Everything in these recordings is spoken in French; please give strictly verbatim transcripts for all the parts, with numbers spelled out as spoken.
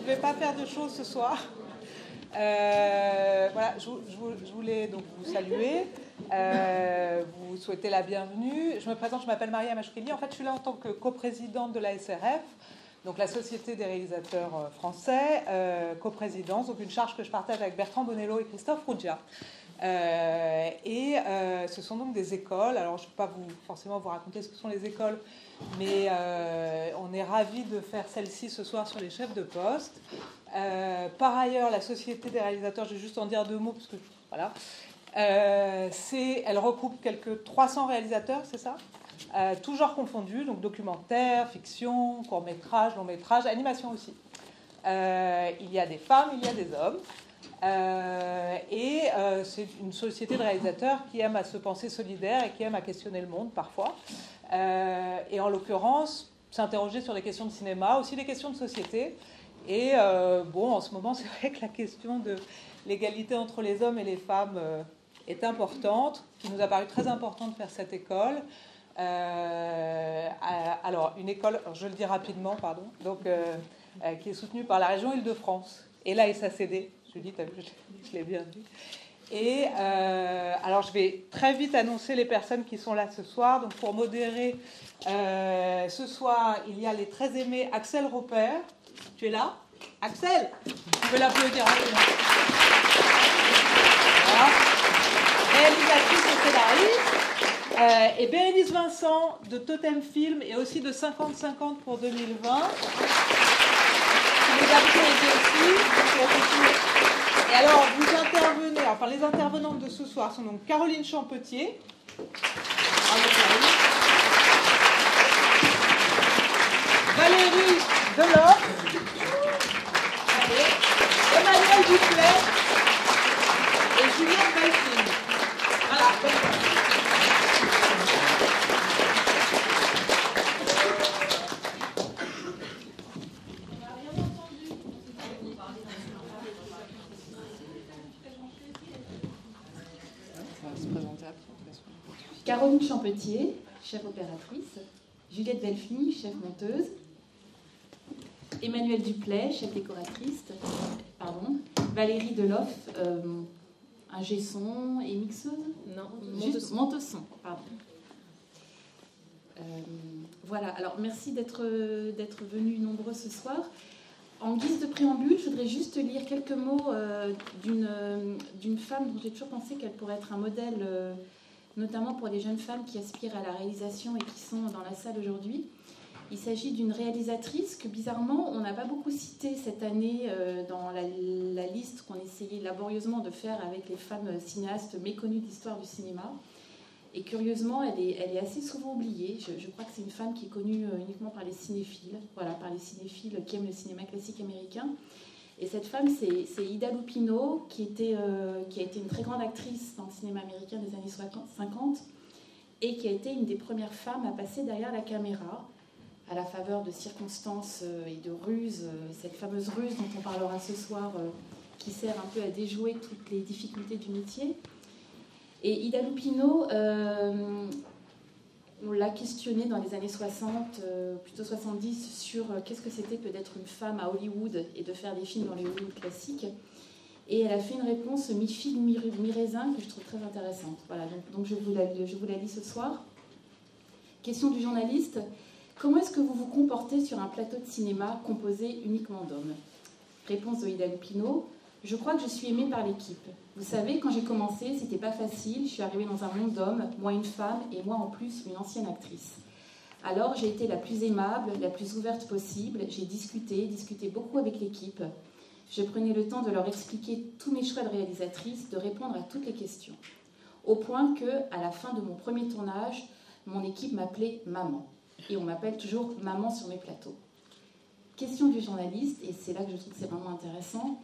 vais pas faire de choses ce soir. Euh, voilà, je, je, je voulais donc vous saluer, euh, vous souhaiter la bienvenue. Je me présente, je m'appelle Maria Machkeli. En fait, je suis là en tant que coprésidente de la S R F, donc la Société des réalisateurs français, euh, coprésidence, donc une charge que je partage avec Bertrand Bonello et Christophe Ruggia. Euh, et euh, ce sont donc des écoles. Alors, je ne vais pas vous, forcément vous raconter ce que sont les écoles, mais euh, on est ravis de faire celle-ci ce soir sur les chefs de poste. Euh, par ailleurs, la Société des réalisateurs, je vais juste en dire deux mots, parce que voilà, euh, c'est, elle regroupe quelques trois cents réalisateurs, c'est ça, euh, tous genres confondus, donc documentaire, fiction, court-métrage, long-métrage, animation aussi. Euh, il y a des femmes, il y a des hommes. Euh, et euh, c'est une société de réalisateurs qui aime à se penser solidaire et qui aime à questionner le monde parfois. Euh, et en l'occurrence, s'interroger sur les questions de cinéma, aussi les questions de société. Et euh, bon, en ce moment, c'est vrai que la question de l'égalité entre les hommes et les femmes euh, est importante, qui nous a paru très important de faire cette école. Euh, alors, une école, alors je le dis rapidement, pardon, donc, euh, euh, qui est soutenue par la région Île-de-France et la S A C D. Julie, t'as vu, je l'ai bien dit. Et euh, alors, je vais très vite annoncer les personnes qui sont là ce soir. Donc, pour modérer, euh, ce soir, il y a les très aimés Axel Ropert. Tu es là, Axel? Vous pouvez l'applaudir. Voilà. Réalisatrice et scénariste. Euh, et Bérénice Vincent de Totem Film et aussi de cinquante cinquante pour deux mille vingt. Qui les applaudit aussi. Et alors, vous intervenez, enfin les intervenantes de ce soir sont donc Caroline Champetier, Valérie Delors, Emmanuel Duplay et Juliette Belfine. Voilà. Caroline Champetier, chef opératrice, Juliette Belfini, chef monteuse, Emmanuel Duplay, chef décoratrice, pardon, Valérie Deloff, euh, ingé son et mixeuse, non, juste monteuse son, pardon. Euh, voilà, alors merci d'être d'être venus nombreux ce soir. En guise de préambule, je voudrais juste lire quelques mots euh, d'une d'une femme dont j'ai toujours pensé qu'elle pourrait être un modèle, euh, notamment pour les jeunes femmes qui aspirent à la réalisation et qui sont dans la salle aujourd'hui. Il s'agit d'une réalisatrice que, bizarrement, on n'a pas beaucoup citée cette année euh, dans la, la liste qu'on essayait laborieusement de faire avec les femmes cinéastes méconnues de l'histoire du cinéma. Et curieusement, elle est, elle est assez souvent oubliée. Je, je crois que c'est une femme qui est connue uniquement par les cinéphiles, voilà, par les cinéphiles qui aiment le cinéma classique américain. Et cette femme, c'est, c'est Ida Lupino, qui, était, euh, qui a été une très grande actrice dans le cinéma américain des années cinquante et qui a été une des premières femmes à passer derrière la caméra à la faveur de circonstances et de ruses, cette fameuse ruse dont on parlera ce soir, qui sert un peu à déjouer toutes les difficultés du métier. Et Ida Lupino, euh, on l'a questionnée dans les années soixante, euh, plutôt soixante-dix, sur euh, qu'est-ce que c'était que d'être une femme à Hollywood et de faire des films dans les Hollywood classiques. Et elle a fait une réponse mi-figue, mi-raisin que je trouve très intéressante. Voilà, donc, donc je, vous la, je vous la lis ce soir. Question du journaliste. Comment est-ce que vous vous comportez sur un plateau de cinéma composé uniquement d'hommes? Réponse de Ida Lupino. Je crois que je suis aimée par l'équipe. Vous savez, quand j'ai commencé, c'était pas facile. Je suis arrivée dans un monde d'hommes, moi une femme, et moi en plus une ancienne actrice. Alors j'ai été la plus aimable, la plus ouverte possible. J'ai discuté, discuté beaucoup avec l'équipe. Je prenais le temps de leur expliquer tous mes choix de réalisatrice, de répondre à toutes les questions. Au point que, à la fin de mon premier tournage, mon équipe m'appelait maman. Et on m'appelle toujours maman sur mes plateaux. Question du journaliste, et c'est là que je trouve que c'est vraiment intéressant.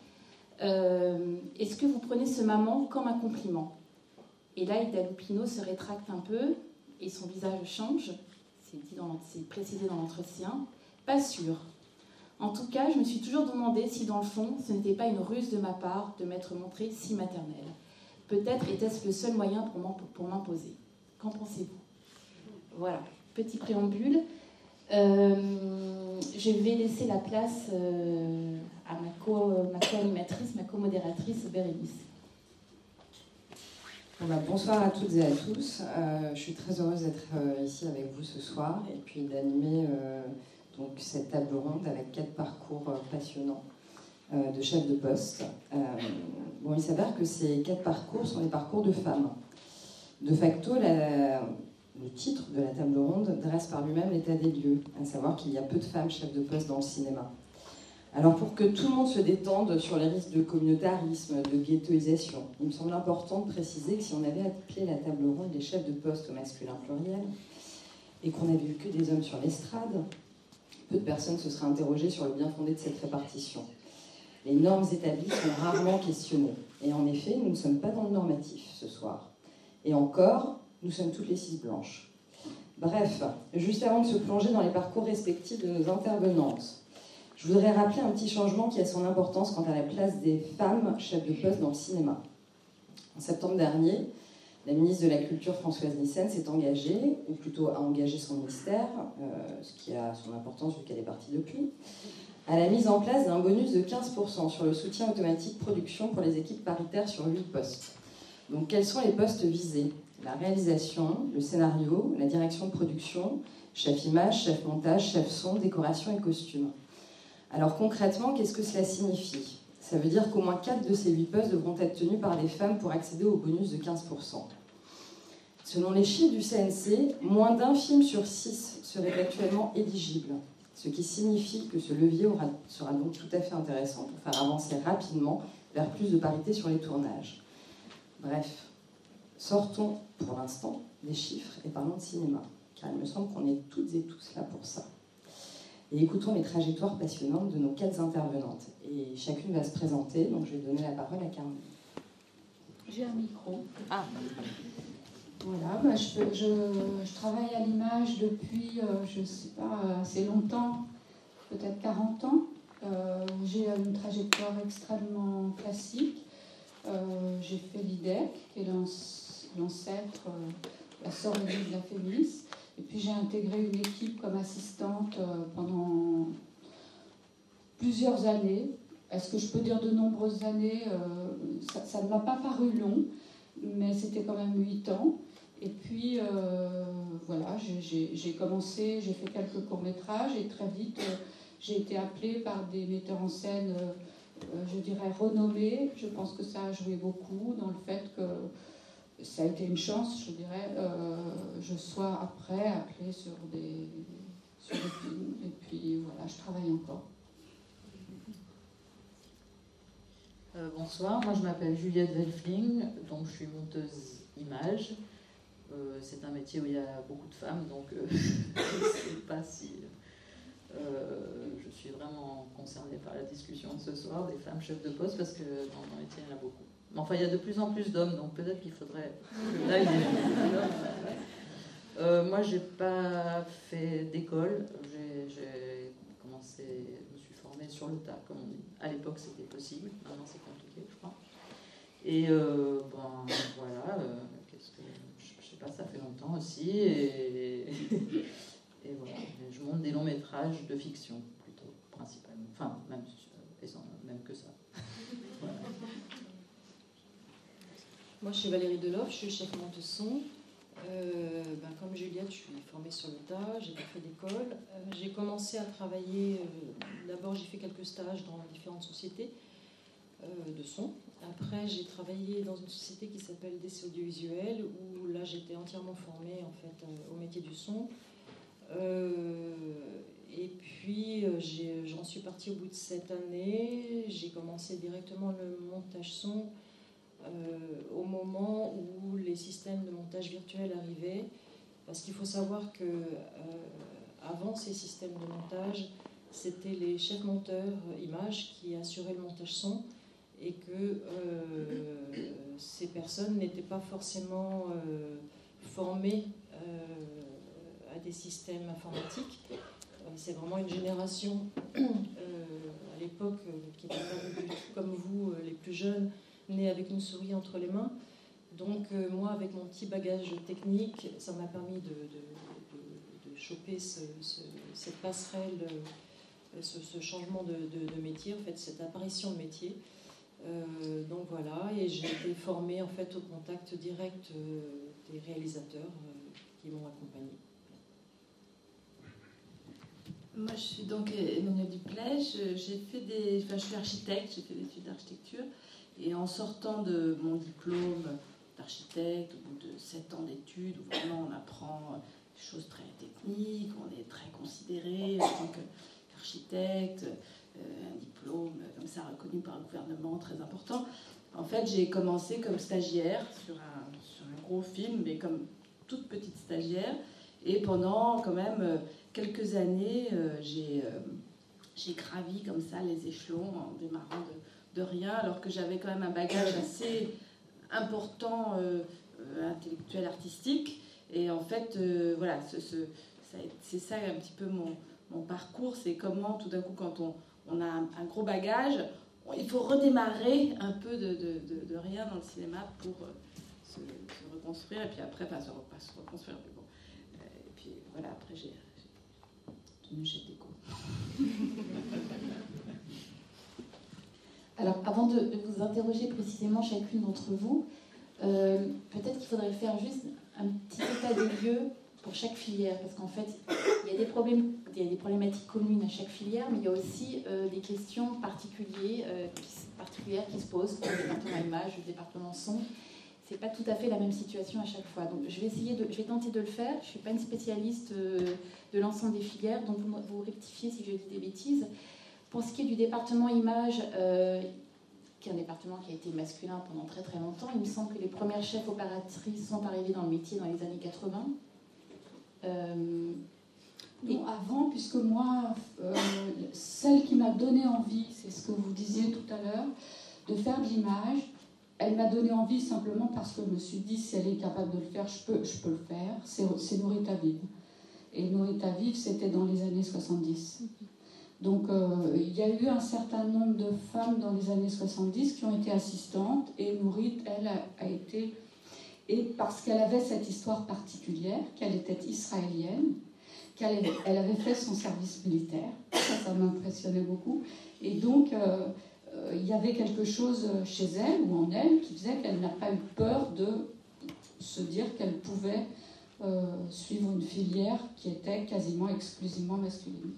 Euh, est-ce que vous prenez ce maman comme un compliment? Et là, Ida Lupino se rétracte un peu et son visage change. C'est, dit dans, c'est précisé dans l'entretien. Pas sûr. En tout cas, je me suis toujours demandé si, dans le fond, ce n'était pas une ruse de ma part de m'être montrée si maternelle. Peut-être était-ce le seul moyen pour, pour m'imposer. Qu'en pensez-vous? Voilà, petit préambule. Euh, je vais laisser la place euh, à ma co- ma co-animatrice, ma co-modératrice Bérénice. Bon bah, bonsoir à toutes et à tous. Euh, je suis très heureuse d'être euh, ici avec vous ce soir et puis d'animer euh, donc cette table ronde avec quatre parcours euh, passionnants euh, de chefs de poste. Euh, bon, il s'avère que ces quatre parcours sont des parcours de femmes. De facto, la, le titre de la table ronde dresse par lui-même l'état des lieux, à savoir qu'il y a peu de femmes chefs de poste dans le cinéma. Alors pour que tout le monde se détende sur les risques de communautarisme, de ghettoisation, il me semble important de préciser que si on avait appelé la table ronde les chefs de poste au masculin pluriel et qu'on n'avait eu que des hommes sur l'estrade, peu de personnes se seraient interrogées sur le bien fondé de cette répartition. Les normes établies sont rarement questionnées. Et en effet, nous ne sommes pas dans le normatif ce soir. Et encore, nous sommes toutes les six blanches. Bref, juste avant de se plonger dans les parcours respectifs de nos intervenantes, je voudrais rappeler un petit changement qui a son importance quant à la place des femmes chefs de poste dans le cinéma. En septembre dernier, la ministre de la Culture, Françoise Nyssen, s'est engagée, ou plutôt a engagé son ministère, euh, ce qui a son importance vu qu'elle est partie depuis, à la mise en place d'un bonus de quinze pour cent sur le soutien automatique production pour les équipes paritaires sur huit postes. Donc quels sont les postes visés ? La réalisation, le scénario, la direction de production, chef image, chef montage, chef son, décoration et costume. Alors concrètement, qu'est-ce que cela signifie ? Ça veut dire qu'au moins quatre de ces huit postes devront être tenus par des femmes pour accéder au bonus de quinze pour cent. Selon les chiffres du C N C, moins d'un film sur six serait actuellement éligible, ce qui signifie que ce levier aura, sera donc tout à fait intéressant pour faire avancer rapidement vers plus de parité sur les tournages. Bref, sortons pour l'instant des chiffres et parlons de cinéma, car il me semble qu'on est toutes et tous là pour ça. Et écoutons les trajectoires passionnantes de nos quatre intervenantes. Et chacune va se présenter, donc je vais donner la parole à Caroline. J'ai un micro. Ah. Voilà, bah je, je, je travaille à l'image depuis, euh, je ne sais pas, assez longtemps, peut-être quarante ans. Euh, j'ai une trajectoire extrêmement classique. Euh, j'ai fait l'I D E C, qui est l'ancêtre, euh, la sœur de la Fémis. Et puis j'ai intégré une équipe comme assistante pendant plusieurs années. Est-ce que je peux dire de nombreuses années ? Ça, ça ne m'a pas paru long, mais c'était quand même huit ans. Et puis euh, voilà, j'ai, j'ai commencé, j'ai fait quelques courts-métrages et très vite j'ai été appelée par des metteurs en scène, je dirais renommés. Je pense que ça a joué beaucoup dans le fait que ça a été une chance, je dirais, euh, je sois après appelée sur des, sur des films. Et puis voilà, je travaille encore. Euh, bonsoir, moi je m'appelle Juliette Welfling, donc je suis monteuse image. Euh, c'est un métier où il y a beaucoup de femmes, donc euh, je ne sais pas si euh, je suis vraiment concernée par la discussion de ce soir des femmes chefs de poste, parce que dans mon métier il y en a beaucoup. Mais enfin, il y a de plus en plus d'hommes, donc peut-être qu'il faudrait... Là, il y a... euh, moi, je n'ai pas fait d'école. J'ai, j'ai commencé, je me suis formée sur le tas, comme on dit. À l'époque, c'était possible. Maintenant, c'est compliqué, je crois. Et euh, ben, voilà, euh, qu'est-ce que... Je ne sais pas, ça fait longtemps aussi. Et, et voilà, je monte des longs métrages de fiction, plutôt, principalement. Enfin, même, même que ça. Voilà. Moi, je suis Valérie Deloff, je suis chef monteuse son. Euh, ben, comme Juliette, je suis formée sur le tas, j'ai pas fait d'école. Euh, j'ai commencé à travailler, euh, d'abord j'ai fait quelques stages dans différentes sociétés euh, de son. Après, j'ai travaillé dans une société qui s'appelle D C Audiovisuel, où là, j'étais entièrement formée en fait, euh, au métier du son. Euh, et puis, euh, j'ai, j'en suis partie au bout de sept années. J'ai commencé directement le montage son. Euh, au moment où les systèmes de montage virtuel arrivaient, parce qu'il faut savoir que euh, avant ces systèmes de montage, c'était les chefs monteurs images qui assuraient le montage son, et que euh, ces personnes n'étaient pas forcément euh, formées euh, à des systèmes informatiques. Euh, c'est vraiment une génération euh, à l'époque euh, qui n'était pas du tout comme vous, euh, les plus jeunes, née avec une souris entre les mains. Donc euh, moi, avec mon petit bagage technique, ça m'a permis de, de, de, de choper ce, ce, cette passerelle ce, ce changement de, de, de métier, en fait, cette apparition de métier. Euh, donc voilà, et j'ai été formée en fait au contact direct euh, des réalisateurs euh, qui m'ont accompagnée. Moi, je suis donc Emmanuelle Dupleix. J'ai fait des, enfin, je suis architecte, j'ai fait des études d'architecture, et en sortant de mon diplôme d'architecte, au bout de sept ans d'études, où vraiment on apprend des choses très techniques, on est très considéré en tant qu'architecte, euh, un diplôme comme ça reconnu par le gouvernement, très important. En fait, j'ai commencé comme stagiaire sur un, sur un gros film, mais comme toute petite stagiaire, et pendant quand même quelques années, euh, j'ai euh, j'ai gravi comme ça les échelons en démarrant de, de rien, alors que j'avais quand même un bagage assez important euh, euh, intellectuel, artistique. Et en fait, euh, voilà, ce, ce, ça, c'est ça un petit peu mon, mon parcours, c'est comment tout d'un coup, quand on, on a un, un gros bagage, on, il faut redémarrer un peu de, de, de, de rien dans le cinéma pour euh, se, se reconstruire, et puis après, enfin, se, pas se reconstruire, mais bon. Euh, et puis voilà, après j'ai tenu chez Déco. Alors, avant de, de vous interroger précisément chacune d'entre vous, euh, peut-être qu'il faudrait faire juste un petit état des lieux pour chaque filière, parce qu'en fait, il y a des problèmes, il y a des problématiques communes à chaque filière, mais il y a aussi euh, des questions particulières, euh, qui, particulières qui se posent pour le département image, le département son. C'est pas tout à fait la même situation à chaque fois. Donc, je vais essayer de, je vais tenter de le faire. Je suis pas une spécialiste euh, de l'ensemble des filières, donc vous, vous rectifiez si je dis des bêtises. Pour ce qui est du département image, euh, qui est un département qui a été masculin pendant très très longtemps, il me semble que les premières chefs opératrices sont arrivées dans le métier dans les années quatre-vingts. Euh, non, avant, puisque moi, euh, celle qui m'a donné envie, c'est ce que vous disiez tout à l'heure, de faire de l'image, elle m'a donné envie simplement parce que je me suis dit, si elle est capable de le faire, je peux, je peux le faire. C'est, c'est Norita Vive. Et Norita Vive, c'était dans les années soixante-dix. Donc, euh, il y a eu un certain nombre de femmes dans les années soixante-dix qui ont été assistantes, et Nourit, elle, a, a été... Et parce qu'elle avait cette histoire particulière, qu'elle était israélienne, qu'elle avait, elle avait fait son service militaire, ça, ça m'impressionnait beaucoup. Et donc, euh, euh, il y avait quelque chose chez elle, ou en elle, qui faisait qu'elle n'a pas eu peur de se dire qu'elle pouvait euh, suivre une filière qui était quasiment exclusivement masculine.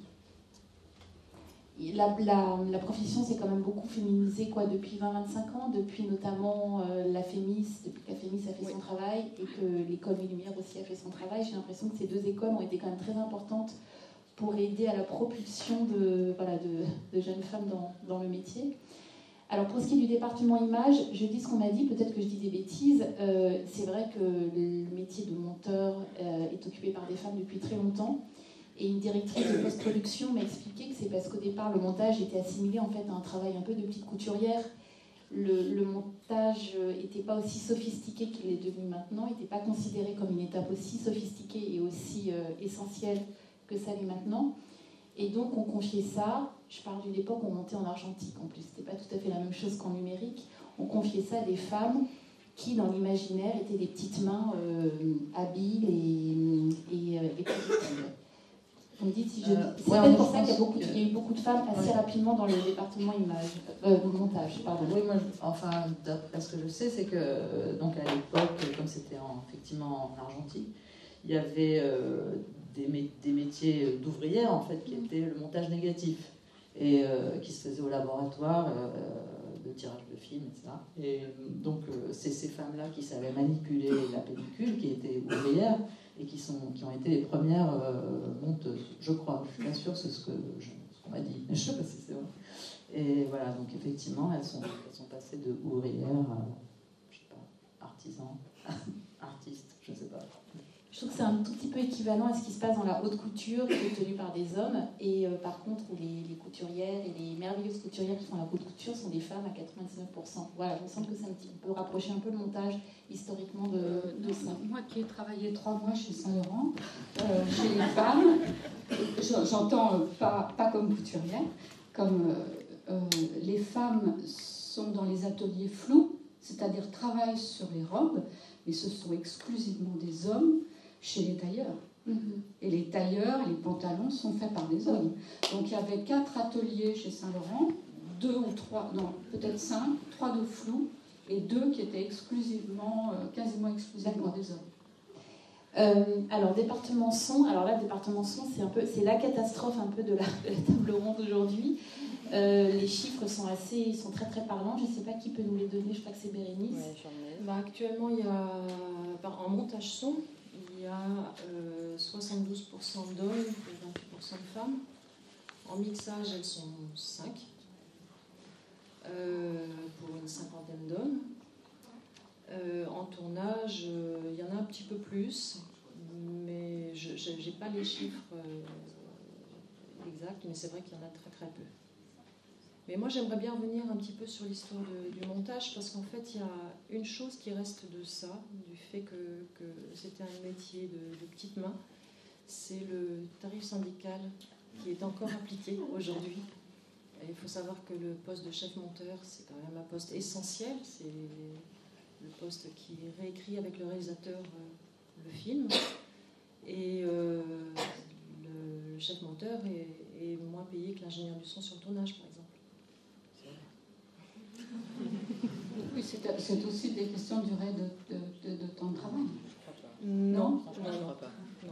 La, la, la profession s'est quand même beaucoup féminisée quoi, depuis vingt à vingt-cinq ans, depuis notamment euh, la Fémis, depuis que la Fémis a fait oui. son travail et que l'école Les Lumières aussi a fait son travail. J'ai l'impression que ces deux écoles ont été quand même très importantes pour aider à la propulsion de, voilà, de, de jeunes femmes dans, dans le métier. Alors pour ce qui est du département image, je dis ce qu'on a dit, peut-être que je dis des bêtises. Euh, c'est vrai que le métier de monteur euh, est occupé par des femmes depuis très longtemps. Et une directrice de post-production m'a expliqué que c'est parce qu'au départ, le montage était assimilé en fait à un travail un peu de petite couturière. Le, le montage n'était pas aussi sophistiqué qu'il est devenu maintenant, n'était pas considéré comme une étape aussi sophistiquée et aussi euh, essentielle que ça l'est maintenant. Et donc, on confiait ça, je parle d'une époque où on montait en argentique en plus, c'était pas tout à fait la même chose qu'en numérique, on confiait ça à des femmes qui, dans l'imaginaire, étaient des petites mains euh, habiles et, et, et positives. Vous me dites si je dis. Euh, c'est ouais, peut-être pour ça qu'il y a, beaucoup, que... il y a eu beaucoup de femmes assez ouais. rapidement dans le département image, euh, montage, pardon. Oui, moi, je, enfin, d'après ce que je sais, c'est que donc à l'époque, comme c'était en, effectivement en argentique, il y avait euh, des, mé- des métiers d'ouvrières en fait qui mmh. étaient le montage négatif et euh, qui se faisait au laboratoire euh, de tirage de film, et cetera. Et donc euh, c'est ces femmes-là qui savaient manipuler la pellicule, qui étaient ouvrières. Et qui, sont, qui ont été les premières euh, monteuses, je crois. Je suis pas sûre, c'est ce, que je, ce qu'on m'a dit. Je ne sais pas si c'est vrai. Et voilà, donc effectivement, elles sont, elles sont passées de ouvrières à, je sais pas, artisans, artistes, je ne sais pas. Je trouve que c'est un tout petit peu équivalent à ce qui se passe dans la haute couture, qui est tenue par des hommes. Et euh, par contre, où les, les couturières et les merveilleuses couturières qui font la haute couture sont des femmes à quatre-vingt-dix-neuf pour cent. Voilà, je me semble que c'est un petit peu rapprocher un peu le montage historiquement de, euh, de ça. Moi qui ai travaillé trois mois chez Saint-Laurent, euh, chez les femmes, j'entends pas, pas comme couturière, comme euh, euh, les femmes sont dans les ateliers flous, c'est-à-dire travaillent sur les robes, mais ce sont exclusivement des hommes chez les tailleurs. Mm-hmm. Et les tailleurs et les pantalons sont faits par des hommes. Donc il y avait quatre ateliers chez Saint-Laurent, deux ou trois, non, peut-être cinq, trois de flou, et deux qui étaient exclusivement, euh, quasiment exclusivement des hommes. Euh, alors, département son, alors là, département son, c'est un peu, c'est la catastrophe un peu de la, de la table ronde aujourd'hui. Euh, les chiffres sont assez, sont très très parlants. Je ne sais pas qui peut nous les donner. Je crois que c'est Bérénice. Ouais, bah, actuellement, il y a, en montage son, il y a euh, soixante-douze pour cent d'hommes et vingt-huit pour cent de femmes. En mixage, elles sont cinq euh, pour une cinquantaine d'hommes. Euh, en tournage, euh, il y en a un petit peu plus, mais je n'ai pas les chiffres euh, exacts, mais c'est vrai qu'il y en a très très peu. Mais moi, j'aimerais bien revenir un petit peu sur l'histoire de, du montage, parce qu'en fait, il y a une chose qui reste de ça, du fait que, que c'était un métier de, de petites mains, c'est le tarif syndical qui est encore appliqué aujourd'hui. Et il faut savoir que le poste de chef monteur, c'est quand même un poste essentiel, c'est le poste qui réécrit avec le réalisateur euh, le film. Et euh, le, le chef monteur est, est moins payé que l'ingénieur du son sur le tournage, par exemple. Oui, c'est, c'est aussi des questions de durée de, de, de, de temps de travail. Non, non, franchement, je ne crois pas. Non.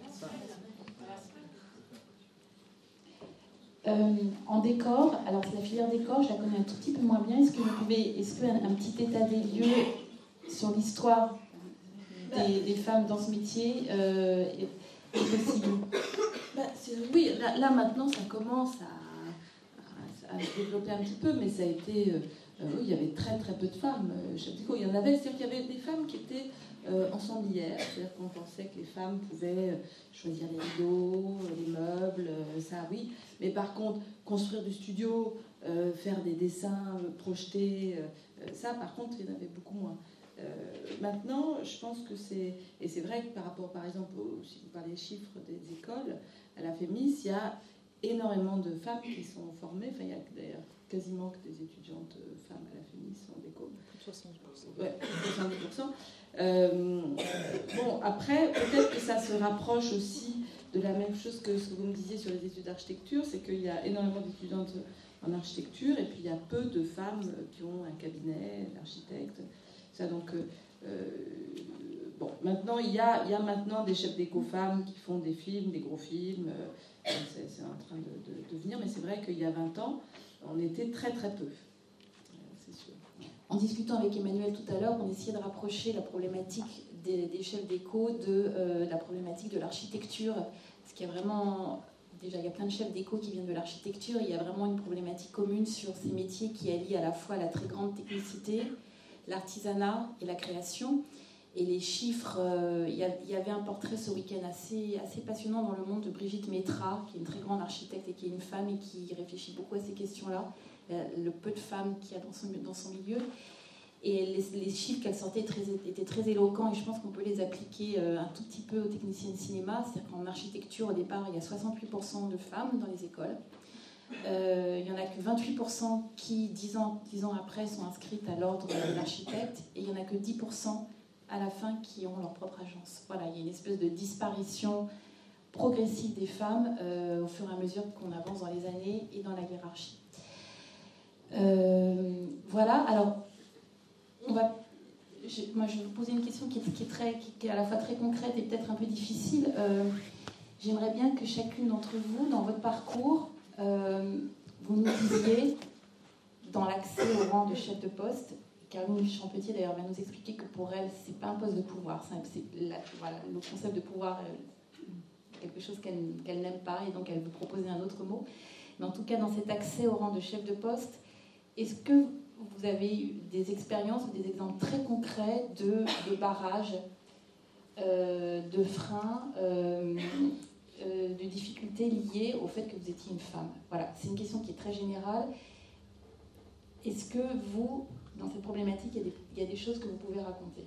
Euh, en décor, alors la filière décor, je la connais un tout petit peu moins bien. Est-ce que vous pouvez, est-ce qu'un un petit état des lieux sur l'histoire des, des femmes dans ce métier euh, est, est possible? Bah, c'est, oui, là, là maintenant ça commence à, à, à se développer un petit peu, mais ça a été, euh, oui, il y avait très très peu de femmes euh, chef déco. Il y en avait, c'est-à-dire qu'il y avait des femmes qui étaient euh, ensemblières, c'est-à-dire qu'on pensait que les femmes pouvaient choisir les rideaux, les meubles, euh, ça oui. Mais par contre, construire du studio, euh, faire des dessins, euh, projeter, euh, ça par contre, il y en avait beaucoup moins. Euh, maintenant, je pense que c'est... Et c'est vrai que par rapport, par exemple, au, si vous parlez des chiffres des écoles, à la Fémis, il y a énormément de femmes qui sont formées. Enfin, il y a d'ailleurs quasiment que des étudiantes femmes à la Fémis en déco. Plus de soixante-dix pour cent. Ouais, soixante-dix pour cent. Euh, bon, après, peut-être que ça se rapproche aussi de la même chose que ce que vous me disiez sur les études d'architecture, c'est qu'il y a énormément d'étudiantes en architecture et puis il y a peu de femmes qui ont un cabinet d'architecte. Ça, donc, euh, bon, maintenant, il y, a, il y a maintenant des chefs déco femmes qui font des films, des gros films. Euh, c'est, c'est en train de, de, de venir, mais c'est vrai qu'il y a vingt ans, on était très très peu. C'est sûr. En discutant avec Emmanuel tout à l'heure, on essayait de rapprocher la problématique des, des chefs déco de euh, la problématique de l'architecture. Parce qu'il y a vraiment... Déjà, il y a plein de chefs déco qui viennent de l'architecture. Il y a vraiment une problématique commune sur ces métiers qui allient à la fois la très grande technicité, l'artisanat et la création. Et les chiffres, euh, il, y a, il y avait un portrait ce week-end assez, assez passionnant dans Le Monde de Brigitte Métra, qui est une très grande architecte et qui est une femme et qui réfléchit beaucoup à ces questions-là, le peu de femmes qu'il y a dans son, dans son milieu. Et les, les chiffres qu'elle sortait très, étaient très éloquents et je pense qu'on peut les appliquer euh, un tout petit peu aux techniciens de cinéma. C'est-à-dire qu'en architecture, au départ, il y a soixante-huit pour cent de femmes dans les écoles. Euh, il n'y en a que vingt-huit pour cent qui, dix ans, dix ans après, sont inscrites à l'ordre de l'architecte et il n'y en a que dix pour cent à la fin qui ont leur propre agence. Voilà, il y a une espèce de disparition progressive des femmes euh, au fur et à mesure qu'on avance dans les années et dans la hiérarchie. Euh, voilà, alors, on va, je, moi je vais vous poser une question qui est, qui est, très, qui est à la fois très concrète et peut-être un peu difficile. Euh, j'aimerais bien que chacune d'entre vous, dans votre parcours, euh, vous nous disiez, dans l'accès au rang de chef de poste, Caroline Champetier d'ailleurs va nous expliquer que pour elle, c'est pas un poste de pouvoir, c'est, c'est la, voilà, le concept de pouvoir est quelque chose qu'elle, qu'elle n'aime pas et donc elle veut proposer un autre mot. Mais en tout cas, dans cet accès au rang de chef de poste, est-ce que vous avez eu des expériences ou des exemples très concrets de, de barrages, euh, de freins, euh, euh, de difficultés liées au fait que vous étiez une femme? Voilà, c'est une question qui est très générale. Est-ce que vous, dans cette problématique, il y a des, il y a des choses que vous pouvez raconter?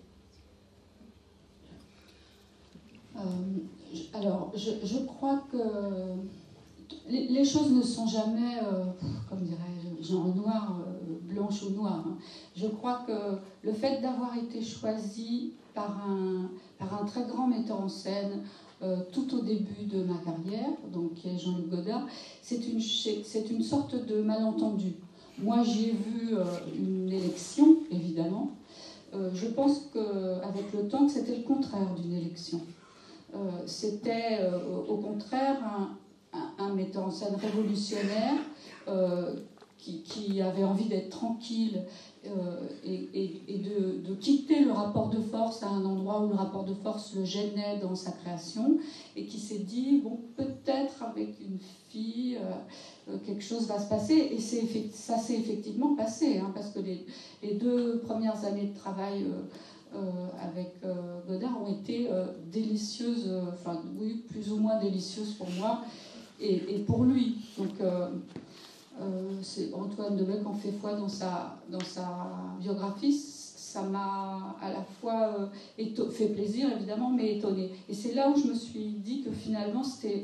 euh, Alors, je, je crois que les, les choses ne sont jamais, euh, comme dirais-je, genre noir, euh, blanche ou noire. Hein. Je crois que le fait d'avoir été choisi par un, par un très grand metteur en scène, euh, tout au début de ma carrière, donc qui est Jean-Luc Godard, c'est une, c'est une sorte de malentendu. Moi, j'y ai vu euh, une élection, évidemment. Euh, je pense qu'avec le temps, c'était le contraire d'une élection. Euh, c'était euh, au contraire un, un, un metteur en scène révolutionnaire euh, qui, qui avait envie d'être tranquille euh, et, et, et de, de quitter le rapport de force à un endroit où le rapport de force le gênait dans sa création et qui s'est dit, bon, peut-être avec une fille, euh, quelque chose va se passer. Et c'est, ça s'est effectivement passé, hein, parce que les, les deux premières années de travail euh, euh, avec euh, Godard ont été euh, délicieuses, euh, enfin oui, plus ou moins délicieuses pour moi et, et pour lui. Donc euh, euh, c'est Antoine de Bec en fait foi dans sa, dans sa biographie. Ça m'a à la fois euh, éto- fait plaisir évidemment, mais étonné. Et c'est là où je me suis dit que finalement c'était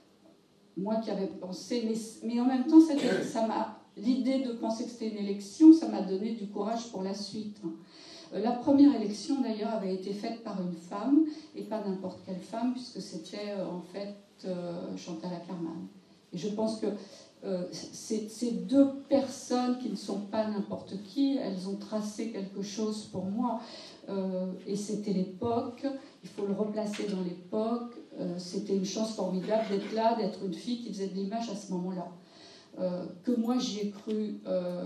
moi qui avais pensé, mais, mais en même temps, ça m'a, l'idée de penser que c'était une élection, ça m'a donné du courage pour la suite. La première élection, d'ailleurs, avait été faite par une femme, et pas n'importe quelle femme, puisque c'était en fait euh, Chantal Akerman. Et je pense que euh, ces, ces deux personnes qui ne sont pas n'importe qui, elles ont tracé quelque chose pour moi. Euh, et c'était l'époque, il faut le replacer dans l'époque. Euh, c'était une chance formidable d'être là, d'être une fille qui faisait de l'image à ce moment-là. Euh, que moi j'y ai cru, euh,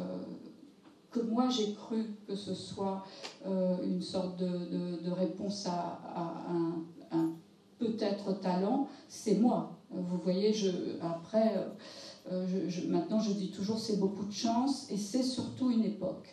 que moi j'ai cru que ce soit euh, une sorte de, de, de réponse à, à un, un peut-être talent, c'est moi. Vous voyez, je, après, euh, je, je, maintenant je dis toujours c'est beaucoup de chance et c'est surtout une époque.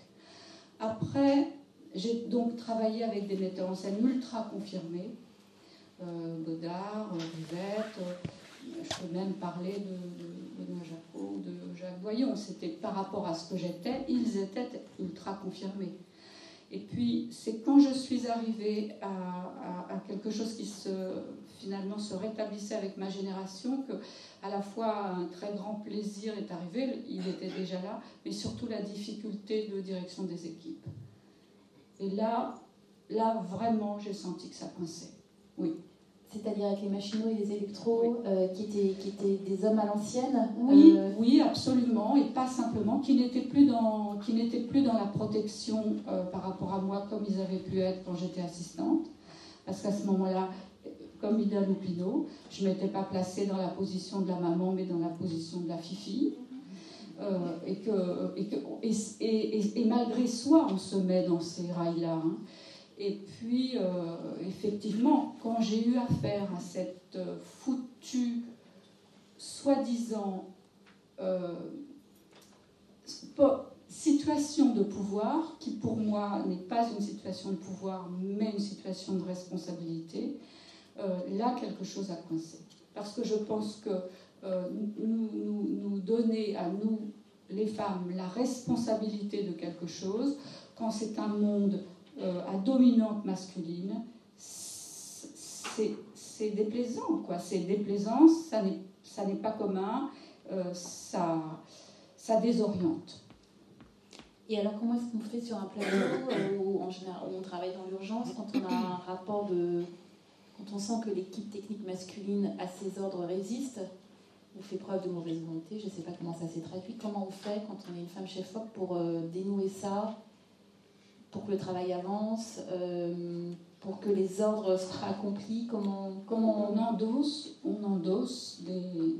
Après, j'ai donc travaillé avec des metteurs en scène ultra confirmés. Euh, Godard, euh, Rivette, euh, je peux même parler de, de, de Benoît Jacot, de Jacques Voyon. C'était par rapport à ce que j'étais, ils étaient ultra confirmés. Et puis, c'est quand je suis arrivée à, à, à quelque chose qui se, finalement se rétablissait avec ma génération, que à la fois un très grand plaisir est arrivé, il était déjà là, mais surtout la difficulté de direction des équipes. Et là, là vraiment, j'ai senti que ça coinçait. Oui. C'est-à-dire avec les machinaux et les électros, oui. euh, qui, étaient, qui étaient des hommes à l'ancienne. Oui, euh... oui, absolument, et pas simplement, qui n'étaient plus dans, qui n'étaient plus dans la protection euh, par rapport à moi comme ils avaient pu être quand j'étais assistante, parce qu'à ce moment-là, comme Ida Lupino, je ne m'étais pas placée dans la position de la maman, mais dans la position de la fifi. Euh, et, que, et, que, et, et, et malgré soi, on se met dans ces rails-là. Hein. Et puis, euh, effectivement, quand j'ai eu affaire à cette foutue, soi-disant, euh, situation de pouvoir, qui pour moi n'est pas une situation de pouvoir, mais une situation de responsabilité, euh, là, quelque chose a coincé. Parce que je pense que euh, nous, nous, nous donner à nous, les femmes, la responsabilité de quelque chose, quand c'est un monde Euh, à dominante masculine, c'est, c'est déplaisant, quoi. C'est déplaisant, ça n'est, ça n'est pas commun, euh, ça, ça désoriente. Et alors, comment est-ce qu'on fait sur un plateau euh, où, en général, où on travaille dans l'urgence, quand on a un rapport de... quand on sent que l'équipe technique masculine à ses ordres résiste, ou fait preuve de mauvaise volonté, je ne sais pas comment ça s'est traduit, comment on fait quand on est une femme chef-op pour euh, dénouer ça, pour que le travail avance, euh, pour que les ordres soient accomplis, comment, comment... On endosse, on endosse des...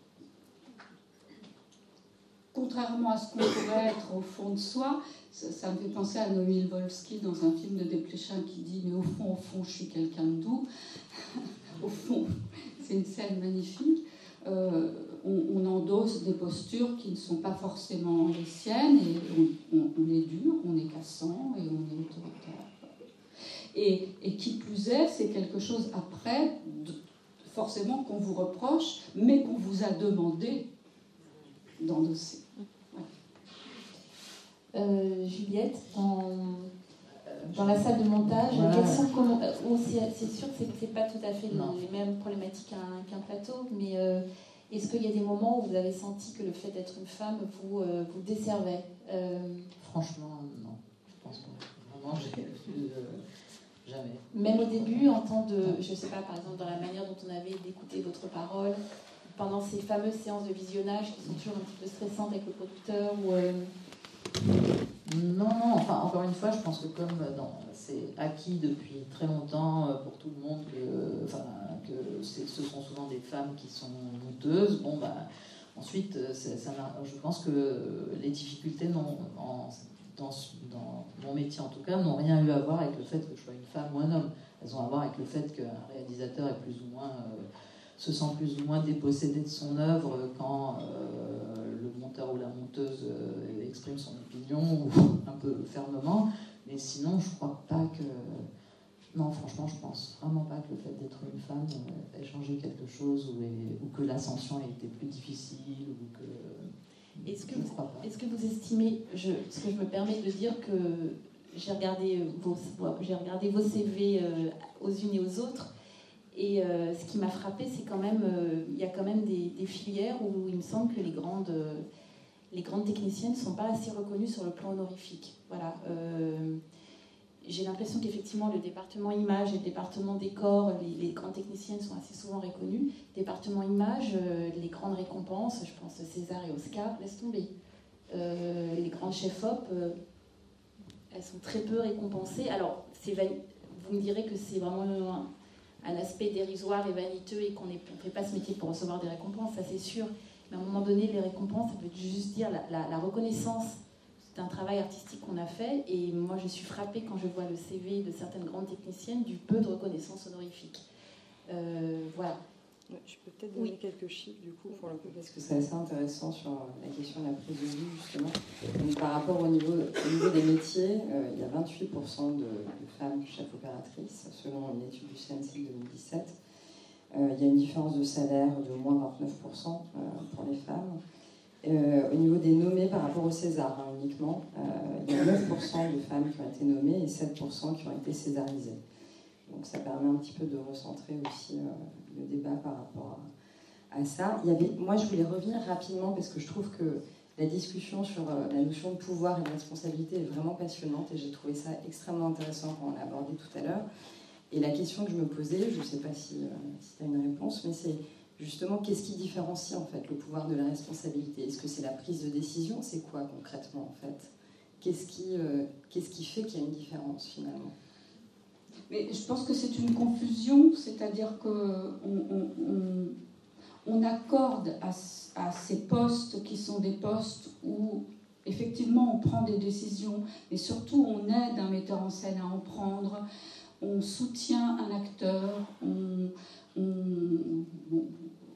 Contrairement à ce qu'on pourrait être au fond de soi, ça, ça me fait penser à Noémie Lvovsky dans un film de Desplechin qui dit « Mais au fond, au fond, je suis quelqu'un de doux. » Au fond, c'est une scène magnifique. Euh, on, on endosse des postures qui ne sont pas forcément les siennes, et on, on, on est dur, on est cassant, et on est autoritaire. Et, et qui plus est, c'est quelque chose après, de, forcément qu'on vous reproche, mais qu'on vous a demandé d'endosser. Ouais. Euh, Juliette, dans, dans la salle de montage, voilà. quels sont, comment, oh, c'est, c'est sûr que ce n'est pas tout à fait non. les mêmes problématiques qu'un, qu'un plateau, mais euh, est-ce qu'il y a des moments où vous avez senti que le fait d'être une femme vous, euh, vous desservait euh... Franchement, non. Je pense pas. Vraiment, j'ai, euh, jamais. Même au début, en temps de, je sais pas, par exemple, dans la manière dont on avait d'écouter votre parole, pendant ces fameuses séances de visionnage qui sont toujours un petit peu stressantes avec le producteur ou... Euh... Non, non, enfin, encore une fois, je pense que comme dans, c'est acquis depuis très longtemps pour tout le monde que, enfin, que c'est, ce sont souvent des femmes qui sont monteuses, bon, bah, ensuite, c'est, ça, je pense que les difficultés n'ont, en, dans, dans mon métier en tout cas, n'ont rien eu à voir avec le fait que je sois une femme ou un homme. Elles ont à voir avec le fait qu'un réalisateur est plus ou moins, euh, se sent plus ou moins dépossédé de son œuvre quand euh, le monteur ou la monteuse euh, exprime son opinion ou un peu fermement. Mais sinon, je crois pas que... Non, franchement, je pense vraiment pas que le fait d'être une femme euh, ait changé quelque chose ou, est, ou que l'ascension ait été plus difficile ou que... Est-ce que, je vous, crois pas. Est-ce que vous estimez... Je, parce que je me permets de dire que j'ai regardé vos, j'ai regardé vos C V euh, aux unes et aux autres. Et euh, ce qui m'a frappé, c'est quand même, euh, il y a quand même des, des filières où il me semble que les grandes, euh, les grandes techniciennes ne sont pas assez reconnues sur le plan honorifique. Voilà. Euh, j'ai l'impression qu'effectivement, le département image et le département décor, les, les grandes techniciennes sont assez souvent reconnues. Département image, euh, les grandes récompenses, je pense César et Oscar, laisse tomber. Euh, les grandes chefs-op, euh, elles sont très peu récompensées. Alors, c'est, vous me direz que c'est vraiment un, un aspect dérisoire et vaniteux et qu'on ne fait pas ce métier pour recevoir des récompenses, ça c'est sûr. Mais à un moment donné, les récompenses, ça veut juste dire la, la, la reconnaissance d'un travail artistique qu'on a fait. Et moi, je suis frappée quand je vois le C V de certaines grandes techniciennes du peu de reconnaissance honorifique. Euh, voilà. Je peux peut-être donner oui. quelques chiffres du coup pour le coup. Parce que c'est assez intéressant sur la question de la prise de vue justement. Donc, par rapport au niveau, au niveau des métiers, euh, il y a vingt-huit pour cent de, de femmes chefs opératrices selon une étude du C N C deux mille dix-sept. Euh, il y a une différence de salaire de moins vingt-neuf pour cent euh, pour les femmes. Euh, au niveau des nommés par rapport au César hein, uniquement, euh, il y a neuf pour cent de femmes qui ont été nommées et sept pour cent qui ont été césarisées. Donc ça permet un petit peu de recentrer aussi euh, le débat par rapport à, à ça. Il y avait, moi, je voulais revenir rapidement parce que je trouve que la discussion sur euh, la notion de pouvoir et de responsabilité est vraiment passionnante et j'ai trouvé ça extrêmement intéressant quand on l'a abordé tout à l'heure. Et la question que je me posais, je ne sais pas si, euh, si tu as une réponse, mais c'est justement qu'est-ce qui différencie en fait le pouvoir de la responsabilité ? Est-ce que c'est la prise de décision ? C'est quoi concrètement en fait ? Qu'est-ce qui, euh, qu'est-ce qui fait qu'il y a une différence finalement ? Mais je pense que c'est une confusion, c'est-à-dire qu'on on, on, on accorde à, à ces postes qui sont des postes où effectivement on prend des décisions, mais surtout on aide un metteur en scène à en prendre, on soutient un acteur, on, on, on,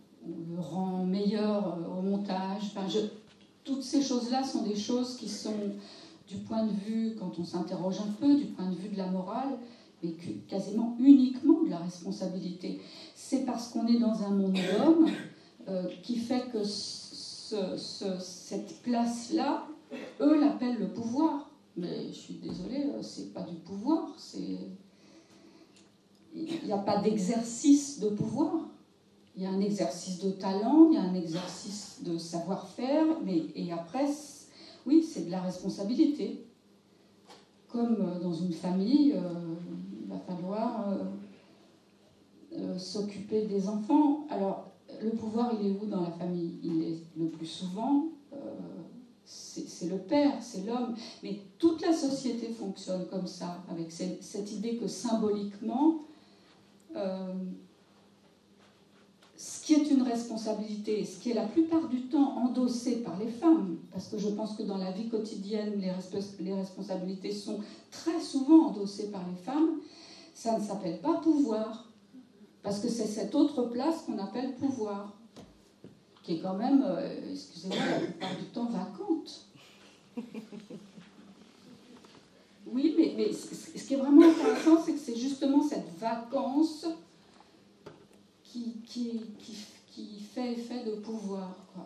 on le rend meilleur au montage. Enfin, je, toutes ces choses-là sont des choses qui sont, du point de vue, quand on s'interroge un peu, du point de vue de la morale, mais quasiment uniquement de la responsabilité. C'est parce qu'on est dans un monde d'hommes euh, qui fait que ce, ce, cette place-là, eux l'appellent le pouvoir. Mais je suis désolée, c'est pas du pouvoir, c'est... Il n'y a pas d'exercice de pouvoir. Il y a un exercice de talent, il y a un exercice de savoir-faire, mais et après, oui, c'est de la responsabilité. Comme dans une famille, euh, il va falloir euh, euh, s'occuper des enfants. Alors, le pouvoir, il est où dans la famille ? Il est le plus souvent, euh, c'est, c'est le père, c'est l'homme. Mais toute la société fonctionne comme ça, avec cette, cette idée que symboliquement, euh, ce qui est une responsabilité, ce qui est la plupart du temps endossé par les femmes, parce que je pense que dans la vie quotidienne, les, resp- les responsabilités sont très souvent endossées par les femmes, ça ne s'appelle pas pouvoir, parce que c'est cette autre place qu'on appelle pouvoir, qui est quand même, euh, excusez-moi, la plupart du temps vacante. Oui, mais, mais ce qui est vraiment intéressant, c'est que c'est justement cette vacance qui, qui, qui, qui fait effet de pouvoir, quoi.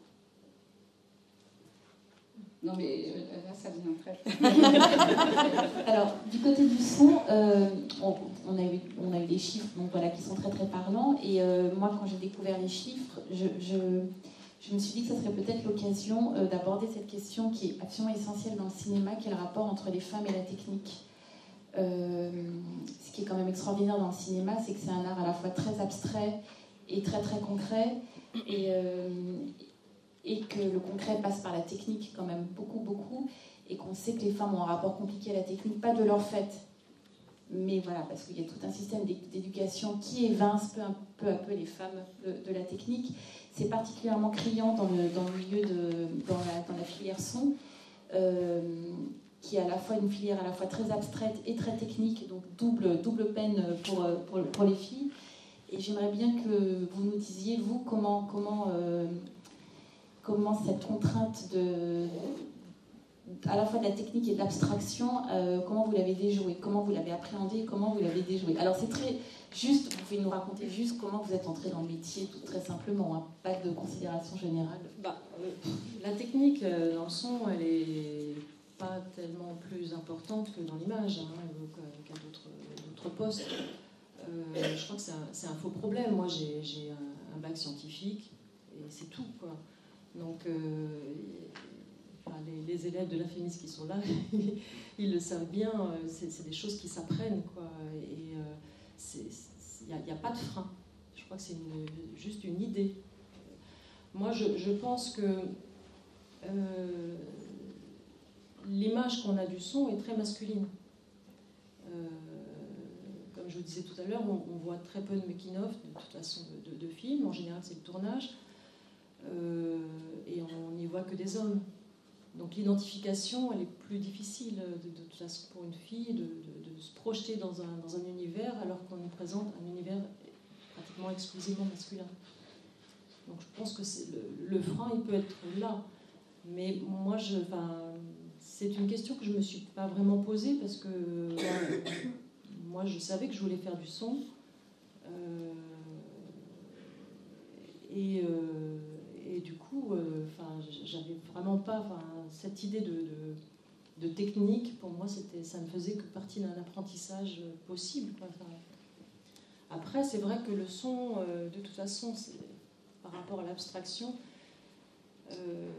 Non, mais là, ça devient très... Alors, du côté du son, euh, on, on, a eu, on a eu des chiffres donc, voilà, qui sont très très parlants. Et euh, moi, quand j'ai découvert les chiffres, je, je, je me suis dit que ça serait peut-être l'occasion euh, d'aborder cette question qui est absolument essentielle dans le cinéma, qui est le rapport entre les femmes et la technique. Euh, ce qui est quand même extraordinaire dans le cinéma, c'est que c'est un art à la fois très abstrait et très très concret, et, euh, et que le concret passe par la technique quand même beaucoup beaucoup, et qu'on sait que les femmes ont un rapport compliqué à la technique, pas de leur fait, mais voilà, parce qu'il y a tout un système d'éducation qui évince peu, peu à peu les femmes de, de la technique. C'est particulièrement criant dans le, dans le milieu de dans la, dans la filière son, euh, qui est à la fois une filière à la fois très abstraite et très technique, donc double, double peine pour, pour, pour les filles. Et j'aimerais bien que vous nous disiez, vous, comment, comment, euh, comment cette contrainte de, à la fois de la technique et de l'abstraction, euh, comment vous l'avez déjouée, comment vous l'avez appréhendée, comment vous l'avez déjouée. Alors c'est très juste, vous pouvez nous raconter juste comment vous êtes entrée dans le métier, tout très simplement, hein, pas de considération générale. Bah, euh, la technique euh, dans le son, elle est pas tellement plus importante que dans l'image, hein, qu'à d'autres, d'autres postes. Euh, je crois que c'est un, c'est un faux problème. Moi, j'ai, j'ai un, un bac scientifique et c'est tout, quoi. Donc, euh, enfin, les, les élèves de la Fémis qui sont là, ils le savent bien. C'est, c'est des choses qui s'apprennent, quoi. Et il n'y a, a pas de frein. Je crois que c'est une, juste une idée. Moi, je, je pense que euh, l'image qu'on a du son est très masculine. Euh, comme je vous disais tout à l'heure, on, on voit très peu de making-of, de toute façon, de, de, de films. En général, c'est le tournage. Euh, et on n'y voit que des hommes. Donc l'identification, elle est plus difficile, de, de toute façon, pour une fille, de, de, de se projeter dans un, dans un univers, alors qu'on nous présente un univers pratiquement exclusivement masculin. Donc je pense que c'est le, le frein, il peut être là. Mais moi, je... Enfin, c'est une question que je ne me suis pas vraiment posée parce que euh, moi, je savais que je voulais faire du son. Euh, et, euh, et du coup, euh, j'avais vraiment pas cette idée de, de, de technique. Pour moi, c'était, ça ne faisait que partie d'un apprentissage possible. Enfin, après, c'est vrai que le son, euh, de toute façon, par rapport à l'abstraction, euh,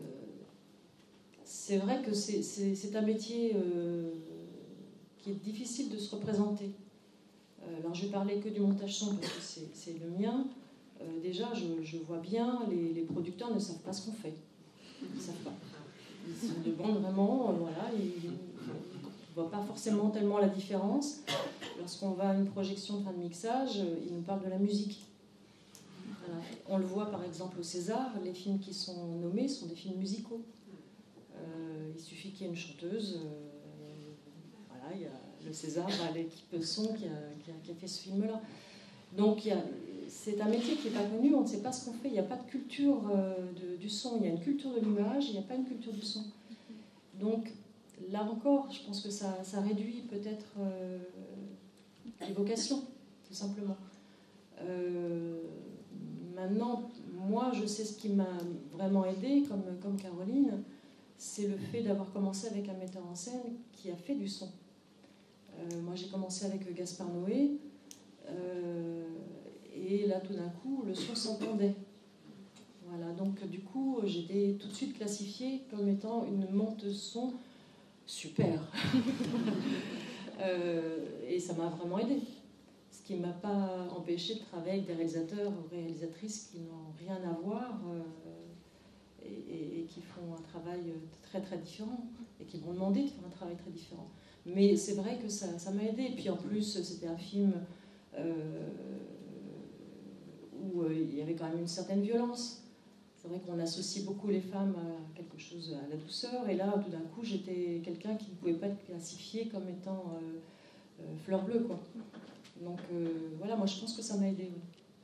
c'est vrai que c'est, c'est, c'est un métier euh, qui est difficile de se représenter. Euh, alors je vais parler que du montage son parce que c'est, c'est le mien. Euh, déjà, je, je vois bien, les, les producteurs ne savent pas ce qu'on fait. Ils ne savent pas. Ils se demandent vraiment, euh, voilà, ils ne voient pas forcément tellement la différence. Lorsqu'on va à une projection de fin de mixage, euh, ils nous parlent de la musique. Voilà. On le voit par exemple au César, les films qui sont nommés sont des films musicaux. Euh, il suffit qu'il y ait une chanteuse, euh, voilà, il y a le César, bah, l'équipe son qui a, qui, a, qui a fait ce film-là. Donc il y a, c'est un métier qui n'est pas connu, on ne sait pas ce qu'on fait, il n'y a pas de culture euh, de, du son, il y a une culture de l'image, il n'y a pas une culture du son. Donc là encore, je pense que ça, ça réduit peut-être euh, les vocations, tout simplement. Euh, maintenant, moi je sais ce qui m'a vraiment aidée, comme, comme Caroline, c'est le fait d'avoir commencé avec un metteur en scène qui a fait du son. Euh, moi, j'ai commencé avec Gaspard Noé, euh, et là, tout d'un coup, le son s'entendait. Voilà, donc du coup, j'étais tout de suite classifiée comme étant une monteuse son super. euh, et ça m'a vraiment aidée. Ce qui ne m'a pas empêché de travailler avec des réalisateurs ou réalisatrices qui n'ont rien à voir. Euh, Et, et, et qui font un travail très très différent et qui m'ont demandé de faire un travail très différent. Mais c'est vrai que ça, ça m'a aidé. Et puis en plus, c'était un film euh, où euh, il y avait quand même une certaine violence. C'est vrai qu'on associe beaucoup les femmes à quelque chose, à la douceur. Et là, tout d'un coup, j'étais quelqu'un qui ne pouvait pas être classifié comme étant euh, euh, fleur bleue, quoi. Donc euh, voilà, moi je pense que ça m'a aidé. Oui.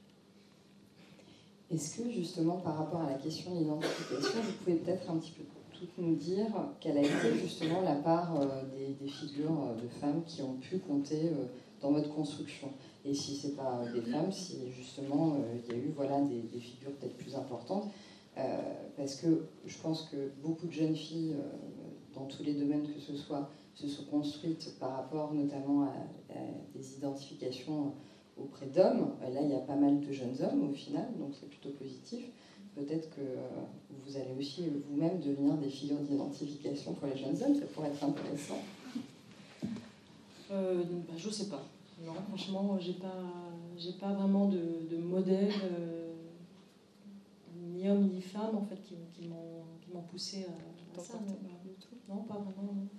Est-ce que justement par rapport à la question de l'identification, vous pouvez peut-être un petit peu toutes nous dire quelle a été justement la part euh, des, des figures euh, de femmes qui ont pu compter euh, dans votre construction? Et si ce n'est pas des femmes, si justement euh, il y a eu voilà, des, des figures peut-être plus importantes, euh, parce que je pense que beaucoup de jeunes filles, euh, dans tous les domaines que ce soit, se sont construites par rapport notamment à, à des identifications auprès d'hommes. Là, il y a pas mal de jeunes hommes au final, donc c'est plutôt positif. Peut-être que euh, vous allez aussi vous-même devenir des figures d'identification pour les jeunes hommes, ça pourrait être intéressant. euh, bah, Je ne sais pas. Non, franchement, j'ai pas, j'ai pas vraiment de, de modèle, euh, ni homme ni femme, en fait, qui, qui m'ont, qui m'ont poussé à, à ça. Non, non, pas vraiment. Non.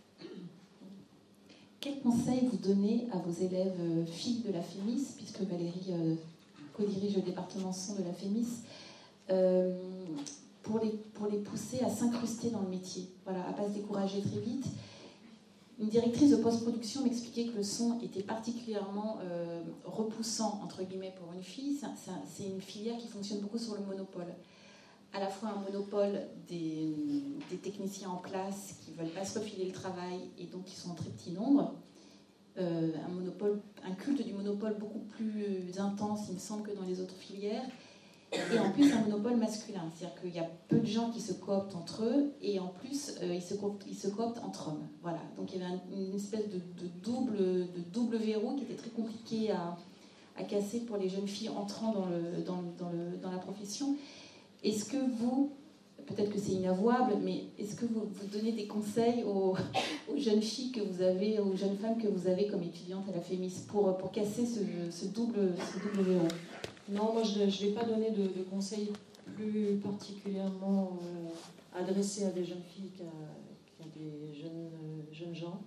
Quel conseil vous donnez à vos élèves euh, filles de la Fémis, puisque Valérie euh, co-dirige le département son de la Fémis, euh, pour, les, pour les pousser à s'incruster dans le métier, voilà, à ne pas se décourager très vite. Une directrice de post-production m'expliquait que le son était particulièrement euh, repoussant, entre guillemets, pour une fille. C'est, c'est, c'est une filière qui fonctionne beaucoup sur le monopole. À la fois un monopole des, des techniciens en place qui ne veulent pas se refiler le travail et donc qui sont en très petit nombre. Euh, un, monopole, un culte du monopole beaucoup plus intense, il me semble, que dans les autres filières. Et en plus, un monopole masculin. C'est-à-dire qu'il y a peu de gens qui se cooptent entre eux et en plus, euh, ils, se cooptent, ils se cooptent entre hommes. Voilà. Donc il y avait un, une espèce de, de, double, de double verrou qui était très compliqué à, à casser pour les jeunes filles entrant dans, le, dans, dans, le, dans la profession. Est-ce que vous, peut-être que c'est inavouable, mais est-ce que vous, vous donnez des conseils aux, aux jeunes filles que vous avez, aux jeunes femmes que vous avez comme étudiantes à la Fémis pour, pour casser ce, ce, double, ce double verrou? Non, moi je ne vais pas donner de, de conseils plus particulièrement euh, adressés à des jeunes filles qu'à, qu'à des jeunes, euh, jeunes gens.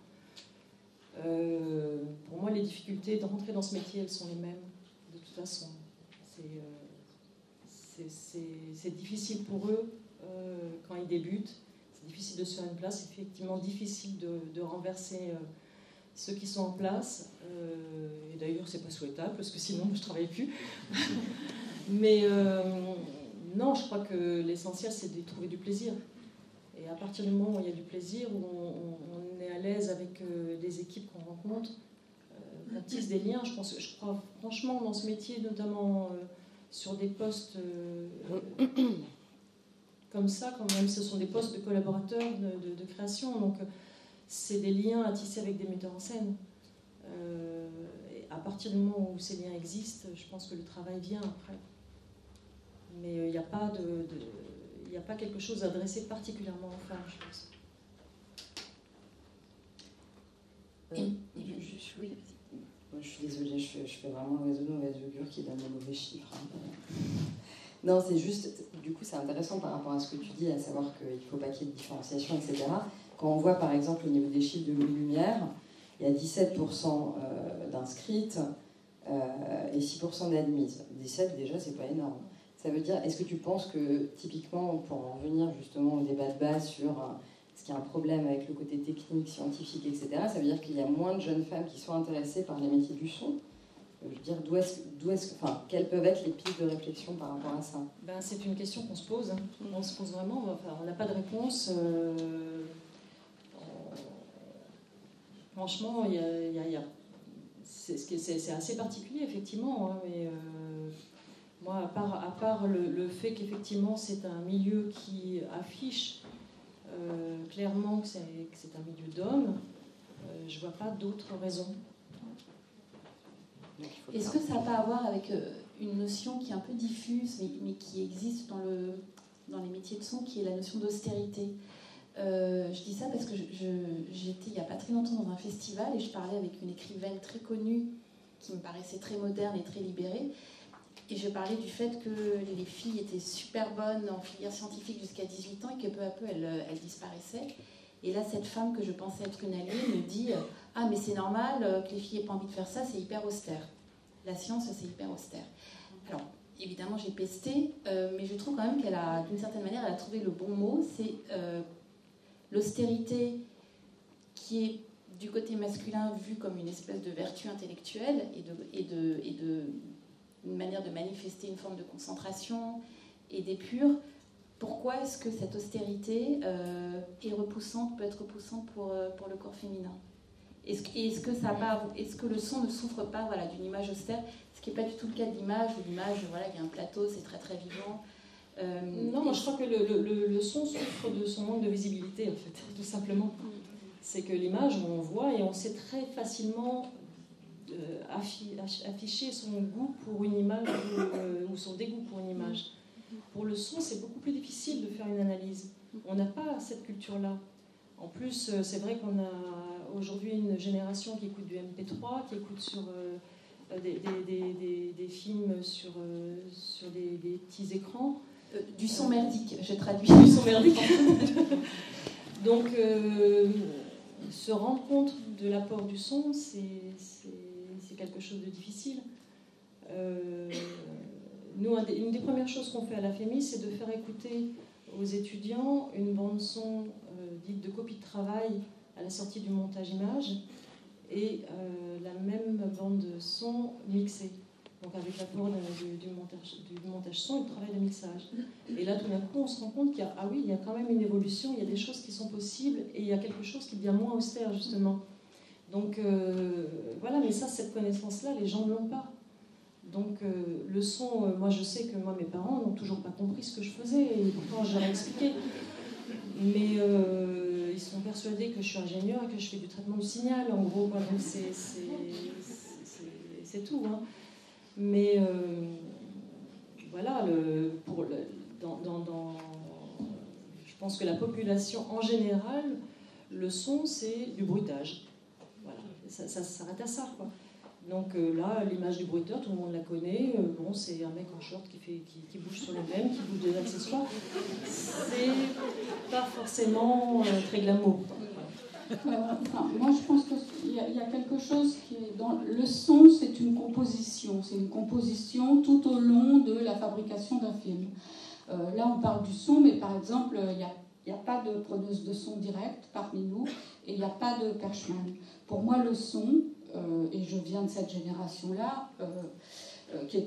Euh, pour moi, les difficultés de rentrer dans ce métier, elles sont les mêmes, de toute façon. C'est, euh, c'est, c'est, c'est difficile pour eux euh, quand ils débutent. C'est difficile de se faire une place. C'est effectivement difficile de, de renverser euh, ceux qui sont en place. Euh, et d'ailleurs, c'est pas souhaitable, parce que sinon, je ne travaille plus. Mais euh, non, je crois que l'essentiel, c'est de trouver du plaisir. Et à partir du moment où il y a du plaisir, où on, on est à l'aise avec euh, les équipes qu'on rencontre, euh, on tisse des liens. Je, pense, je crois franchement dans ce métier, notamment euh, sur des postes euh, comme ça, quand même, ce sont des postes de collaborateurs de, de, de création. Donc, c'est des liens à tisser avec des metteurs en scène. Euh, et à partir du moment où ces liens existent, je pense que le travail vient après. Mais il euh, n'y a pas de... de il n'y a pas quelque chose à adresser particulièrement aux femmes, je pense. Euh, je, je, oui. Moi, je suis désolée, je fais, je fais vraiment l'oiseau de mauvaise augure qui donne des mauvais chiffres. Hein. Non, c'est juste, du coup, c'est intéressant par rapport à ce que tu dis, à savoir qu'il ne faut pas qu'il y ait de différenciation, et cetera. Quand on voit, par exemple, au niveau des chiffres de Louis Lumière, il y a dix-sept pour cent d'inscrites euh, et six pour cent d'admises. dix-sept, déjà, c'est pas énorme. Ça veut dire, est-ce que tu penses que, typiquement, pour en venir justement au débat de base sur euh, est-ce qu'il y a un problème avec le côté technique, scientifique, et cetera, ça veut dire qu'il y a moins de jeunes femmes qui sont intéressées par les métiers du son? Je veux dire, d'où est-ce, d'où est-ce, enfin, quelles peuvent être les pistes de réflexion par rapport à ça? Ben, c'est une question qu'on se pose. Hein. On se pose vraiment. Enfin, on n'a pas de réponse. Euh, on, franchement, il y a, il y a, il y a, c'est, c'est, c'est assez particulier, effectivement. Hein, mais... Euh, Moi, à part, à part le, le fait qu'effectivement c'est un milieu qui affiche euh, clairement que c'est, que c'est un milieu d'hommes, euh, je ne vois pas d'autres raisons. Est-ce que ça n'a pas à voir avec euh, une notion qui est un peu diffuse, mais, mais qui existe dans, le, dans les métiers de son, qui est la notion d'austérité? euh, Je dis ça parce que je, je, j'étais il n'y a pas très longtemps dans un festival et je parlais avec une écrivaine très connue qui me paraissait très moderne et très libérée. Et je parlais du fait que les filles étaient super bonnes en filière scientifique jusqu'à dix-huit ans et que peu à peu elles, elles disparaissaient. Et là, cette femme que je pensais être une alliée me dit « Ah, mais c'est normal que les filles n'aient pas envie de faire ça, c'est hyper austère. La science, c'est hyper austère. » Alors, évidemment, j'ai pesté, euh, mais je trouve quand même qu'elle a, d'une certaine manière, elle a trouvé le bon mot. C'est euh, l'austérité qui est du côté masculin vue comme une espèce de vertu intellectuelle et de... Et de, et de une manière de manifester une forme de concentration et d'épure. Pourquoi est-ce que cette austérité euh, est repoussante, peut être repoussante pour, euh, pour le corps féminin? Est-ce que, est-ce, que ça pas, est-ce que le son ne souffre pas voilà, d'une image austère, ce qui n'est pas du tout le cas de l'image, où l'image, voilà, il y a un plateau, c'est très très vivant. Euh, non, moi je crois que le, le, le son souffre de son manque de visibilité, en fait, tout simplement. C'est que l'image, on voit et on sait très facilement... afficher son goût pour une image ou, euh, ou son dégoût pour une image. Pour le son, c'est beaucoup plus difficile de faire une analyse. On n'a pas cette culture-là. En plus, c'est vrai qu'on a aujourd'hui une génération qui écoute du M P trois, qui écoute sur euh, des, des, des, des, des films sur, euh, sur des, des petits écrans. Euh, du son merdique, j'ai traduit. Du son merdique. Donc, euh, se rendre compte de l'apport du son, c'est, c'est, c'est quelque chose de difficile. Euh, nous, une des premières choses qu'on fait à la Fémis, c'est de faire écouter aux étudiants une bande-son euh, dite de copie de travail à la sortie du montage image et euh, la même bande-son mixée. Donc avec l'apport du, du, montage, du montage son et du travail de mixage. Et là, tout d'un coup, on se rend compte qu'il y a, ah oui, il y a quand même une évolution, il y a des choses qui sont possibles et il y a quelque chose qui devient moins austère, justement. Donc euh, voilà, mais ça, cette connaissance-là, les gens ne l'ont pas. Donc euh, le son, euh, moi je sais que moi, mes parents n'ont toujours pas compris ce que je faisais et pourtant je leur ai expliqué. Mais euh, ils sont persuadés que je suis ingénieur et que je fais du traitement du signal, en gros. Quoi. Donc c'est, c'est, c'est, c'est tout, hein. Mais euh, voilà, le, pour le, dans, dans, dans, je pense que la population en général, le son, c'est du bruitage. Voilà, ça, ça, ça s'arrête à ça, quoi. Donc euh, là, l'image du bruiteur, tout le monde la connaît. Euh, bon, c'est un mec en short qui, fait, qui, qui bouge sur le même, qui bouge des accessoires. C'est pas forcément euh, très glamour. Euh, enfin, moi, je pense qu'il y, y a quelque chose qui est dans le son, c'est une composition, c'est une composition tout au long de la fabrication d'un film. Euh, là, on parle du son, mais par exemple, il n'y a, y a pas de preneuse de son directe parmi nous et il n'y a pas de perchman. Pour moi, le son, euh, et je viens de cette génération-là, euh, euh, qui est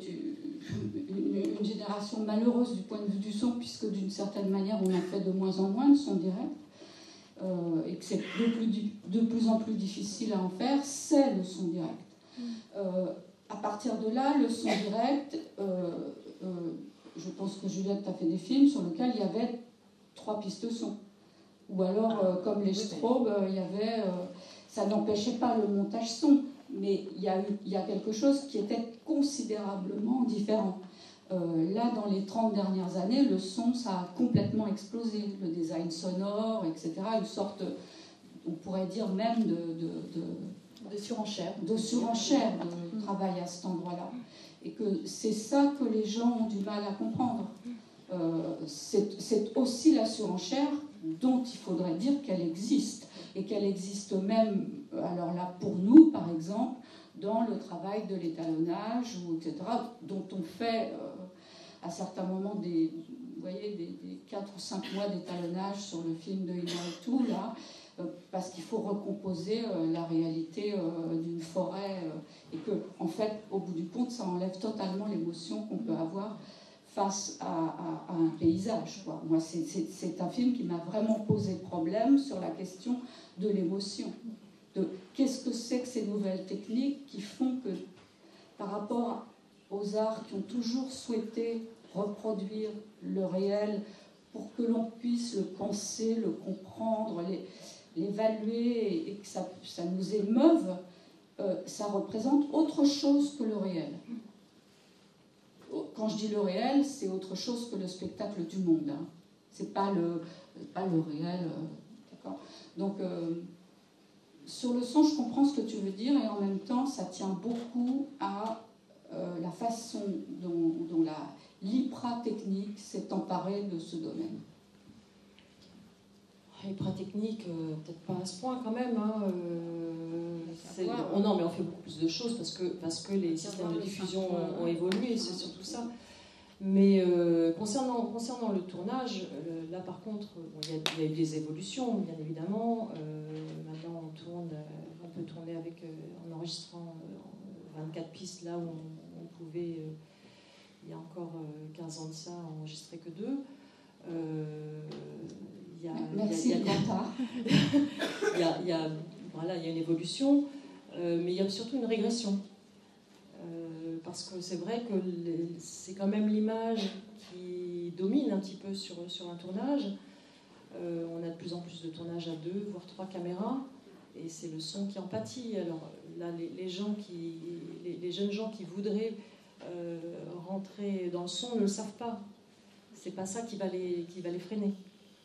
une, une, une génération malheureuse du point de vue du son, puisque d'une certaine manière, on en fait de moins en moins de son direct. Euh, et que c'est de plus, de plus en plus difficile à en faire, c'est le son direct. Euh, à partir de là, le son direct, euh, euh, je pense que Juliette a fait des films sur lesquels il y avait trois pistes son. Ou alors, euh, comme les strobes, euh, il y avait, euh, ça n'empêchait pas le montage son, mais il y a eu, il y a quelque chose qui était considérablement différent. Euh, là, dans les trente dernières années, le son, ça a complètement explosé. Le design sonore, et cetera. Une sorte, on pourrait dire même de, de, de, de surenchère. De surenchère de travail à cet endroit-là. Et que c'est ça que les gens ont du mal à comprendre. Euh, c'est, c'est aussi la surenchère dont il faudrait dire qu'elle existe. Et qu'elle existe même, alors là, pour nous, par exemple, dans le travail de l'étalonnage, ou et cetera, dont on fait euh, à certains moments des, vous voyez, des, des quatre ou cinq mois d'étalonnage sur le film de Inarritu, là, euh, parce qu'il faut recomposer euh, la réalité euh, d'une forêt, euh, et que, en fait, au bout du compte, ça enlève totalement l'émotion qu'on peut avoir face à, à, à un paysage, quoi. Moi, c'est, c'est, c'est un film qui m'a vraiment posé problème sur la question de l'émotion. De qu'est-ce que c'est que ces nouvelles techniques qui font que, par rapport aux arts qui ont toujours souhaité reproduire le réel pour que l'on puisse le penser, le comprendre, les, l'évaluer et que ça, ça nous émeuve, euh, ça représente autre chose que le réel. Quand je dis le réel, c'est autre chose que le spectacle du monde. Hein. C'est pas le, pas le réel. Euh, d'accord. Donc, euh, sur le son, je comprends ce que tu veux dire, et en même temps, ça tient beaucoup à euh, la façon dont, dont la l'Ipra technique s'est emparée de ce domaine. L'Ipra technique, euh, peut-être pas à ce point quand même. Hein, euh, c'est, oh non, mais on fait beaucoup plus de choses parce que, parce que les systèmes de diffusion ont, ont évolué, c'est surtout ça. Mais euh, concernant, concernant le tournage, euh, là par contre, bon, il, y a, il y a eu des évolutions, bien évidemment. Euh, maintenant, on, tourne, on peut tourner avec, euh, en enregistrant euh, vingt-quatre pistes là où on, on pouvait, euh, il y a encore euh, quinze ans de ça, enregistrer que deux. Euh, il y a, Merci, il y a, il y a, il y a, il y a, voilà, il y a une évolution, euh, mais il y a surtout une régression. Euh, parce que c'est vrai que les, c'est quand même l'image qui domine un petit peu sur, sur un tournage. Euh, on a de plus en plus de tournages à deux, voire trois caméras, et c'est le son qui en pâtit. Alors là, les, les, gens qui, les, les jeunes gens qui voudraient euh, rentrer dans le son ne le savent pas. C'est pas ça qui va les, qui va les freiner.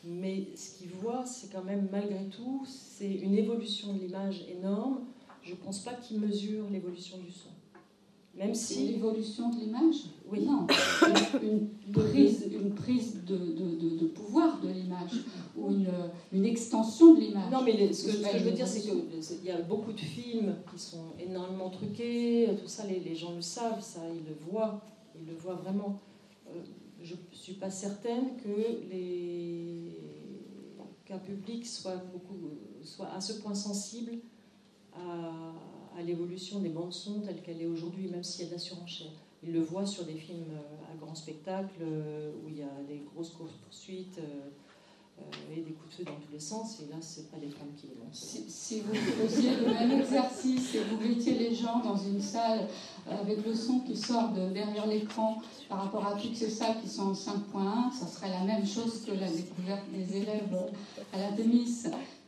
Mais ce qu'ils voient, c'est quand même, malgré tout, c'est une évolution de l'image énorme. Je ne pense pas qu'ils mesurent l'évolution du son. Même si... L'évolution de l'image ? Oui. Non, une prise, une prise de, de, de, de pouvoir de l'image, ou une, une extension de l'image. Non, mais les, ce, que, ce que je veux dire, c'est qu'il y a beaucoup de films qui sont énormément truqués, tout ça, les, les gens le savent, ça, ils le voient, ils le voient vraiment. Euh, je ne suis pas certaine que les qu'un public soit, beaucoup, soit à ce point sensible à... à l'évolution des bandes son telle qu'elle est aujourd'hui, même s'il y a de la surenchère. Ils le voient sur des films à grand spectacle où il y a des grosses courses-poursuites et des coups de feu dans tous les sens, et là, ce n'est pas les femmes qui les lancent. Si, si vous faisiez le même exercice et vous mettiez les gens dans une salle avec le son qui sort de derrière l'écran par rapport à toutes ces salles qui sont en cinq point un, ça serait la même chose que la découverte des élèves à la Demis.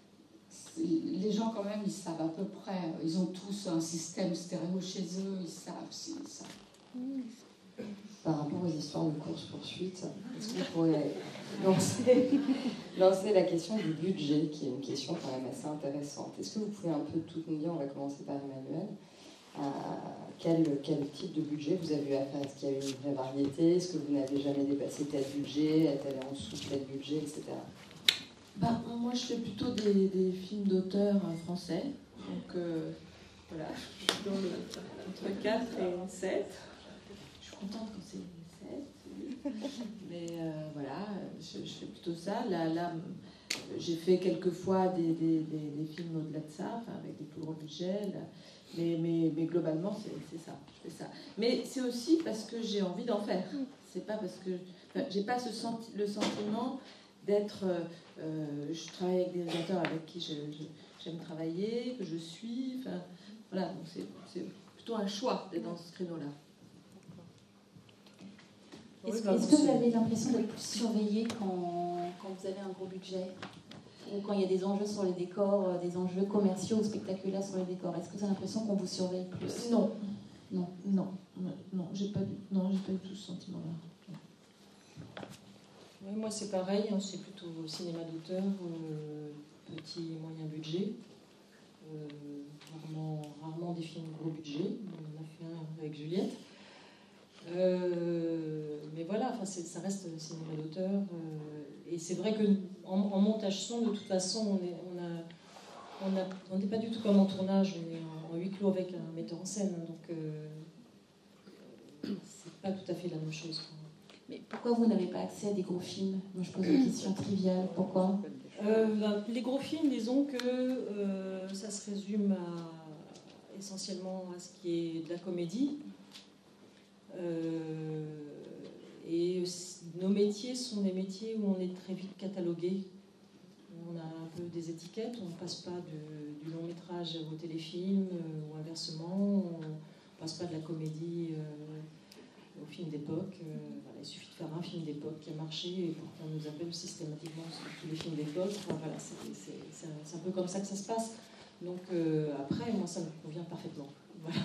Les gens, quand même, ils savent à peu près. Ils ont tous un système stéréo chez eux. Ils savent, ils savent. Par rapport aux histoires de course-poursuite, est-ce que vous pourriez lancer, lancer la question du budget, qui est une question quand même assez intéressante. Est-ce que vous pouvez un peu tout nous dire, on va commencer par Emmanuel, euh, quel, quel type de budget vous avez eu à faire? Est-ce qu'il y a eu une vraie variété? Est-ce que vous n'avez jamais dépassé tel budget? Est-elle allé en dessous de tel budget, et cetera. Bah, moi, je fais plutôt des, des films d'auteurs français. Donc, euh, voilà, je suis dans le, entre quatre et sept. Je suis contente quand c'est sept. Oui. Mais euh, voilà, je, je fais plutôt ça. Là, là j'ai fait quelques fois des, des, des, des films au-delà de ça, enfin, avec des plus gros budgets. Là. Mais, mais, mais globalement, c'est, c'est ça. Je fais ça. Mais c'est aussi parce que j'ai envie d'en faire. C'est pas parce que... Enfin, j'ai pas ce senti, le sentiment d'être... Euh, je travaille avec des réalisateurs avec qui je, je, j'aime travailler, que je suis. Enfin, voilà, donc c'est, c'est plutôt un choix d'être dans ce créneau-là. Est-ce, que, est-ce que vous avez l'impression d'être plus surveillé quand, quand vous avez un gros budget? Ou quand il y a des enjeux sur les décors, des enjeux commerciaux ou spectaculaires sur les décors? Est-ce que vous avez l'impression qu'on vous surveille plus? Non. Non, non, non, j'ai pas, non, j'ai pas eu tout ce sentiment-là. Oui, moi c'est pareil, hein, c'est plutôt cinéma d'auteur, euh, petit moyen budget, euh, rarement, rarement des films gros budget, on en a fait un avec Juliette. Euh, mais voilà, enfin, c'est, ça reste cinéma d'auteur, euh, et c'est vrai qu'en en montage son, de toute façon, on est, on a, on a, on n'est pas du tout comme en tournage, on est en, en huis clos avec un metteur en scène, donc euh, c'est pas tout à fait la même chose. Mais pourquoi vous n'avez pas accès à des gros films? Moi, je pose une question triviale. Pourquoi? euh, ben, Les gros films, disons que euh, ça se résume à, essentiellement à ce qui est de la comédie. Euh, et nos métiers sont des métiers où on est très vite catalogué. On a un peu des étiquettes, on ne passe pas de, du long métrage au téléfilm euh, ou inversement, on ne passe pas de la comédie euh, au film d'époque. Euh, voilà, il suffit de faire un film d'époque qui a marché et pour qu'on nous appelle systématiquement sur tous les films d'époque. Enfin, voilà, c'est, c'est, c'est, un, c'est un peu comme ça que ça se passe. Donc euh, après, moi, ça me convient parfaitement. Voilà.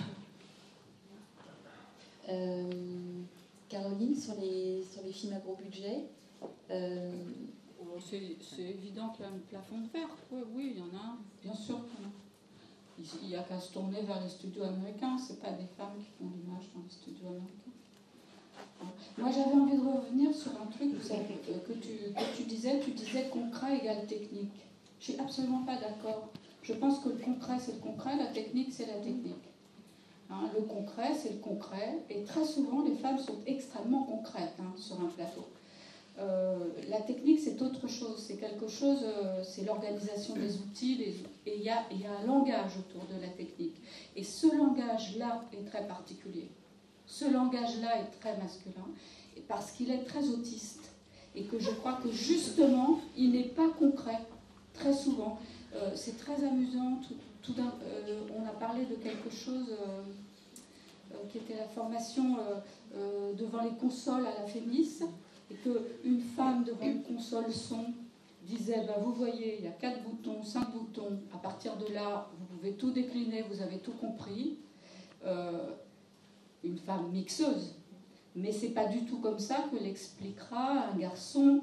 Euh, Caroline, sur les, sur les films à gros budget, euh... c'est, c'est évident qu'il y a un plafond de verre. Oui, oui, il y en a un, bien sûr. Il n'y a qu'à se tourner vers les studios américains. Ce n'est pas des femmes qui font l'image dans les studios américains. Moi, j'avais envie de revenir sur un truc vous savez, que, tu, que tu disais. Tu disais concret égale technique. Je ne suis absolument pas d'accord. Je pense que le concret, c'est le concret, la technique, c'est la technique. Hein, le concret, c'est le concret. Et très souvent, les femmes sont extrêmement concrètes hein, sur un plateau. Euh, la technique, c'est autre chose. C'est quelque chose, euh, c'est l'organisation des outils. Les, et il y a, y a un langage autour de la technique. Et ce langage-là est très particulier. Ce langage-là est très masculin parce qu'il est très autiste. Et que je crois que justement, il n'est pas concret, très souvent. Euh, c'est très amusant. Tout, tout d'un, euh, on a parlé de quelque chose euh, euh, qui était la formation euh, euh, devant les consoles à la Fémis. Et qu'une femme devant une console son disait ben, vous voyez, il y a quatre boutons, cinq boutons, à partir de là, vous pouvez tout décliner, vous avez tout compris. Euh, une femme mixeuse. Mais c'est pas du tout comme ça que l'expliquera un garçon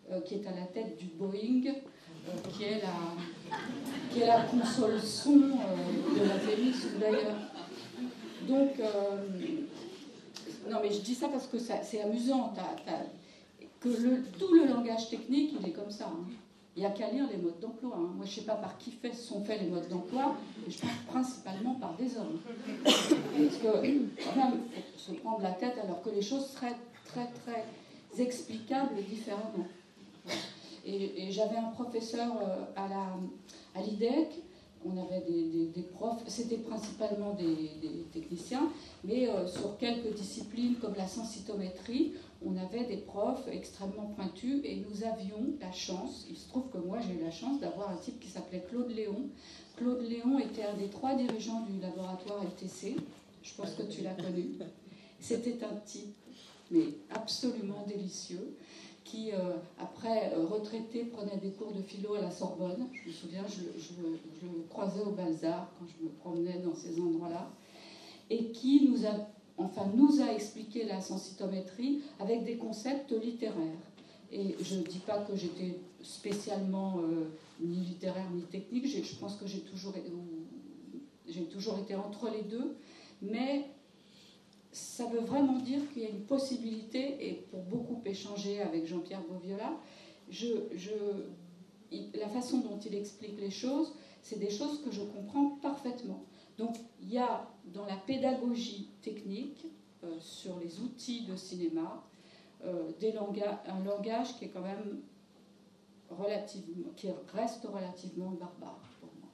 euh, qui est à la tête du Boeing, euh, qui, est la, qui est la console son euh, de la Vénus ou d'ailleurs. Donc, euh, non mais je dis ça parce que ça, c'est amusant, t'as, t'as, que le, tout le langage technique, il est comme ça. Hein. Il n'y a qu'à lire les modes d'emploi. Hein. Moi, je ne sais pas par qui fait, sont faits les modes d'emploi, mais je pense principalement par des hommes. Parce que, quand même, il faut se prendre la tête alors que les choses seraient très, très explicables différemment. Et, et j'avais un professeur à, la, à l'I D E C, on avait des, des, des profs, c'était principalement des, des techniciens, mais euh, sur quelques disciplines comme la sensitométrie, on avait des profs extrêmement pointus et nous avions la chance, il se trouve que moi j'ai eu la chance d'avoir un type qui s'appelait Claude Léon. Claude Léon était un des trois dirigeants du laboratoire L T C, je pense que tu l'as connu. C'était un type, mais absolument délicieux, qui, euh, après euh, retraité, prenait des cours de philo à la Sorbonne. Je me souviens, je, je, je le croisais au Balzar quand je me promenais dans ces endroits-là, et qui nous a, enfin, nous a expliqué la sensitométrie avec des concepts littéraires. Et je ne dis pas que j'étais spécialement euh, ni littéraire ni technique, je pense que j'ai toujours, j'ai toujours été entre les deux, mais ça veut vraiment dire qu'il y a une possibilité, et pour beaucoup échanger avec Jean-Pierre Beauviola, je, je, la façon dont il explique les choses, c'est des choses que je comprends parfaitement. Donc il y a dans la pédagogie technique, euh, sur les outils de cinéma, euh, des langages, un langage qui est quand même relativement, qui reste relativement barbare pour moi.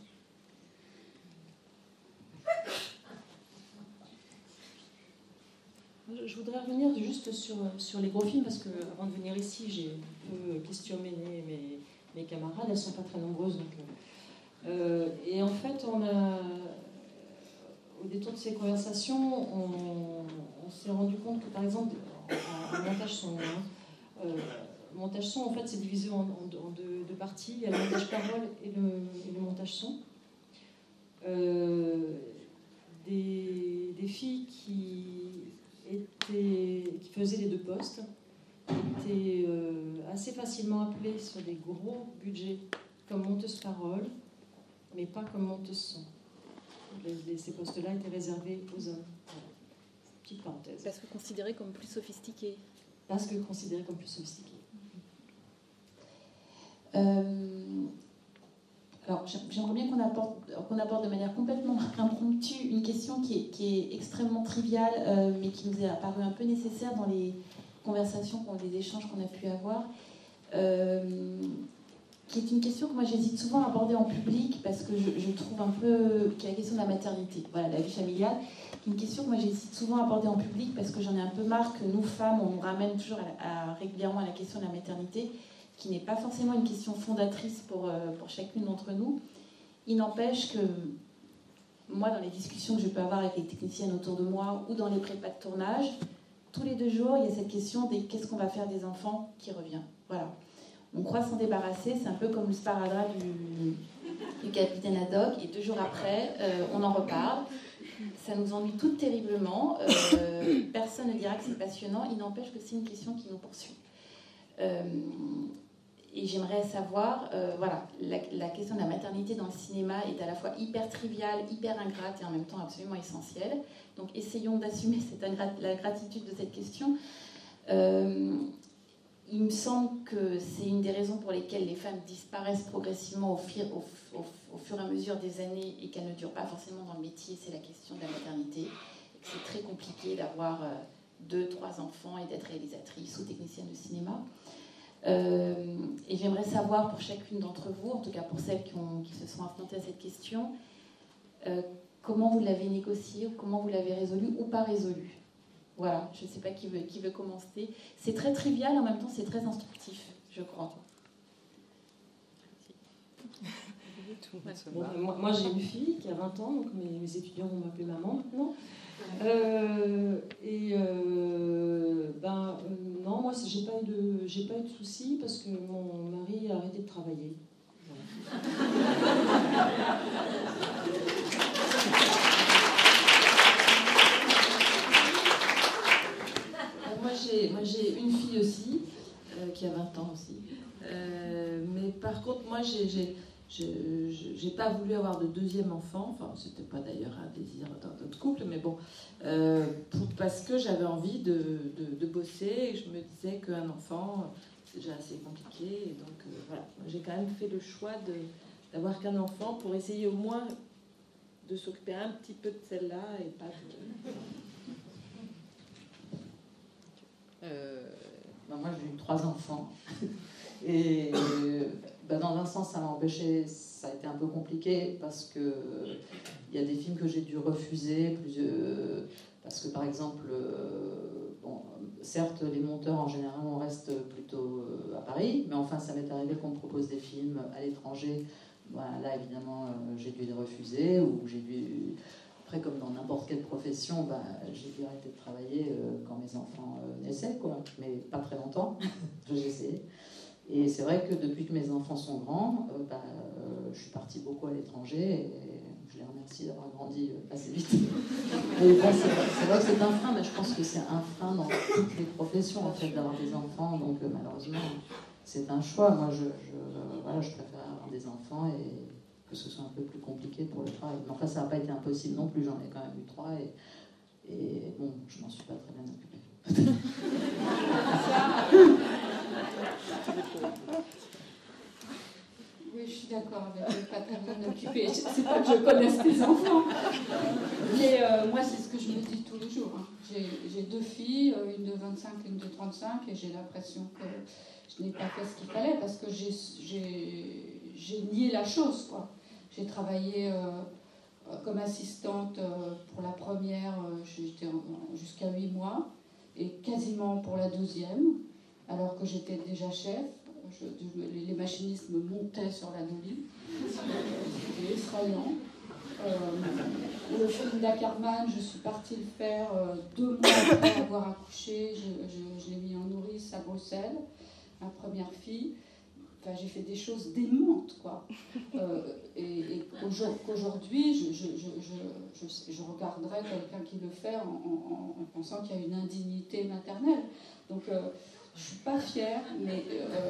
Je voudrais revenir juste sur, sur les gros films, parce qu'avant de venir ici, j'ai un peu questionné mes, mes camarades, elles ne sont pas très nombreuses. Donc, euh, et en fait, on a, au détour de ces conversations, on, on s'est rendu compte que, par exemple, en, en montage son, hein, euh, montage son, en fait, c'est divisé en, en, en deux, deux parties. Il y a le montage parole et le, et le montage son. Euh, des, des filles qui... Était, qui faisait les deux postes, étaient euh, assez facilement appelées sur des gros budgets comme monteuse parole, mais pas comme monteuse son. Les, les, ces postes-là étaient réservés aux hommes. Voilà. Petite parenthèse. Parce que considérés comme plus sophistiqués. Parce que considérés comme plus sophistiqués. Euh, alors, j'aimerais bien qu'on aborde, qu'on aborde de manière complètement impromptue une question qui est, qui est extrêmement triviale, euh, mais qui nous est apparue un peu nécessaire dans les conversations, les échanges qu'on a pu avoir, euh, qui est une question que moi j'hésite souvent à aborder en public, parce que je, je trouve un peu... qui est la question de la maternité, voilà, la vie familiale, qui est une question que moi j'hésite souvent à aborder en public, parce que j'en ai un peu marre que nous, femmes, on nous ramène toujours à, à, régulièrement à la question de la maternité, qui n'est pas forcément une question fondatrice pour, euh, pour chacune d'entre nous. Il n'empêche que moi, dans les discussions que je peux avoir avec les techniciennes autour de moi ou dans les prépas de tournage, tous les deux jours, il y a cette question des qu'est-ce qu'on va faire des enfants qui revient. Voilà. On croit s'en débarrasser, c'est un peu comme le sparadrap du, du capitaine Haddock, et deux jours après, euh, on en reparle. Ça nous ennuie toutes terriblement. Euh, personne ne dira que c'est passionnant. Il n'empêche que c'est une question qui nous poursuit. Euh, Et j'aimerais savoir, euh, voilà, la, la question de la maternité dans le cinéma est à la fois hyper triviale, hyper ingrate et en même temps absolument essentielle. Donc essayons d'assumer cette ingrat- la gratitude de cette question. Euh, il me semble que c'est une des raisons pour lesquelles les femmes disparaissent progressivement au, fir, au, au, au fur et à mesure des années et qu'elles ne durent pas forcément dans le métier, c'est la question de la maternité. Et que c'est très compliqué d'avoir euh, deux, trois enfants et d'être réalisatrice ou technicienne de cinéma. Euh, et j'aimerais savoir pour chacune d'entre vous, en tout cas pour celles qui, ont, qui se sont affrontées à cette question, euh, comment vous l'avez négocié, ou comment vous l'avez résolu ou pas résolu. Voilà, je ne sais pas qui veut, qui veut commencer. C'est très trivial, en même temps c'est très instructif, je crois. Bon, moi, moi j'ai une fille qui a vingt ans, donc mes, mes étudiants vont m'appeler maman maintenant. Euh, et euh, ben euh, non, moi j'ai pas eu de j'ai pas eu de soucis parce que mon mari a arrêté de travailler. Voilà. moi j'ai moi j'ai une fille aussi euh, qui a vingt ans aussi. contre, moi, j'ai, j'ai, j'ai, j'ai pas voulu avoir de deuxième enfant. Enfin, c'était pas d'ailleurs un désir d'un autre couple, mais bon, euh, pour, parce que j'avais envie de, de, de bosser et je me disais qu'un enfant, c'est déjà assez compliqué. Et donc, euh, voilà, j'ai quand même fait le choix de, d'avoir qu'un enfant pour essayer au moins de s'occuper un petit peu de celle-là et pas de... Euh, ben moi, j'ai eu trois enfants. Et ben dans un sens, ça m'a empêché, ça a été un peu compliqué parce que il y a des films que j'ai dû refuser, plus, euh, parce que par exemple, euh, bon, certes, les monteurs en général, on reste plutôt euh, à Paris, mais enfin, ça m'est arrivé qu'on me propose des films à l'étranger. Voilà, là, évidemment, euh, j'ai dû les refuser, ou j'ai dû... Après, comme dans n'importe quelle profession, bah, j'ai dû arrêter de travailler euh, quand mes enfants euh, naissaient, quoi. Mais pas très longtemps, j'ai essayé. Et c'est vrai que depuis que mes enfants sont grands, euh, bah, euh, je suis partie beaucoup à l'étranger, et je les remercie d'avoir grandi euh, assez vite. Et bon, c'est, c'est vrai que c'est un frein, mais je pense que c'est un frein dans toutes les professions, en fait, d'avoir des enfants. Donc euh, malheureusement, c'est un choix. Moi, je, je, euh, voilà, je préfère avoir des enfants et que ce soit un peu plus compliqué pour le travail. Mais enfin, ça n'a pas été impossible non plus, j'en ai quand même eu trois, et, et bon, je m'en suis pas très bien occupée. Oui, je suis d'accord avec le pas très bien occupé. C'est pas que je connaisse tes enfants, mais euh, moi, c'est ce que je me dis tous les jours. Hein. J'ai, j'ai deux filles, une de vingt-cinq et une de trente-cinq, et j'ai l'impression que je n'ai pas fait ce qu'il fallait parce que j'ai, j'ai, j'ai nié la chose, quoi. J'ai travaillé euh, comme assistante euh, pour la première, euh, j'étais en, jusqu'à huit mois, et quasiment pour la deuxième, alors que j'étais déjà chef. Je, je, les machinistes me montaient sur la dolly. C'était effrayant. Euh, le film d'Ackerman, je suis partie le faire euh, deux mois après avoir accouché. Je, je, je l'ai mis en nourrice à Bruxelles, ma première fille. Enfin, j'ai fait des choses démentes, quoi. Euh, et, et qu'aujourd'hui, je, je, je, je, je regarderais quelqu'un qui le fait en, en, en pensant qu'il y a une indignité maternelle. Donc, euh, je ne suis pas fière, mais euh,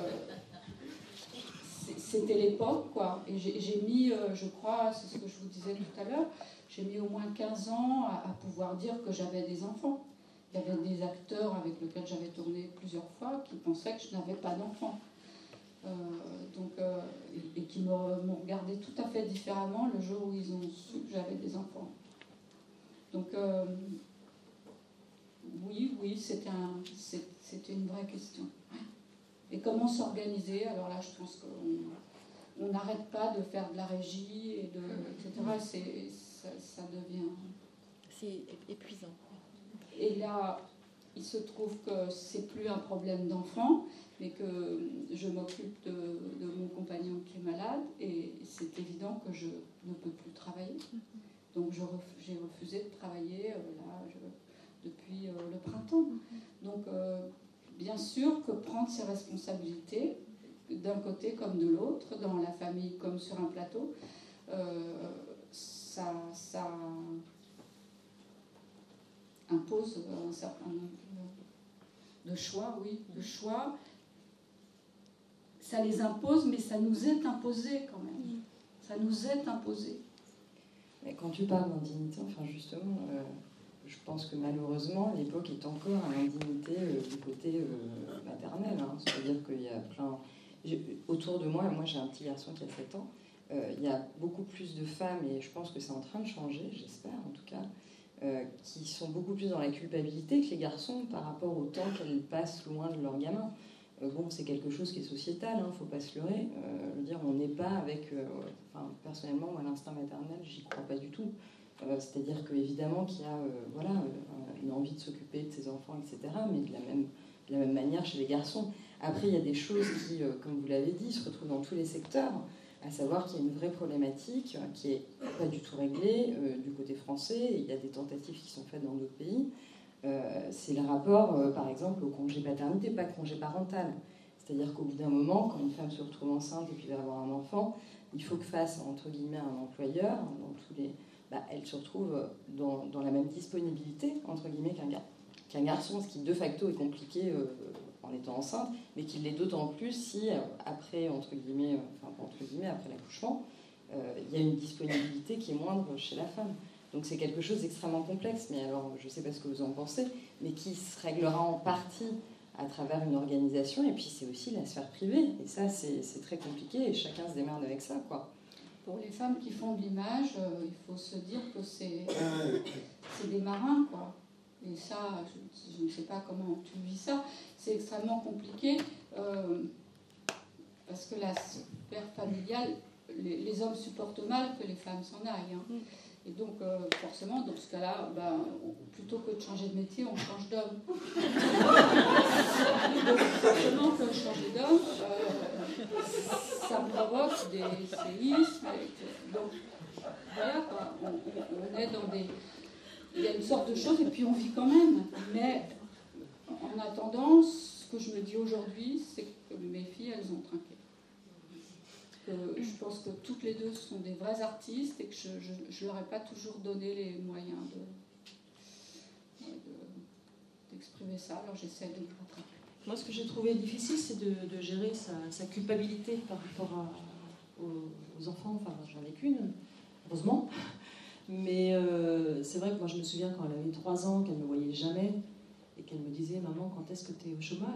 c'était l'époque, quoi. Et j'ai, j'ai mis, euh, je crois, c'est ce que je vous disais tout à l'heure, j'ai mis au moins quinze ans à, à pouvoir dire que j'avais des enfants. Il y avait des acteurs avec lesquels j'avais tourné plusieurs fois qui pensaient que je n'avais pas d'enfants. Euh, donc, euh, et, et qui m'ont, m'ont regardé tout à fait différemment le jour où ils ont su que j'avais des enfants. Donc, euh, oui, oui, c'était, un, c'est, c'était une vraie question. Et comment s'organiser? Alors là, je pense qu'on n'arrête pas de faire de la régie, et, de, et cetera. C'est, ça, ça devient... C'est épuisant. Et là, il se trouve que c'est plus un problème d'enfant, mais que je m'occupe de, de mon compagnon qui est malade, et c'est évident que je ne peux plus travailler. Donc je ref, j'ai refusé de travailler euh, là, je, depuis euh, le printemps. Donc euh, bien sûr que prendre ses responsabilités, d'un côté comme de l'autre, dans la famille comme sur un plateau, euh, ça, ça impose un certain nombre de choix, oui, de choix. Ça les impose, mais ça nous est imposé quand même. Ça nous est imposé. Mais quand tu parles d'indignité, enfin justement, euh, je pense que malheureusement, l'époque est encore à l'indignité euh, du côté euh, maternel. Hein. C'est-à-dire qu'il y a plein... J'ai, autour de moi, moi j'ai un petit garçon qui a sept ans, euh, il y a beaucoup plus de femmes, et je pense que c'est en train de changer, j'espère en tout cas, euh, qui sont beaucoup plus dans la culpabilité que les garçons par rapport au temps qu'elles passent loin de leur gamin. Euh, bon, c'est quelque chose qui est sociétal, hein, faut pas se leurrer. Euh, je veux dire, on n'est pas avec... Euh, enfin, personnellement, moi, l'instinct maternel, j'y crois pas du tout. Euh, c'est-à-dire qu'évidemment qu'il y a euh, voilà, euh, une envie de s'occuper de ses enfants, et cetera, mais de la même, de la même manière chez les garçons. Après, il y a des choses qui, euh, comme vous l'avez dit, se retrouvent dans tous les secteurs, à savoir qu'il y a une vraie problématique euh, qui n'est pas du tout réglée euh, du côté français. Il y a des tentatives qui sont faites dans d'autres pays. Euh, c'est le rapport, euh, par exemple, au congé paternité, pas congé parental. C'est-à-dire qu'au bout d'un moment, quand une femme se retrouve enceinte et puis va avoir un enfant, il faut que face, entre guillemets, un employeur, dans tous les, bah, elle se retrouve dans, dans la même disponibilité, entre guillemets, qu'un, gar- qu'un garçon, ce qui de facto est compliqué euh, en étant enceinte, mais qu'il l'est d'autant plus si, après, entre guillemets, enfin, entre guillemets, après l'accouchement, euh, il y a une disponibilité qui est moindre chez la femme. Donc c'est quelque chose d'extrêmement complexe, mais alors je ne sais pas ce que vous en pensez, mais qui se réglera en partie à travers une organisation, et puis c'est aussi la sphère privée, et ça c'est très compliqué, et chacun se démerde avec ça, quoi. Pour les femmes qui font de l'image, euh, il faut se dire que c'est euh, des marins, quoi. Et ça, je, je ne sais pas comment tu vis ça, c'est extrêmement compliqué, euh, parce que la sphère familiale, les, les hommes supportent mal que les femmes s'en aillent, hein. Et donc, euh, forcément, dans ce cas-là, ben, plutôt que de changer de métier, on change d'homme. Donc, forcément, que changer d'homme, euh, ça provoque des séismes. Donc, voilà, quoi. On, on, on est dans des... Il y a une sorte de choses, et puis on vit quand même. Mais, en attendant, ce que je me dis aujourd'hui, c'est que mes filles, elles ont trinqué. Que je pense que toutes les deux sont des vrais artistes et que je ne leur ai pas toujours donné les moyens d'exprimer de, de, ça. Alors j'essaie de le rattraper. Moi, ce que j'ai trouvé difficile, c'est de, de gérer sa, sa culpabilité par rapport à, aux, aux enfants. Enfin, j'en ai qu'une, heureusement. Mais euh, c'est vrai que moi, je me souviens quand elle avait trois ans, qu'elle ne me voyait jamais et qu'elle me disait « Maman, quand est-ce que tu es au chômage ?»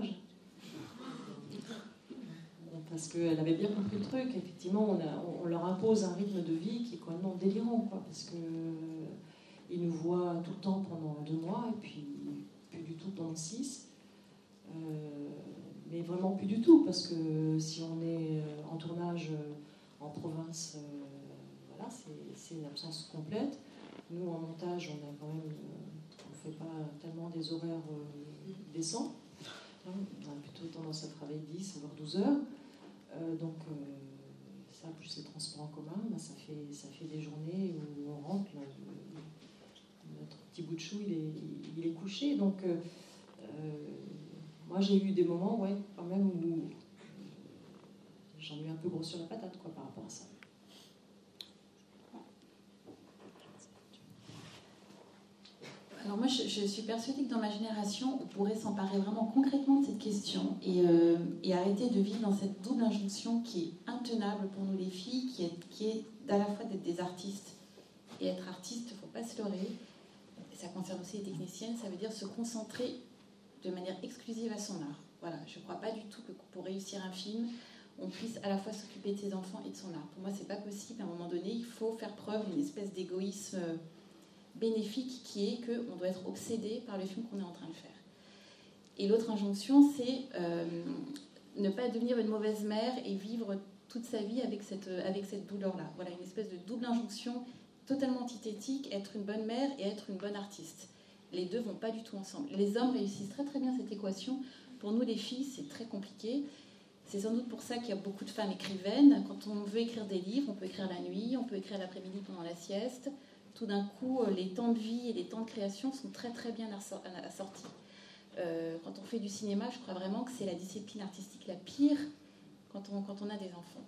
Parce qu'elle avait bien compris le truc. Effectivement, on, a, on leur impose un rythme de vie qui est complètement délirant, quoi, parce qu'ils nous voient tout le temps pendant deux mois, et puis plus du tout pendant six. Euh, mais vraiment plus du tout, parce que si on est en tournage en province, euh, voilà, c'est une absence complète. Nous, en montage, on a quand même, on ne fait pas tellement des horaires euh, décents. On a plutôt tendance à travailler dix, voire douze heures. Euh, donc, euh, ça, plus les transports en commun, bah, ça, fait, ça fait des journées où on rentre, là, le, notre petit bout de chou, il est, il est couché. Donc, euh, euh, moi, j'ai eu des moments, ouais, quand même, où euh, j'en ai eu un peu gros sur la patate, quoi, par rapport à ça. Alors moi, je, je suis persuadée que dans ma génération, on pourrait s'emparer vraiment concrètement de cette question et, euh, et arrêter de vivre dans cette double injonction qui est intenable pour nous les filles, qui est, qui est à la fois d'être des artistes. Et être artiste, il ne faut pas se leurrer. Ça concerne aussi les techniciennes, ça veut dire se concentrer de manière exclusive à son art. Voilà, je ne crois pas du tout que pour réussir un film, on puisse à la fois s'occuper de ses enfants et de son art. Pour moi, ce n'est pas possible. À un moment donné, il faut faire preuve d'une espèce d'égoïsme bénéfique qui est qu'on doit être obsédé par le film qu'on est en train de faire. Et l'autre injonction, c'est euh, ne pas devenir une mauvaise mère et vivre toute sa vie avec cette, avec cette douleur-là. Voilà, une espèce de double injonction totalement antithétique, être une bonne mère et être une bonne artiste. Les deux ne vont pas du tout ensemble. Les hommes réussissent très très bien cette équation. Pour nous, les filles, c'est très compliqué. C'est sans doute pour ça qu'il y a beaucoup de femmes écrivaines. Quand on veut écrire des livres, on peut écrire la nuit, on peut écrire l'après-midi pendant la sieste. Tout d'un coup, les temps de vie et les temps de création sont très très bien assortis. Euh, quand on fait du cinéma, je crois vraiment que c'est la discipline artistique la pire quand on, quand on a des enfants.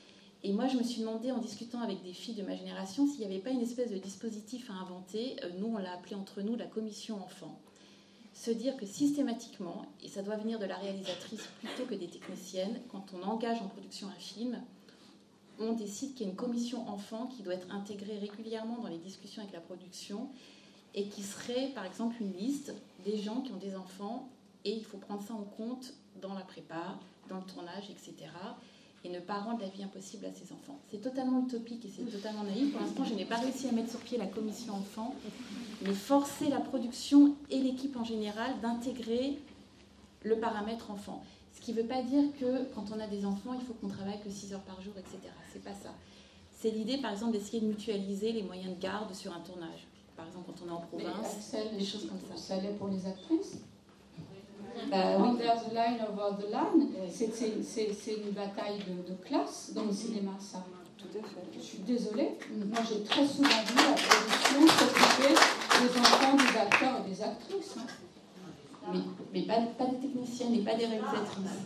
Et moi, je me suis demandé, en discutant avec des filles de ma génération, s'il n'y avait pas une espèce de dispositif à inventer. Euh, nous, on l'a appelé entre nous la commission enfant. Se dire que systématiquement, et ça doit venir de la réalisatrice plutôt que des techniciennes, quand on engage en production un film, on décide qu'il y a une commission enfant qui doit être intégrée régulièrement dans les discussions avec la production et qui serait, par exemple, une liste des gens qui ont des enfants et il faut prendre ça en compte dans la prépa, dans le tournage, et cetera et ne pas rendre la vie impossible à ses enfants. C'est totalement utopique et c'est totalement naïf. Pour l'instant, je n'ai pas réussi à mettre sur pied la commission enfant, mais forcer la production et l'équipe en général d'intégrer le paramètre enfant. Ce qui ne veut pas dire que quand on a des enfants, il faut qu'on travaille que six heures par jour, et cetera. C'est pas ça. C'est l'idée, par exemple, d'essayer de mutualiser les moyens de garde sur un tournage. Par exemple, quand on est en province, Axel, des choses comme ça. Ça allait pour les actrices. Bah, oui. Under the line, over the line, c'est une bataille de, de classe dans le cinéma, ça. Tout à fait. Je suis désolée. Moi, j'ai très souvent vu la production s'occuper des enfants des acteurs et des actrices. Hein. Mais, mais pas, pas des techniciennes et pas des réalisatrices.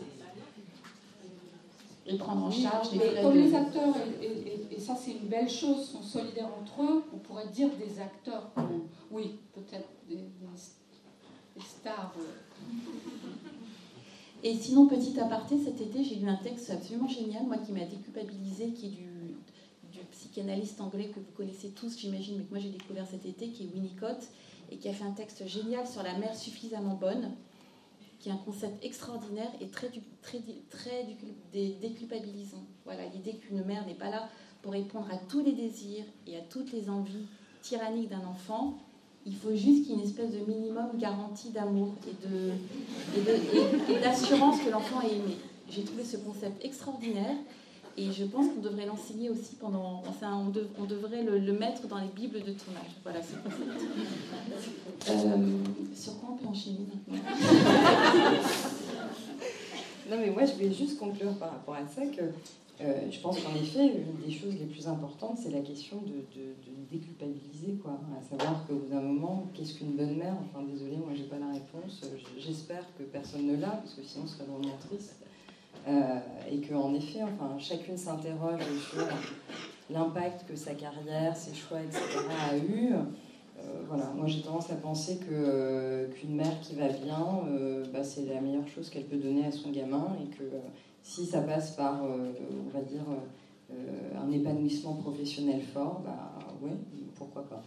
Et prendre en charge les frais. Comme les acteurs, et, et, et ça c'est une belle chose, sont solidaires entre eux, on pourrait dire des acteurs, comme, oui, peut-être des, des, des stars. Et sinon, petit aparté, cet été, j'ai lu un texte absolument génial, moi, qui m'a déculpabilisé, qui est du, du psychanalyste anglais que vous connaissez tous, j'imagine, mais que moi j'ai découvert cet été, qui est Winnicott, et qui a fait un texte génial sur la mère suffisamment bonne, qui est un concept extraordinaire et très, très, très déculpabilisant. Voilà, l'idée qu'une mère n'est pas là pour répondre à tous les désirs et à toutes les envies tyranniques d'un enfant. Il faut juste qu'il y ait une espèce de minimum garantie d'amour et, de, et, de, et, et d'assurance que l'enfant est aimé. J'ai trouvé ce concept extraordinaire et je pense qu'on devrait l'enseigner aussi pendant... Enfin, on, dev, on devrait le, le mettre dans les bibles de tournage. Voilà, ce concept. Euh, sur quoi on peut enchaîner maintenant? Non, mais moi, je vais juste conclure par rapport à ça que euh, je pense qu'en effet, une des choses les plus importantes, c'est la question de, de, de déculpabiliser, quoi. À savoir qu'au bout d'un moment, qu'est-ce qu'une bonne mère? Enfin, désolée, moi, j'ai pas la réponse. J'espère que personne ne l'a, parce que sinon, ce serait vraiment triste. Euh, et qu'en effet, enfin, chacune s'interroge sur l'impact que sa carrière, ses choix, et cetera a eu. Euh, voilà, moi j'ai tendance à penser que, euh, qu'une mère qui va bien, euh, bah, c'est la meilleure chose qu'elle peut donner à son gamin et que euh, si ça passe par, euh, on va dire, euh, un épanouissement professionnel fort, bah ouais, pourquoi pas.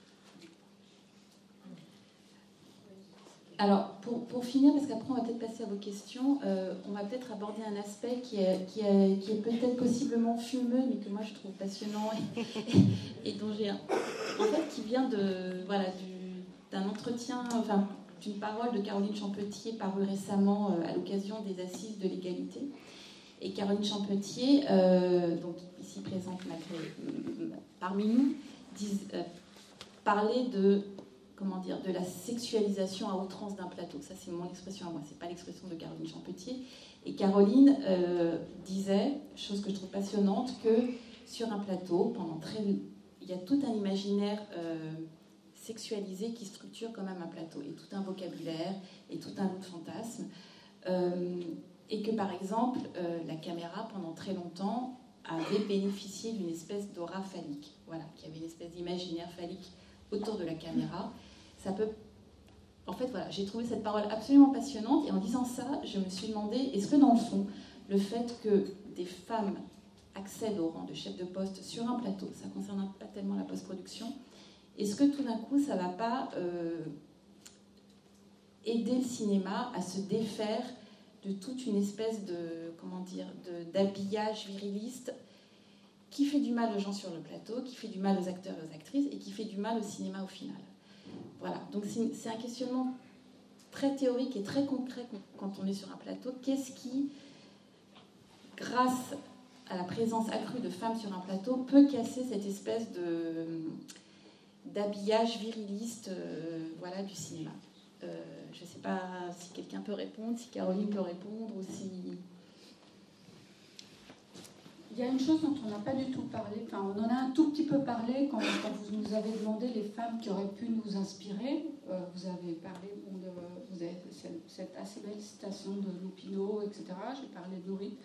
Alors, pour, pour finir, parce qu'après on va peut-être passer à vos questions, euh, on va peut-être aborder un aspect qui est, qui est, qui est peut-être possiblement fumeux, mais que moi je trouve passionnant et, et, et dont j'ai un... En fait, qui vient de, voilà, du, d'un entretien, enfin, d'une parole de Caroline Champetier parue récemment euh, à l'occasion des Assises de l'égalité. Et Caroline Champetier, euh, donc ici présente malgré, euh, parmi nous, dis, euh, parlait de... comment dire, de la sexualisation à outrance d'un plateau. Ça, c'est mon expression à moi, c'est pas l'expression de Caroline Champetier. Et Caroline euh, disait, chose que je trouve passionnante, que sur un plateau, pendant très... il y a tout un imaginaire euh, sexualisé qui structure quand même un plateau, et tout un vocabulaire, et tout un lot de fantasmes. Euh, et que, par exemple, euh, la caméra, pendant très longtemps, avait bénéficié d'une espèce d'aura phallique. Voilà, qu'il y avait une espèce d'imaginaire phallique autour de la caméra. Ça peut... En fait, voilà, j'ai trouvé cette parole absolument passionnante, et en disant ça, je me suis demandé, est-ce que dans le fond, le fait que des femmes accèdent au rang de chef de poste sur un plateau, ça ne concerne pas tellement la post-production, est-ce que tout d'un coup, ça ne va pas euh, aider le cinéma à se défaire de toute une espèce de, comment dire, de, d'habillage viriliste qui fait du mal aux gens sur le plateau, qui fait du mal aux acteurs et aux actrices, et qui fait du mal au cinéma au final. Voilà, donc c'est, c'est un questionnement très théorique et très concret quand on est sur un plateau. Qu'est-ce qui, grâce à la présence accrue de femmes sur un plateau, peut casser cette espèce de, d'habillage viriliste euh, voilà, du cinéma? euh, Je ne sais pas si quelqu'un peut répondre, si Caroline peut répondre, ou si... Il y a une chose dont on n'a pas du tout parlé, enfin on en a un tout petit peu parlé quand, quand vous nous avez demandé les femmes qui auraient pu nous inspirer. Euh, vous avez parlé, bon, de, vous avez cette, cette assez belle citation de Loupino, et cetera. J'ai parlé de Nourrit.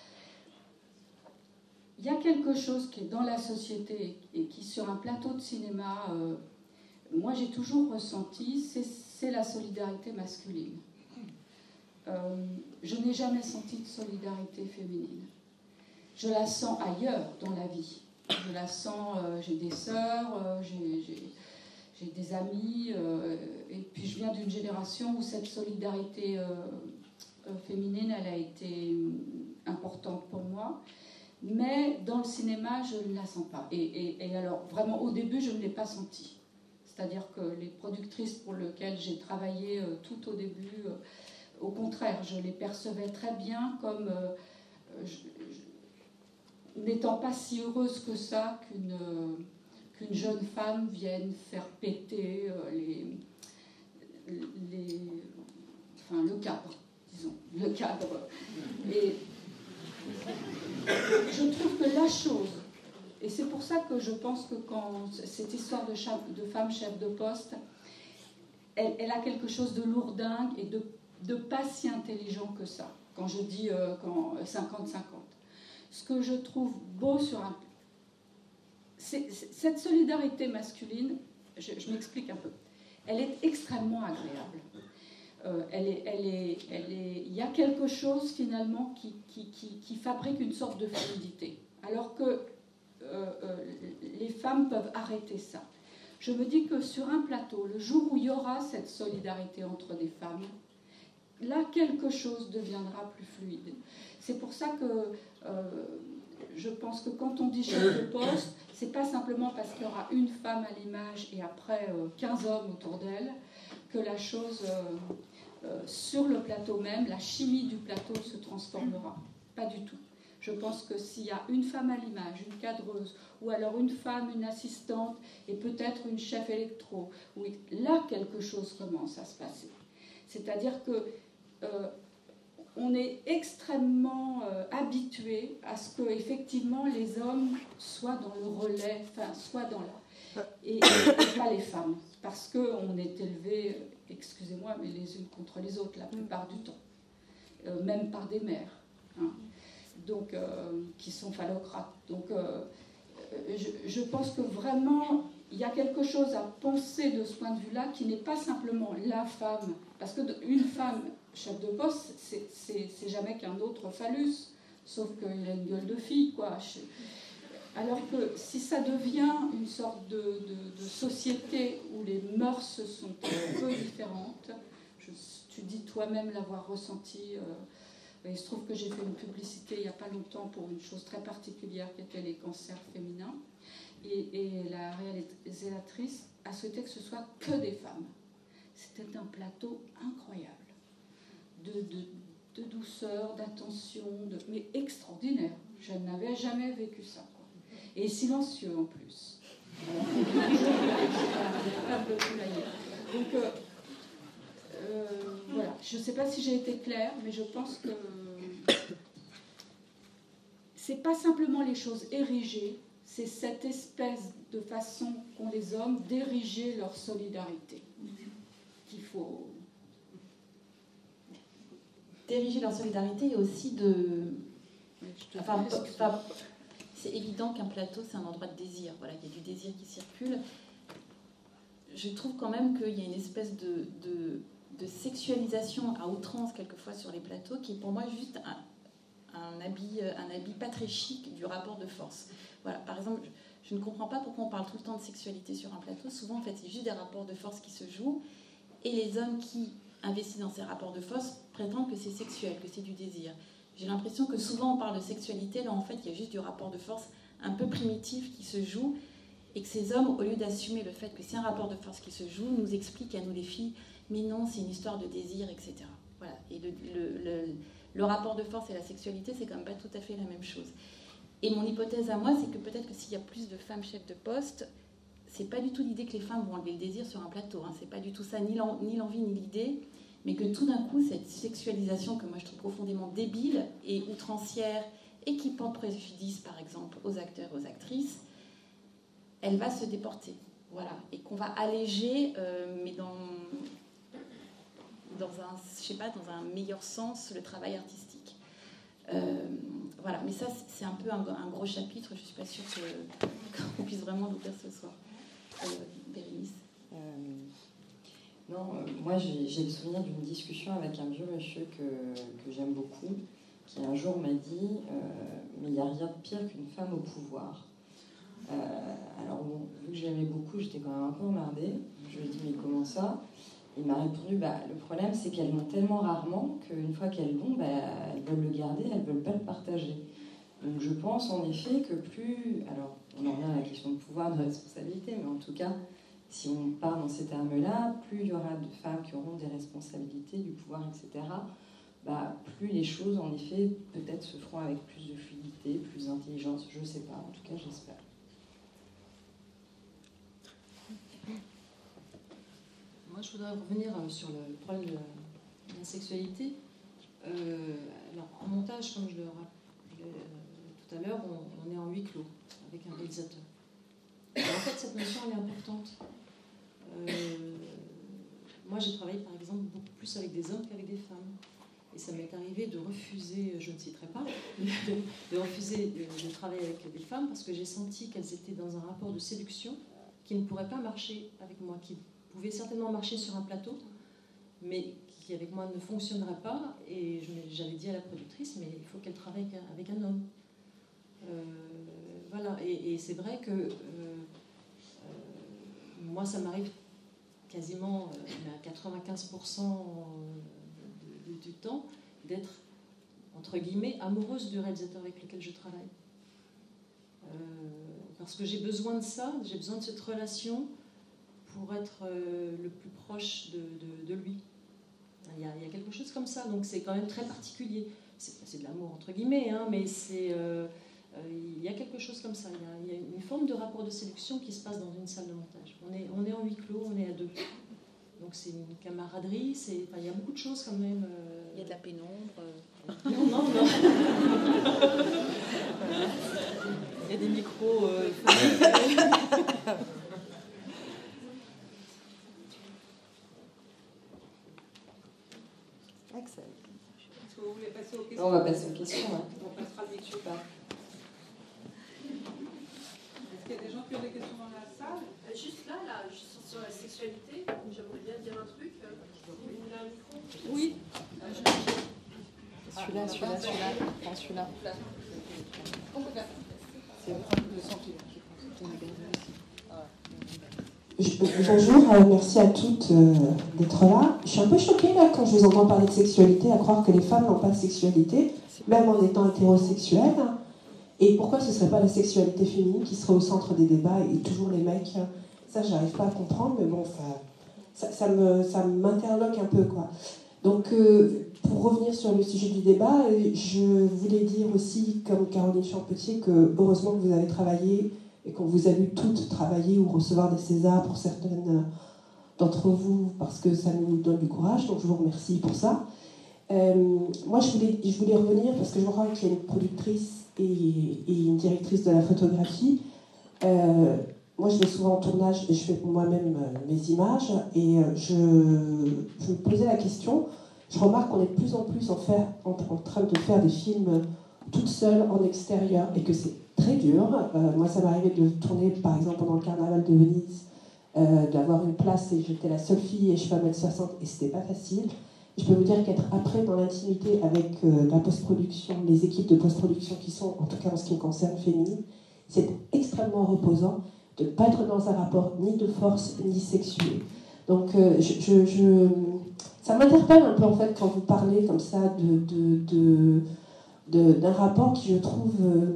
Il y a quelque chose qui est dans la société et qui, sur un plateau de cinéma, euh, moi j'ai toujours ressenti, c'est, c'est la solidarité masculine. Euh, je n'ai jamais senti de solidarité féminine. Je la sens ailleurs dans la vie. Je la sens, euh, j'ai des sœurs, euh, j'ai, j'ai, j'ai des amis, euh, et puis je viens d'une génération où cette solidarité euh, euh, féminine, elle a été importante pour moi. Mais dans le cinéma, je ne la sens pas. Et, et, et alors, vraiment, au début, je ne l'ai pas sentie. C'est-à-dire que les productrices pour lesquelles j'ai travaillé euh, tout au début, euh, au contraire, je les percevais très bien comme... Euh, je, n'étant pas si heureuse que ça qu'une, qu'une jeune femme vienne faire péter les, les, enfin, le cadre, disons, le cadre. Et je trouve que la chose, et c'est pour ça que je pense que quand cette histoire de, chef, de femme chef de poste, elle, elle a quelque chose de lourdingue et de, de pas si intelligent que ça, quand je dis euh, quand, cinquante cinquante. Ce que je trouve beau sur un... C'est, c'est, cette solidarité masculine, je, je m'explique un peu, elle est extrêmement agréable. euh, elle est, elle est, elle est, il y a quelque chose finalement qui, qui, qui, qui fabrique une sorte de fluidité, alors que euh, euh, les femmes peuvent arrêter ça. Je me dis que sur un plateau, le jour où il y aura cette solidarité entre des femmes, là, quelque chose deviendra plus fluide. C'est pour ça que euh, je pense que quand on dit chef de poste, c'est pas simplement parce qu'il y aura une femme à l'image et après euh, quinze hommes autour d'elle que la chose, euh, euh, sur le plateau même, la chimie du plateau se transformera. Pas du tout. Je pense que s'il y a une femme à l'image, une cadreuse, ou alors une femme, une assistante, et peut-être une chef électro, oui, là, quelque chose commence à se passer. C'est-à-dire que euh, on est extrêmement euh, habitué à ce que effectivement les hommes soient dans le relais, enfin, soient dans la... Et, et pas les femmes, parce qu'on est élevés, excusez-moi, mais les unes contre les autres la plupart du temps, euh, même par des mères. Hein. Donc, euh, qui sont phallocrates. Donc, euh, je, je pense que vraiment, il y a quelque chose à penser de ce point de vue-là, qui n'est pas simplement la femme, parce qu'une femme chef de poste, c'est jamais qu'un autre phallus, sauf qu'il a une gueule de fille, quoi. Alors que si ça devient une sorte de, de, de société où les mœurs sont un peu différentes, je, tu dis toi-même l'avoir ressenti... Euh, il se trouve que j'ai fait une publicité il n'y a pas longtemps pour une chose très particulière qui était les cancers féminins. Et, et la réalisatrice a souhaité que ce soit que des femmes. C'était un plateau incroyable. De, de, de douceur, d'attention, de, mais extraordinaire. Je n'avais jamais vécu ça. Quoi. Et silencieux en plus. Donc, euh, Euh, voilà, je ne sais pas si j'ai été claire, mais je pense que c'est pas simplement les choses érigées, c'est cette espèce de façon qu'ont les hommes d'ériger leur solidarité qu'il faut... D'ériger leur solidarité et aussi de... Enfin, enfin, c'est évident qu'un plateau, c'est un endroit de désir. Voilà, il y a du désir qui circule. Je trouve quand même qu'il y a une espèce de... de de sexualisation à outrance quelquefois sur les plateaux qui est pour moi juste un, un, habit, un habit pas très chic du rapport de force. Voilà, par exemple, je, je ne comprends pas pourquoi on parle tout le temps de sexualité sur un plateau. Souvent, en fait, c'est juste des rapports de force qui se jouent et les hommes qui investissent dans ces rapports de force prétendent que c'est sexuel, que c'est du désir. J'ai l'impression que souvent on parle de sexualité, là en fait il y a juste du rapport de force un peu primitif qui se joue et que ces hommes, au lieu d'assumer le fait que c'est un rapport de force qui se joue, nous expliquent à nous les filles mais non, c'est une histoire de désir, et cetera. Voilà. Et le, le, le, le rapport de force et la sexualité, c'est quand même pas tout à fait la même chose. Et mon hypothèse à moi, c'est que peut-être que s'il y a plus de femmes chefs de poste, c'est pas du tout l'idée que les femmes vont enlever le désir sur un plateau. Hein. C'est pas du tout ça, ni l'envie, ni l'idée, mais que tout d'un coup, cette sexualisation que moi je trouve profondément débile et outrancière et qui porte préjudice, par exemple, aux acteurs et aux actrices, elle va se déporter. Voilà. Et qu'on va alléger, euh, mais dans... dans un, je sais pas, dans un meilleur sens, le travail artistique. Euh, voilà, mais ça, c'est un peu un, un gros chapitre. Je suis pas sûre que, qu'on puisse vraiment l'ouvrir ce soir. Euh, Bérénice. Euh, non, euh, moi, j'ai, j'ai le souvenir d'une discussion avec un vieux monsieur que, que j'aime beaucoup, qui un jour m'a dit euh, mais il n'y a rien de pire qu'une femme au pouvoir. Euh, alors bon, vu que je l'aimais beaucoup, j'étais quand même un peu emmerdée. Je lui ai dit mais comment ça? Il m'a répondu, bah, le problème c'est qu'elles l'ont tellement rarement qu'une fois qu'elles l'ont, bah, elles veulent le garder, elles ne veulent pas le partager. Donc je pense en effet que plus... Alors on en revient à la question de pouvoir, de responsabilité, mais en tout cas, si on part dans ces termes-là, plus il y aura de femmes qui auront des responsabilités, du pouvoir, et cetera, bah, plus les choses en effet peut-être se feront avec plus de fluidité, plus d'intelligence, je ne sais pas, en tout cas j'espère. Moi, je voudrais revenir sur le problème de la sexualité. Euh, alors, en montage, comme je le rappelais tout à l'heure, on, on est en huis clos avec un réalisateur. Et en fait, cette notion, elle est importante. Euh, moi, j'ai travaillé, par exemple, beaucoup plus avec des hommes qu'avec des femmes. Et ça m'est arrivé de refuser, je ne citerai pas, de, de refuser de, de travailler avec des femmes parce que j'ai senti qu'elles étaient dans un rapport de séduction qui ne pourrait pas marcher avec moi, qui pouvait certainement marcher sur un plateau, mais qui avec moi ne fonctionnerait pas. Et je, j'avais dit à la productrice, mais il faut qu'elle travaille avec un, avec un homme. Euh, voilà, et, et c'est vrai que euh, euh, moi, ça m'arrive quasiment euh, à quatre-vingt-quinze pour cent du, du temps d'être, entre guillemets, amoureuse du réalisateur avec lequel je travaille. Euh, parce que j'ai besoin de ça, j'ai besoin de cette relation pour être euh, le plus proche de, de, de lui. Il y, a, il y a quelque chose comme ça, donc c'est quand même très particulier. C'est, c'est de l'amour entre guillemets, hein, mais c'est, euh, euh, il y a quelque chose comme ça. Il y, a, il y a une forme de rapport de séduction qui se passe dans une salle de montage. On est, on est en huis clos, on est à deux. Donc c'est une camaraderie, c'est, enfin, il y a beaucoup de choses quand même. Euh... Il y a de la pénombre. Euh... Non, non, non. Il y a des micros. Euh... Excellent. Est-ce que vous voulez passer aux questions? On va passer aux questions. Ouais. On passera le micro. Est-ce qu'il y a des gens qui ont des questions dans la salle? euh, Juste là, là, juste sur la sexualité, j'aimerais bien dire un truc. Euh, vous voulez un micro? Oui. Euh, je... Celui-là, celui-là, celui-là. Non, celui-là. C'est le centre. Bonjour, euh, merci à toutes euh, d'être là. Je suis un peu choquée là quand je vous entends parler de sexualité, à croire que les femmes n'ont pas de sexualité, même en étant hétérosexuelles. Et pourquoi ce ne serait pas la sexualité féminine qui serait au centre des débats et toujours les mecs? Ça, j'arrive pas à comprendre, mais bon, ça, ça, ça, me, ça m'interloque un peu, quoi. Donc, euh, pour revenir sur le sujet du débat, je voulais dire aussi, comme Caroline Champetier, que heureusement que vous avez travaillé et qu'on vous a vu toutes travailler ou recevoir des Césars pour certaines d'entre vous, parce que ça nous donne du courage, donc je vous remercie pour ça. Euh, moi, je voulais, je voulais revenir, parce que je crois qu'il y a une productrice et, et une directrice de la photographie. Euh, moi, je vais souvent en tournage et je fais moi-même mes images, et je, je me posais la question, je remarque qu'on est de plus en plus en, faire, en, en train de faire des films toute seule, en extérieur, et que c'est très dur. Euh, moi, ça m'est arrivé de tourner, par exemple, pendant le carnaval de Venise, euh, d'avoir une place, et j'étais la seule fille, et je fais un mètre soixante, et c'était pas facile. Je peux vous dire qu'être après dans l'intimité avec euh, la post-production, les équipes de post-production qui sont, en tout cas en ce qui me concerne, féminines, c'est extrêmement reposant de ne pas être dans un rapport ni de force, ni sexuel. Donc, euh, je, je, je, ça m'interpelle un peu, en fait, quand vous parlez comme ça de... de, de De, d'un rapport qui, je trouve, euh,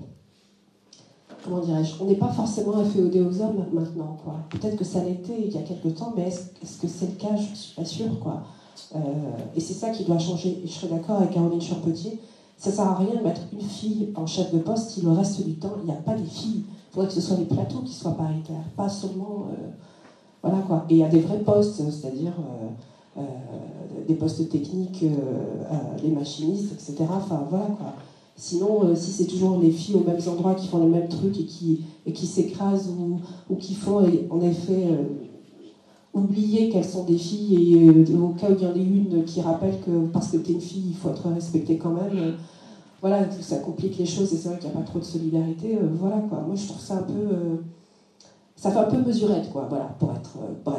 comment dirais-je, on n'est pas forcément inféodé aux hommes maintenant, quoi. Peut-être que ça l'était il y a quelque temps, mais est-ce, est-ce que c'est le cas? Je ne suis pas sûre, quoi. Euh, et c'est ça qui doit changer. Et je serais d'accord avec Caroline Champetier, ça ne sert à rien de mettre une fille en chef de poste si le reste du temps, il n'y a pas des filles. Il faudrait que ce soit les plateaux qui soient paritaires, pas seulement... Euh, voilà, quoi. Et il y a des vrais postes, c'est-à-dire... Euh, Euh, des postes techniques, euh, euh, les machinistes, et cetera. Enfin, voilà, quoi. Sinon, euh, si c'est toujours les filles aux mêmes endroits qui font les mêmes trucs et qui, et qui s'écrasent ou, ou qui font, en effet, euh, oublier qu'elles sont des filles et euh, au cas où il y en a une qui rappelle que parce que t'es une fille, il faut être respecté quand même. Euh, voilà, ça complique les choses et c'est vrai qu'il n'y a pas trop de solidarité. Euh, voilà, quoi. Moi, je trouve ça un peu... Euh, ça fait un peu mesurette, quoi, voilà, pour être euh, bref.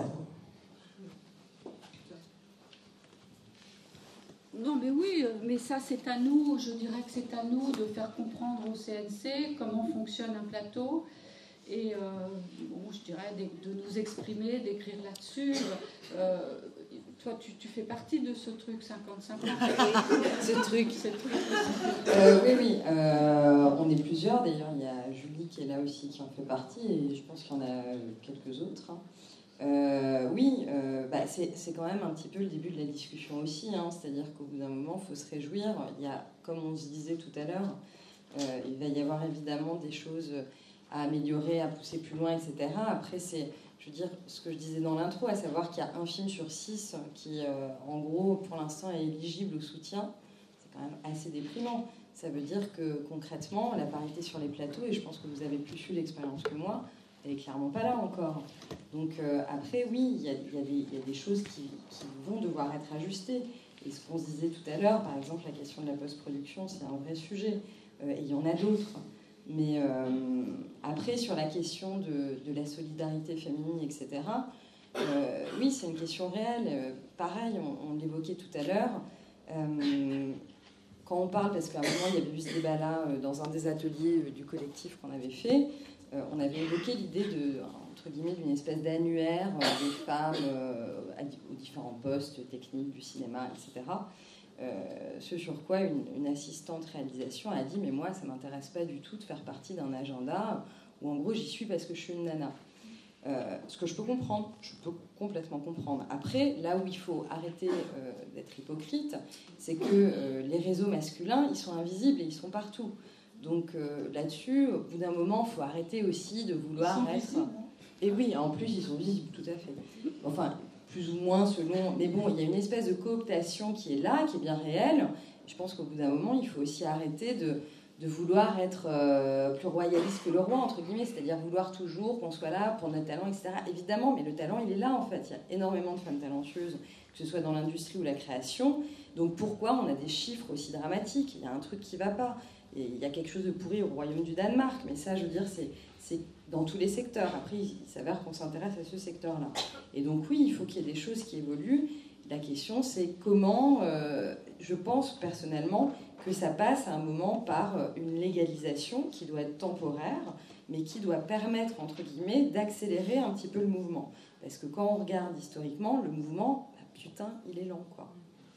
Non, mais oui, mais ça, c'est à nous, je dirais que c'est à nous de faire comprendre au C N C comment fonctionne un plateau. Et euh, bon, je dirais de, de nous exprimer, d'écrire là-dessus. Euh, toi, tu, tu fais partie de ce truc cinquante cinquante. Ce truc. Ce truc. Euh, oui, oui. Euh, on est plusieurs. D'ailleurs, il y a Julie qui est là aussi, qui en fait partie. Et je pense qu'il y en a quelques autres. Hein. Euh, oui, euh, bah c'est, c'est quand même un petit peu le début de la discussion aussi. Hein. C'est-à-dire qu'au bout d'un moment, il faut se réjouir. Il y a, comme on se disait tout à l'heure, euh, il va y avoir évidemment des choses... à améliorer, à pousser plus loin, et cetera. Après, c'est, je veux dire, ce que je disais dans l'intro, à savoir qu'il y a un film sur six qui, euh, en gros, pour l'instant, est éligible au soutien. C'est quand même assez déprimant. Ça veut dire que, concrètement, la parité sur les plateaux, et je pense que vous avez plus eu l'expérience que moi, elle est clairement pas là encore. Donc, euh, après, oui, il y a, il y a des, il y a des choses qui, qui vont devoir être ajustées. Et ce qu'on se disait tout à l'heure, par exemple, la question de la post-production, c'est un vrai sujet. Euh, et il y en a d'autres. Mais euh, après, sur la question de, de la solidarité féminine, et cetera, Euh, oui, c'est une question réelle. Euh, pareil, on, on l'évoquait tout à l'heure. Euh, quand on parle, parce qu'à un moment, il y avait eu ce débat-là euh, dans un des ateliers euh, du collectif qu'on avait fait, euh, on avait évoqué l'idée de, entre guillemets, d'une espèce d'annuaire euh, des femmes euh, à, aux différents postes techniques du cinéma, et cetera. Euh, ce sur quoi une, une assistante réalisation a dit « Mais moi, ça ne m'intéresse pas du tout de faire partie d'un agenda où, en gros, j'y suis parce que je suis une nana. » Euh, ce que je peux comprendre, je peux complètement comprendre. Après, là où il faut arrêter euh, d'être hypocrite, c'est que euh, les réseaux masculins, ils sont invisibles et ils sont partout. Donc euh, là-dessus, au bout d'un moment, il faut arrêter aussi de vouloir ils sont être... Visibles. Et oui, en plus, ils sont visibles, tout à fait. Enfin, plus ou moins selon... Mais bon, il y a une espèce de cooptation qui est là, qui est bien réelle. Je pense qu'au bout d'un moment, il faut aussi arrêter de... de vouloir être euh, plus royaliste que le roi, entre guillemets, c'est-à-dire vouloir toujours qu'on soit là pour notre talent, et cetera. Évidemment, mais le talent, il est là, en fait. Il y a énormément de femmes talentueuses, que ce soit dans l'industrie ou la création. Donc pourquoi on a des chiffres aussi dramatiques? Il y a un truc qui ne va pas. Et il y a quelque chose de pourri au royaume du Danemark, mais ça, je veux dire, c'est, c'est dans tous les secteurs. Après, il s'avère qu'on s'intéresse à ce secteur-là. Et donc oui, il faut qu'il y ait des choses qui évoluent. La question, c'est comment, euh, je pense personnellement, que ça passe à un moment par une légalisation qui doit être temporaire, mais qui doit permettre, entre guillemets, d'accélérer un petit peu le mouvement. Parce que quand on regarde historiquement, le mouvement, bah, putain, il est lent, quoi.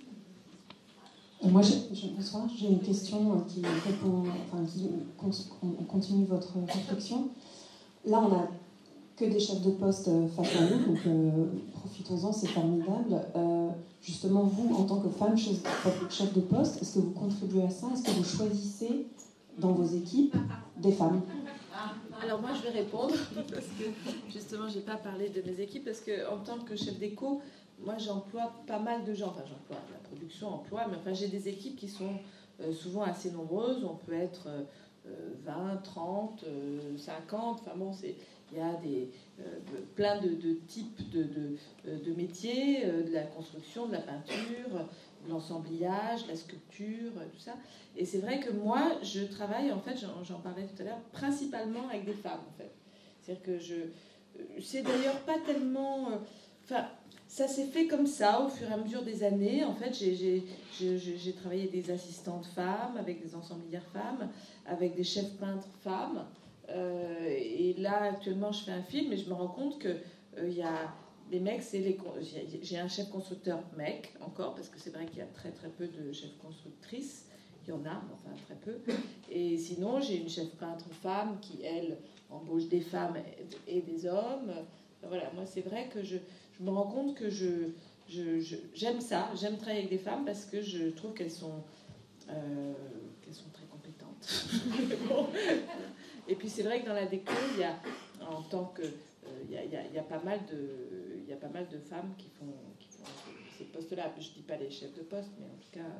Moi, j'ai, bonsoir, j'ai une question qui répond, enfin, qui continue votre réflexion. Là, on n'a que des chefs de poste face à nous, donc euh, profitons-en, c'est formidable. Euh, justement, vous, en tant que femme chef, chef de poste, est-ce que vous contribuez à ça? Est-ce que vous choisissez dans vos équipes des femmes? Alors moi, je vais répondre, parce que justement, je n'ai pas parlé de mes équipes, parce qu'en tant que chef d'éco, moi, j'emploie pas mal de gens. Enfin, j'emploie, la production emploie, mais enfin, j'ai des équipes qui sont euh, souvent assez nombreuses. On peut être euh, vingt, trente, euh, cinquante, enfin bon, c'est... Il y a des, euh, plein de, de types de, de, de métiers, euh, de la construction, de la peinture, de l'ensemblage, de la sculpture, tout ça. Et c'est vrai que moi, je travaille, en fait, j'en, j'en parlais tout à l'heure, principalement avec des femmes, en fait. C'est-à-dire que je... C'est d'ailleurs pas tellement... Enfin, ça s'est fait comme ça, au fur et à mesure des années. En fait, j'ai, j'ai, j'ai, j'ai travaillé avec des assistantes femmes, avec des ensemblières femmes, avec des chefs peintres femmes. Euh, et là, actuellement, je fais un film et je me rends compte qu'il euh, y a les mecs, c'est les... J'ai un chef constructeur mec, encore, parce que c'est vrai qu'il y a très très peu de chefs constructrices. Il y en a, mais enfin très peu. Et sinon, j'ai une chef peintre femme qui, elle, embauche des femmes et des hommes. Voilà, moi, c'est vrai que je, je me rends compte que je, je, je, j'aime ça. J'aime travailler avec des femmes parce que je trouve qu'elles sont, euh, qu'elles sont très compétentes. Bon. Et puis c'est vrai que dans la déco, il y a, en tant que, euh, il, y a, il, y a, il y a pas mal de, il y a pas mal de femmes qui font, qui font ces postes-là. Je dis pas les chefs de poste, mais en tout cas,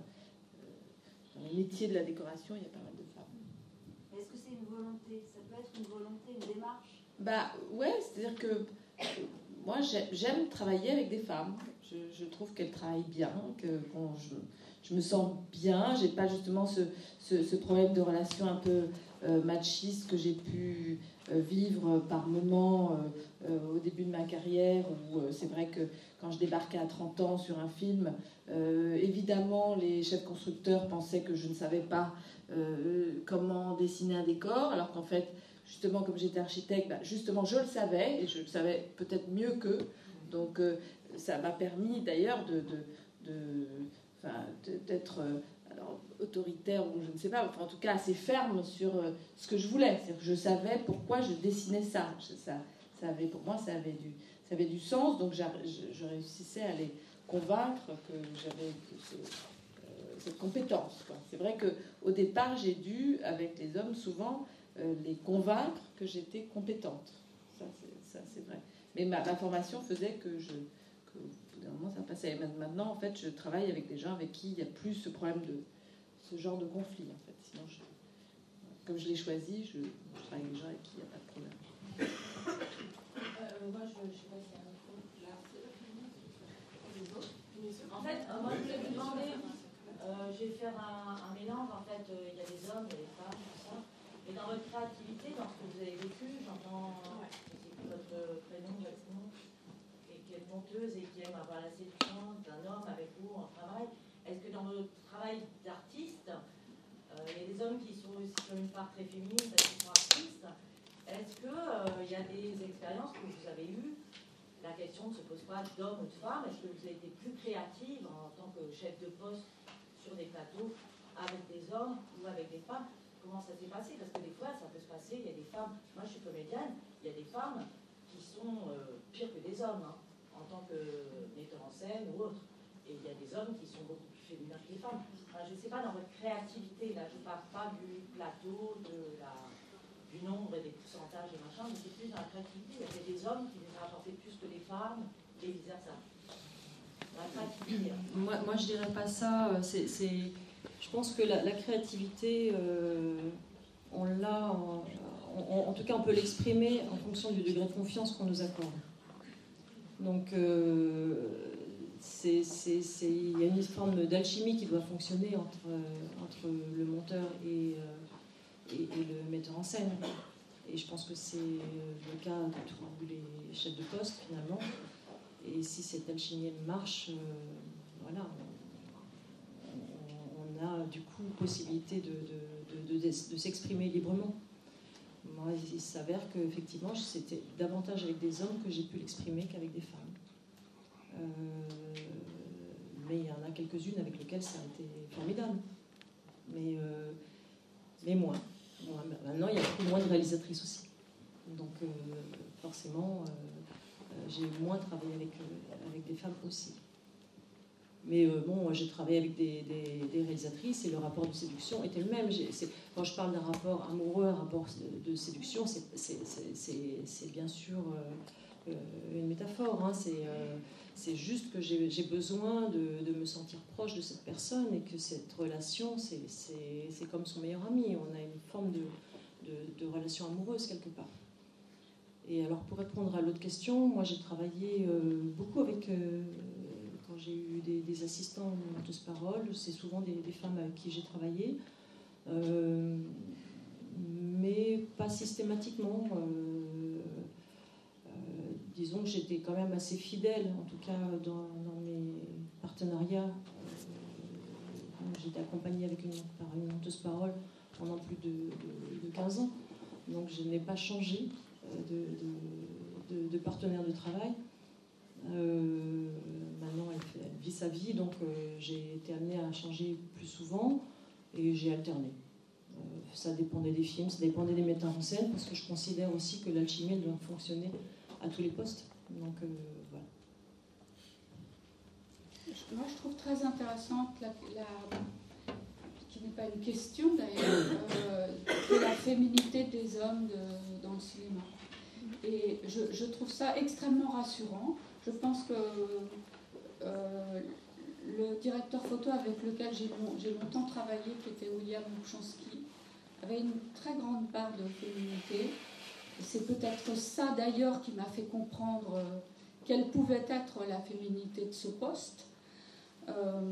euh, dans les métiers de la décoration, il y a pas mal de femmes. Est-ce que c'est une volonté? Ça peut être une volonté, une démarche? Bah ouais, c'est-à-dire que moi j'aime travailler avec des femmes. Je, je trouve qu'elles travaillent bien, que bon, je, je me sens bien. J'ai pas justement ce, ce, ce problème de relation un peu euh, machiste que j'ai pu euh, vivre par moments euh, euh, au début de ma carrière, où euh, c'est vrai que quand je débarquais à trente ans sur un film, euh, évidemment les chefs constructeurs pensaient que je ne savais pas euh, comment dessiner un décor, alors qu'en fait, justement, comme j'étais architecte, bah, justement, je le savais, et je le savais peut-être mieux qu'eux. Donc, euh, ça m'a permis, d'ailleurs, de, de, de, enfin, de, d'être euh, alors, autoritaire, ou je ne sais pas, enfin, en tout cas, assez ferme sur euh, ce que je voulais. C'est-à-dire que je savais pourquoi je dessinais ça. Je, ça, ça avait, pour moi, ça avait du, ça avait du sens, donc je, je réussissais à les convaincre que j'avais ce, euh, cette compétence, quoi. C'est vrai qu'au départ, j'ai dû, avec les hommes, souvent... Euh, les convaincre que j'étais compétente. Ça, c'est, ça, c'est vrai. Mais ma, ma formation faisait que, je, que, au bout d'un moment, ça passait. Et maintenant, en fait, je travaille avec des gens avec qui il n'y a plus ce problème de ce genre de conflit. En fait. Sinon, je, comme je l'ai choisi, je, je travaille avec des gens avec qui il n'y a pas de problème. Euh, moi, je ne sais pas s'il y a un autre là. En fait, euh, moi, je voulais vous demander, euh, je vais faire un, un mélange. En fait, il euh, y a des hommes et des femmes, tout ça. Et dans votre créativité, dans ce que vous avez vécu, j'entends, ouais. C'est votre prénom, votre nom. Et séduceuses et qui aiment avoir la séduction d'un homme avec vous en travail. Est-ce que dans votre travail d'artiste, euh, il y a des hommes qui sont aussi sur une part très féminine parce qu'ils sont artistes? Est-ce qu'il euh, y a des expériences que vous avez eues? La question ne se pose pas d'homme ou de femme. Est-ce que vous avez été plus créative en tant que chef de poste sur des plateaux avec des hommes ou avec des femmes? Comment ça s'est passé? Parce que des fois, ça peut se passer, il y a des femmes, moi je suis comédienne, il y a des femmes qui sont euh, pires que des hommes, hein, en tant que metteur en scène ou autre. Et il y a des hommes qui sont beaucoup plus féminins que les femmes. Enfin, je ne sais pas, dans votre créativité, là, je ne parle pas du plateau, de la, du nombre et des pourcentages et machin, mais c'est plus dans la créativité. Il y a des hommes qui viennent rapporter plus que les femmes et vice-versa. La créativité. Hein. Moi, moi, je dirais pas ça. C'est... c'est... Je pense que la, la créativité, euh, on l'a, en, en, en tout cas on peut l'exprimer en fonction du degré de confiance qu'on nous accorde. Donc euh, c'est, c'est, c'est, il y a une forme d'alchimie qui doit fonctionner entre, entre le monteur et, et, et le metteur en scène. Et je pense que c'est le cas de tous les chefs de poste finalement. Et si cette alchimie marche, euh, voilà. A du coup possibilité de, de, de, de, de s'exprimer librement. Moi, il s'avère qu'effectivement, c'était davantage avec des hommes que j'ai pu l'exprimer qu'avec des femmes. Euh, mais il y en a quelques-unes avec lesquelles ça a été formidable. Mais, euh, mais moins. moins. Maintenant, il y a beaucoup moins de réalisatrices aussi. Donc, euh, forcément, euh, j'ai moins travaillé avec, euh, avec des femmes aussi. Mais euh, bon, j'ai travaillé avec des, des, des réalisatrices et le rapport de séduction était le même. J'ai, c'est, quand je parle d'un rapport amoureux, un rapport de, de séduction, c'est, c'est, c'est, c'est, c'est bien sûr euh, une métaphore. Hein. C'est, euh, c'est juste que j'ai, j'ai besoin de, de me sentir proche de cette personne et que cette relation, c'est, c'est, c'est comme son meilleur ami. On a une forme de, de, de relation amoureuse quelque part. Et alors, pour répondre à l'autre question, moi j'ai travaillé euh, beaucoup avec... Euh, Quand j'ai eu des, des assistants de monteuses paroles, c'est souvent des, des femmes avec qui j'ai travaillé, euh, mais pas systématiquement. Euh, euh, disons que j'étais quand même assez fidèle, en tout cas dans, dans mes partenariats. Euh, j'ai été accompagnée avec une, par une monteuse parole pendant plus de, de, de quinze ans, donc je n'ai pas changé de, de, de, de partenaire de travail. Euh, maintenant elle, fait, elle vit sa vie, donc euh, j'ai été amenée à changer plus souvent et j'ai alterné. Euh, ça dépendait des films, ça dépendait des metteurs en scène, parce que je considère aussi que l'alchimie elle doit fonctionner à tous les postes. Donc euh, voilà. Moi je trouve très intéressante la, la, qui n'est pas une question d'ailleurs, euh, de la féminité des hommes de, dans le cinéma. Et je, je trouve ça extrêmement rassurant. Je pense que euh, le directeur photo avec lequel j'ai, j'ai longtemps travaillé, qui était William Łuczynski, avait une très grande part de féminité. Et c'est peut-être ça d'ailleurs qui m'a fait comprendre euh, quelle pouvait être la féminité de ce poste. Euh,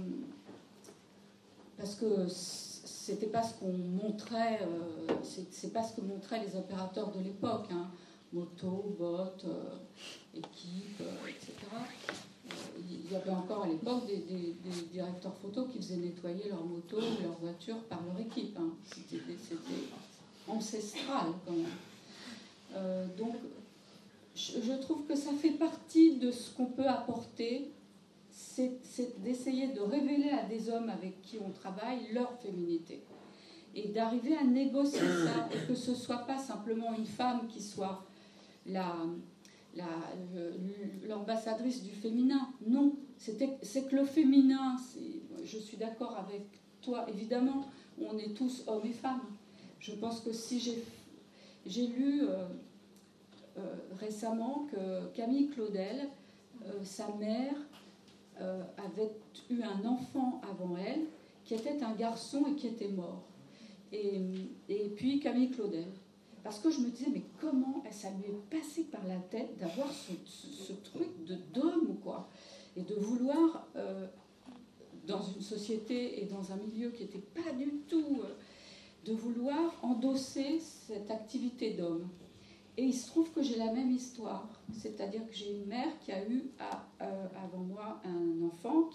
parce que c'était pas ce qu'on montrait, euh, c'est, c'est pas ce que montraient les opérateurs de l'époque, hein. Moto, bottes, euh, équipe, euh, et cetera. Euh, il y avait encore à l'époque des, des, des directeurs photos qui faisaient nettoyer leurs motos ou leurs voitures par leur équipe. Hein. C'était, c'était ancestral quand même. Euh, donc, je, je trouve que ça fait partie de ce qu'on peut apporter, c'est, c'est d'essayer de révéler à des hommes avec qui on travaille leur féminité. Et d'arriver à négocier ça, et que ce ne soit pas simplement une femme qui soit la, la, le, l'ambassadrice du féminin. Non, c'était, c'est que le féminin, c'est, je suis d'accord avec toi, évidemment, on est tous hommes et femmes. Je pense que si j'ai, j'ai lu euh, euh, récemment que Camille Claudel, euh, sa mère, euh, avait eu un enfant avant elle, qui était un garçon et qui était mort. Et, et puis Camille Claudel. Parce que je me disais, mais comment ça lui est passé par la tête d'avoir ce, ce, ce truc de d'homme, quoi. Et de vouloir, euh, dans une société et dans un milieu qui n'était pas du tout, euh, de vouloir endosser cette activité d'homme. Et il se trouve que j'ai la même histoire. C'est-à-dire que j'ai une mère qui a eu à, euh,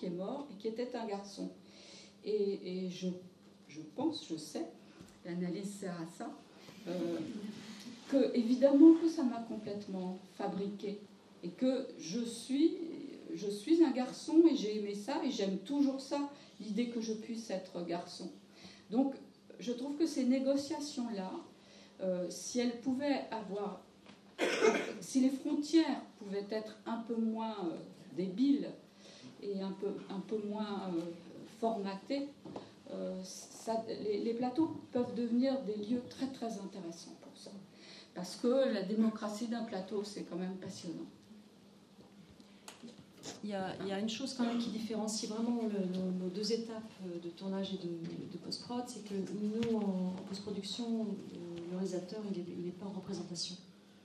qui est mort et qui était un garçon. Et, et je, je pense, je sais, l'analyse sert à ça, euh, que évidemment que ça m'a complètement fabriqué et que je suis, je suis un garçon et j'ai aimé ça et j'aime toujours ça, l'idée que je puisse être garçon. Donc je trouve que ces négociations-là, euh, si elles pouvaient avoir, si les frontières pouvaient être un peu moins euh, débiles et un peu, un peu moins euh, formatées, euh, ça, les, les plateaux peuvent devenir des lieux très très intéressants pour ça. Parce que la démocratie d'un plateau, c'est quand même passionnant. Il y, a, il y a une chose quand même qui différencie vraiment le, nos, nos deux étapes de tournage et de, de post-prod, c'est que nous, en, en post-production, le réalisateur, il n'est pas en représentation.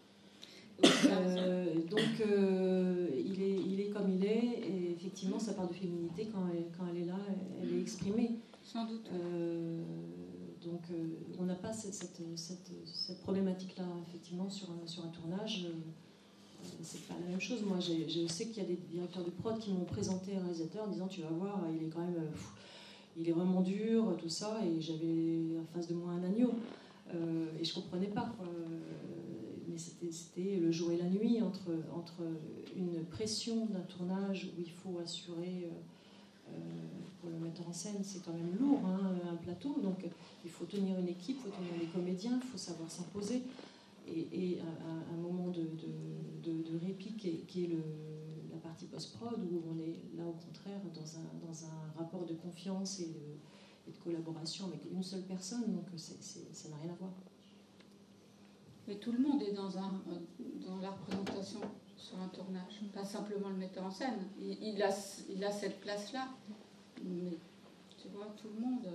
Euh, donc, euh, il, est, il est comme il est, et effectivement, sa part de féminité, quand elle, quand elle est là, elle est exprimée. Sans doute. Euh, donc, euh, on n'a pas cette, cette, cette, cette problématique-là, effectivement, sur un, sur un tournage. Euh, c'est pas la même chose. Moi, j'ai, je sais qu'il y a des directeurs de prod qui m'ont présenté un réalisateur en disant tu vas voir, il est quand même, pff, il est vraiment dur, tout ça, et j'avais en face de moi un agneau, euh, et je comprenais pas, quoi. Mais c'était, c'était le jour et la nuit entre, entre une pression d'un tournage où il faut assurer, euh, pour le metteur en scène, c'est quand même lourd, hein, un plateau, donc il faut tenir une équipe, il faut tenir des comédiens, il faut savoir s'imposer. Et, et un, un moment de, de, de, de répit qui est, qui est le, la partie post-prod, où on est là au contraire dans un, dans un rapport de confiance et de, et de collaboration avec une seule personne, donc c'est, c'est, ça n'a rien à voir. Mais tout le monde est dans, un, dans la représentation sur un tournage, pas simplement le metteur en scène. Il, il, a, il a cette place-là, mais tu vois, tout le monde...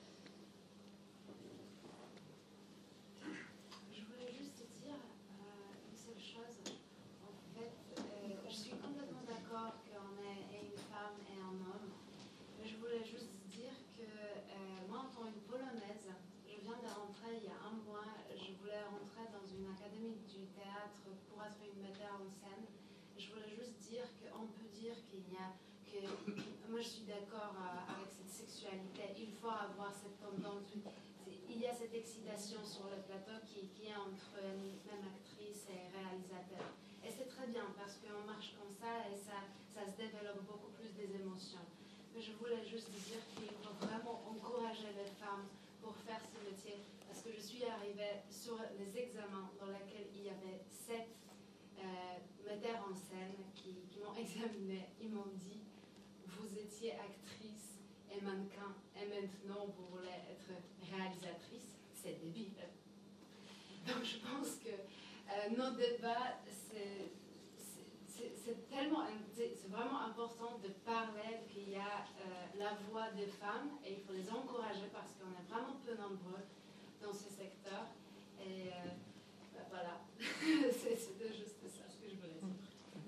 du théâtre pour être une metteur en scène. Je voulais juste dire qu'on peut dire qu'il y a que moi je suis d'accord avec cette sexualité. Il faut avoir cette tendance. Il y a cette excitation sur le plateau qui, qui est entre même actrice et réalisateur. Et c'est très bien parce qu'on marche comme ça et ça, ça se développe beaucoup plus des émotions. Mais je voulais juste dire qu'il faut vraiment encourager les femmes pour faire ce métier. Parce que je suis arrivée sur les examens dans lesquels il y avait sept euh, metteurs en scène qui, qui m'ont examiné. Ils m'ont dit, vous étiez actrice et mannequin, et maintenant vous voulez être réalisatrice. C'est débile. Donc je pense que euh, nos débats, c'est, c'est, c'est tellement, c'est vraiment important de parler qu'il y a euh, la voix des femmes et il faut les encourager parce qu'on est vraiment peu nombreux dans ce secteur. Et euh, ben voilà, c'était juste ça ce que je voulais dire.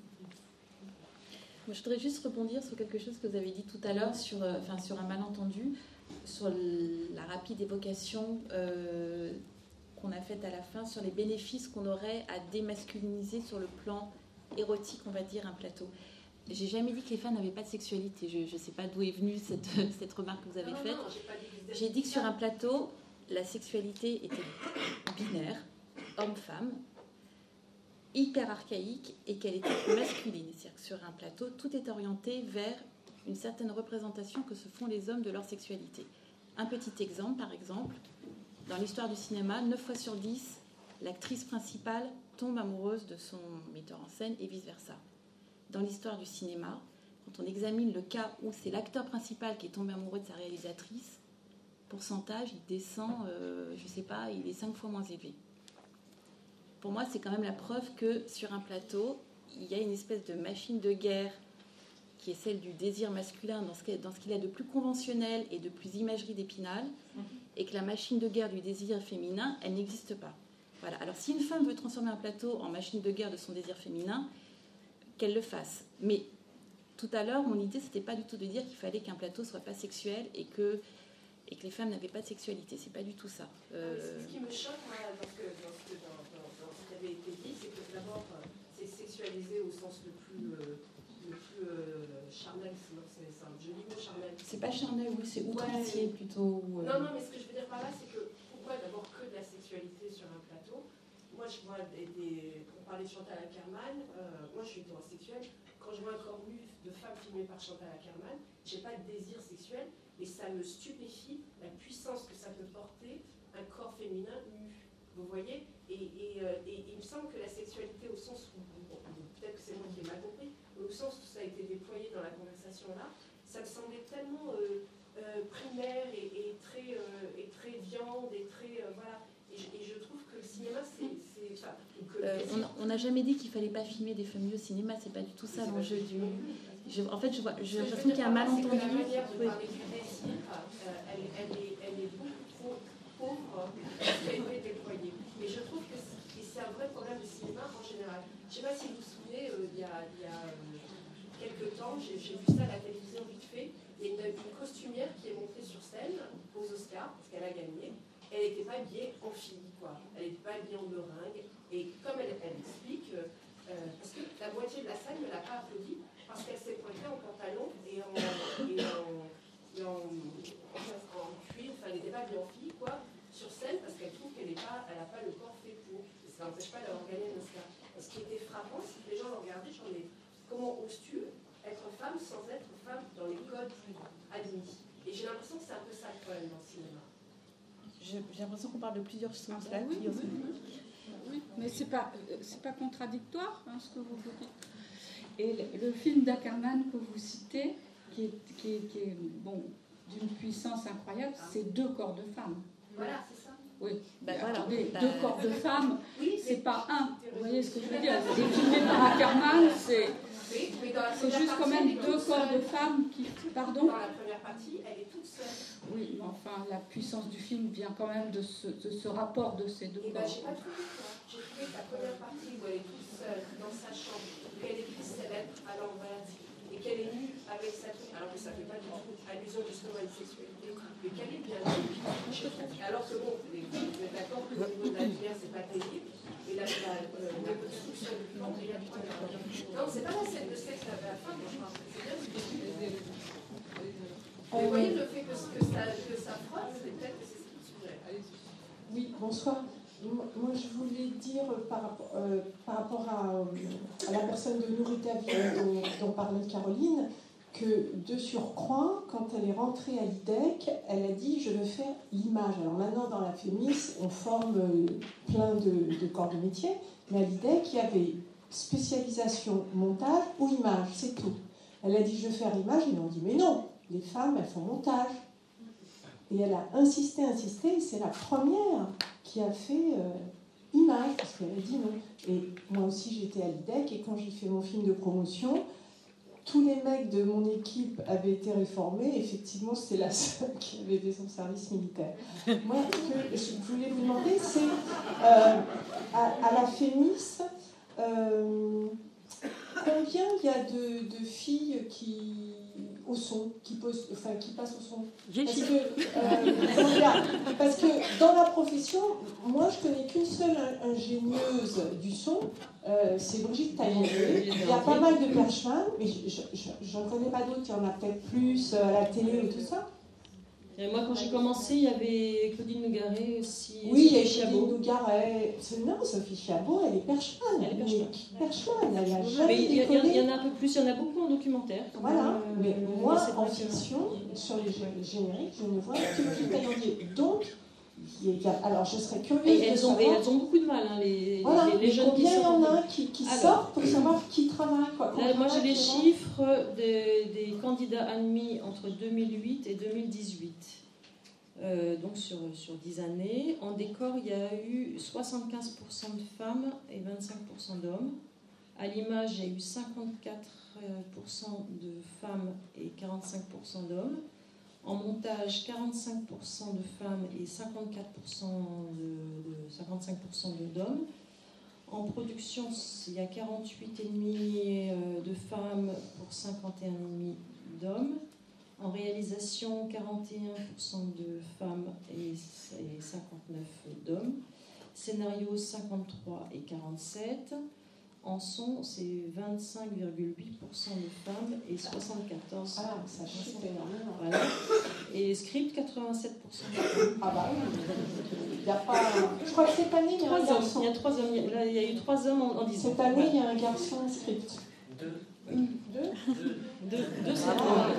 Moi, je voudrais juste rebondir sur quelque chose que vous avez dit tout à l'heure, sur, euh, enfin, sur un malentendu, sur le, la rapide évocation euh, qu'on a faite à la fin, sur les bénéfices qu'on aurait à démasculiniser sur le plan érotique, on va dire, un plateau. J'ai jamais dit que les femmes n'avaient pas de sexualité. Je ne sais pas d'où est venue cette, cette remarque que vous avez non, faite. Non, j'ai pas dit que j'ai dit que sur un plateau, la sexualité était binaire, homme-femme, hyper archaïque et qu'elle était masculine. C'est-à-dire que sur un plateau, tout est orienté vers une certaine représentation que se font les hommes de leur sexualité. Un petit exemple, par exemple, dans l'histoire du cinéma, neuf fois sur dix, l'actrice principale tombe amoureuse de son metteur en scène et vice-versa. Dans l'histoire du cinéma, quand on examine le cas où c'est l'acteur principal qui est tombé amoureux de sa réalisatrice, pourcentage, il descend, euh, je ne sais pas, il est cinq fois moins élevé. Pour moi, c'est quand même la preuve que sur un plateau, il y a une espèce de machine de guerre qui est celle du désir masculin dans ce qu'il a de plus conventionnel et de plus imagerie d'Épinal, et que la machine de guerre du désir féminin, elle n'existe pas. Voilà. Alors, si une femme veut transformer un plateau en machine de guerre de son désir féminin, qu'elle le fasse. Mais tout à l'heure, mon idée, c'était pas du tout de dire qu'il fallait qu'un plateau soit pas sexuel et que et que les femmes n'avaient pas de sexualité. C'est pas du tout ça. Euh... Ce qui me choque, moi, dans ce, que, dans, ce que, dans, dans, dans ce qui avait été dit, c'est que d'abord, c'est sexualisé au sens le plus, euh, le plus euh, charnel charnel, sinon c'est un joli mot charnel. C'est pas charnel, oui, c'est outrancier ouais, plutôt. Euh... Non, non, mais ce que je veux dire par là, c'est que pourquoi d'abord que de la sexualité sur un plateau? Moi, je vois des, des... On parlait de Chantal Akerman, euh, moi je suis hétérosexuelle. Quand je vois un corps nu de femme filmé par Chantal Akerman, j'ai pas de désir sexuel, et ça me stupéfie la puissance que ça peut porter un corps féminin nu. Vous voyez, et, et, euh, et, et il me semble que la sexualité, au sens où, bon, peut-être que c'est moi qui ai mal compris, mais au sens où ça a été déployé dans la conversation là, ça me semblait tellement euh, euh, primaire et, et, très, euh, et très viande, et très. Euh, voilà. Et je, et je trouve que le cinéma, c'est. Enfin, euh, on n'a jamais dit qu'il ne fallait pas filmer des femmes nues au cinéma, c'est pas du tout ça l'enjeu du. Je, en fait, je vois, je, je trouve qu'il y a un malentendu. La manière de parler du désir, euh, elle, elle, est, elle est beaucoup trop pauvre parce qu'elle est déployée. Et je trouve que c'est un vrai problème du cinéma en général. Je ne sais pas si vous vous souvenez, euh, il y a, il y a euh, quelques temps, j'ai vu ça à la télévision vite fait, il y a une, une costumière qui est montée sur scène aux Oscars, parce qu'elle a gagné. Elle n'était pas habillée en fille, quoi. Elle n'était pas habillée en meringue. Et comme elle, elle explique, euh, parce que la moitié de la salle ne l'a pas applaudie, parce qu'elle s'est pointée en pantalon et en, et en, et en, en, en cuir, enfin elle n'était pas habillée en fille, quoi, sur scène, parce qu'elle trouve qu'elle n'a pas, pas le corps fait pour. Et ça n'empêche pas d'avoir gagné un Oscar. Et ce qui était frappant, c'est que les gens l'ont regardé, j'en ai. Comment oses-tu être femme sans être femme dans les codes admis? Et j'ai l'impression que c'est un peu ça le problème dans le cinéma. J'ai l'impression qu'on parle de plusieurs choses là. Oui, oui, oui. oui, mais c'est pas, c'est pas contradictoire hein, ce que vous dites. Et le, le film d'Ackerman que vous citez, qui est, qui est, qui est bon, d'une puissance incroyable, c'est deux corps de femmes. Voilà, c'est ça. Oui, bah, voilà. Attendez, bah, deux corps de femmes, oui, c'est pas un. Vous voyez ce que je veux dire? C'est filmé par Ackerman, c'est. C'est juste quand même deux corps de femmes qui. Pardon? Dans la première partie, elle est toute seule. Oui, mais enfin, la puissance du film vient quand même de ce, de ce rapport de ces deux et corps. Ben, j'ai pas trouvé ça. J'ai trouvé que la première partie où elle est toute seule dans sa chambre, qu'elle écrit ses lettres à l'envers, et qu'elle est nue avec sa tenue, alors que ça ne fait pas du tout allusion justement à une sexualité, mais qu'elle est bien nue. Alors que bon, vous êtes d'accord que le niveau de la lumière, c'est pas terrible. Et la, la, euh, la construction du ventre, il y a du point. Non, c'est pas la scène de sexe à la fin, je pense. C'est bien ce que je disais. Mais vous voyez le fait que, que, ça, que ça frotte, c'est peut-être que c'est ce qui s'ouvrait. Oui, bonsoir. Moi, je voulais dire par, euh, par rapport à, à la personne de Nouritavi dont, dont parlait Caroline, que de surcroît, quand elle est rentrée à l'I D E C, elle a dit « je veux faire l'image ». Alors maintenant, dans la Fémis, on forme plein de, de corps de métier, mais à l'I D E C, il y avait spécialisation montage ou image, c'est tout. Elle a dit « je veux faire l'image », ils lui ont dit « mais non, les femmes, elles font montage ». Et elle a insisté, insisté, et c'est la première qui a fait euh, image, parce qu'elle a dit non. Et moi aussi, j'étais à l'I D E C, et quand j'ai fait mon film de promotion, tous les mecs de mon équipe avaient été réformés. Effectivement, c'est la seule qui avait fait son service militaire. Moi, ce que je voulais vous demander, c'est euh, à, à la Fémis, euh, combien il y a de, de filles qui, au son, qui, posent, enfin, qui passent au son? Parce que, euh, parce que dans la profession, moi, je connais qu'une seule ingénieuse du son. Euh, c'est Brigitte Taillandier. Il y a pas mal de perchemans, mais je n'en connais pas d'autres. Il y en a peut-être plus à la télé et tout ça. Et moi, quand j'ai commencé, il y avait Claudine Nougaret aussi. Oui, il y a Claudine Nougaret. Non, Sophie Chabot, elle est perchemane. Elle est perchemane. Perchemane, elle a jamais Mais il y, décollé. y en a un peu plus, il y en a beaucoup en documentaire. Voilà, euh, mais moi, mais en fiction, sur les génériques, je ne vois que Brigitte Taillandier. Donc, il y a, alors je serais curieuse et de elles savoir... ont, et elles ont beaucoup de mal, hein, les, voilà, les, les jeunes combien qui il y en sortent. a qui, qui Alors, sortent pour savoir qui travaille quoi, là, moi, j'ai les vraiment. chiffres de, des candidats admis entre deux mille huit et deux mille dix-huit. Euh, donc sur, sur dix années. En décor, il y a eu soixante-quinze pour cent de femmes et vingt-cinq pour cent d'hommes. À l'image, il y a eu cinquante-quatre pour cent de femmes et quarante-cinq pour cent d'hommes. En montage, quarante-cinq pour cent de femmes et cinquante-quatre pour cent de, de, cinquante-cinq pour cent d'hommes. En production, il y a quarante-huit virgule cinq de femmes pour cinquante et un virgule cinq d'hommes. En réalisation, quarante et un pour cent de femmes et cinquante-neuf d'hommes. Scénario, cinquante-trois et quarante-sept. En son, c'est vingt-cinq virgule huit pour cent de femmes et soixante-quatorze pour cent. Ah, ça chute énormément. Voilà. Et script, quatre-vingt-sept pour cent. Ah bah oui, il y a pas... Je crois que cette année, il y a un garçon. Il y a trois hommes. Il y a, là, il y a eu trois hommes en, en dix ans. Cette année, il y a un garçon script. Deux. Deux Deux, deux c'est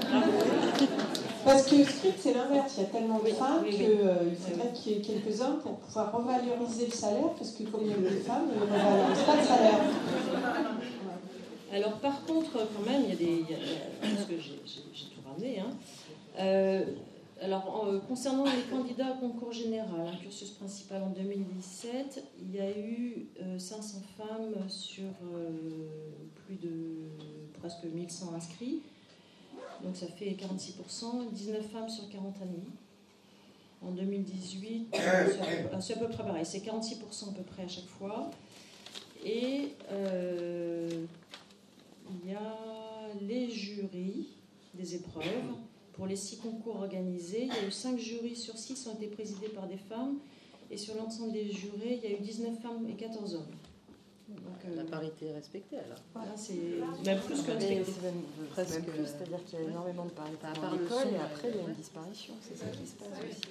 Parce que script, c'est l'inverse. Il y a tellement de femmes oui, oui. qu'il euh, faudrait qu'il y ait quelques hommes pour pouvoir revaloriser le salaire, parce que comme il y a des femmes, ils ne revalorisent pas le salaire. Alors par contre, quand même, il y a des... Il y a, il y a, parce que j'ai, j'ai, j'ai tout ramené. Hein. Euh, alors, en, concernant les candidats au concours général, un cursus principal en deux mille dix-sept, il y a eu euh, cinq cents femmes sur euh, plus de presque mille cent inscrits. Donc ça fait quarante-six pour cent, dix-neuf femmes sur quarante admis. En deux mille dix-huit, c'est à, peu, c'est à peu près pareil, c'est quarante-six pour cent à peu près à chaque fois. Et euh, il y a les jurys des épreuves. Pour les six concours organisés, il y a eu cinq jurys sur six ont été présidés par des femmes. Et sur l'ensemble des jurés, il y a eu dix-neuf femmes et quatorze hommes. Donc, euh, la parité est respectée alors. Là, c'est même plus que respecté. C'est même, presque même plus, c'est-à-dire qu'il y a énormément de parité à part l'école et après il y a une disparition. C'est ça qui se passe aussi.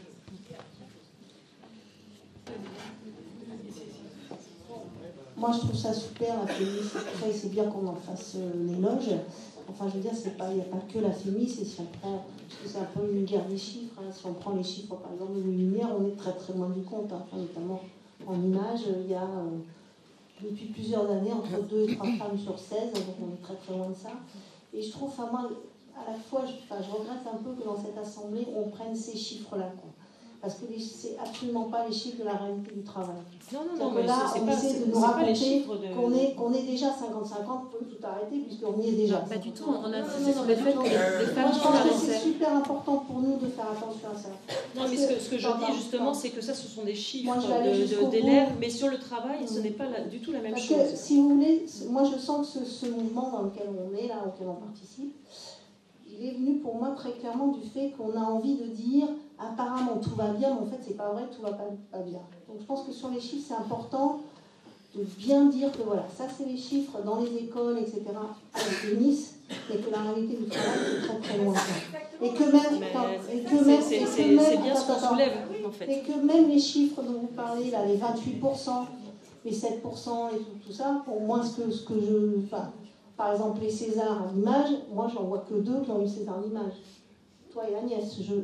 Moi, je trouve ça super, la féminisme, c'est très, c'est bien qu'on en fasse euh, l'éloge. Enfin, je veux dire, c'est pas, il n'y a pas que la féminisme, et si on prend, parce que c'est un peu une guerre des chiffres, hein. Si on prend les chiffres, par exemple, de Lumière, on est très très loin du compte, hein. Enfin, notamment en images, il y a euh, depuis plusieurs années entre deux et trois femmes sur seize, donc on est très très loin de ça. Et je trouve, enfin, moi, à la fois, je, enfin, je regrette un peu que dans cette assemblée, on prenne ces chiffres-là, quoi. Parce que c'est absolument pas les chiffres de la réalité du travail. Non, non, non, mais là, c'est, c'est on pas, essaie c'est, de nous c'est raconter de... qu'on est, qu'on est déjà cinquante cinquante, on peut tout arrêter, puisqu'on y est déjà. Non, pas du tout, on a insisté sur le fait que les femmes Moi, je pense que c'est arrêtaient. super important pour nous de faire attention à ça. Non, mais ce que, ce que je dis justement, c'est que ça, ce sont des chiffres moi, je vais aller de, jusqu'au de, d'élèves, bout. mais sur le travail, ce n'est pas la, du tout la même Parce chose. que, si vous voulez, moi, je sens que ce, ce mouvement dans lequel on est, là, auquel on participe, il est venu pour moi très clairement du fait qu'on a envie de dire apparemment tout va bien, mais en fait c'est pas vrai, tout va pas, pas bien. Donc je pense que sur les chiffres c'est important de bien dire que voilà, ça c'est les chiffres dans les écoles, et cetera, avec Nice, mais que la réalité du travail c'est très très loin. Et que même, attends, et que même, c'est, et que c'est, même, c'est bien ce qu'on attends, soulève, en fait. Et que même les chiffres dont vous parlez là, les vingt-huit pour cent, les sept pour cent et tout, tout ça, pour moi ce que, ce que je, enfin, par exemple, les Césars en image, moi, j'en vois que deux qui ont eu César en image. Toi et Agnès, je...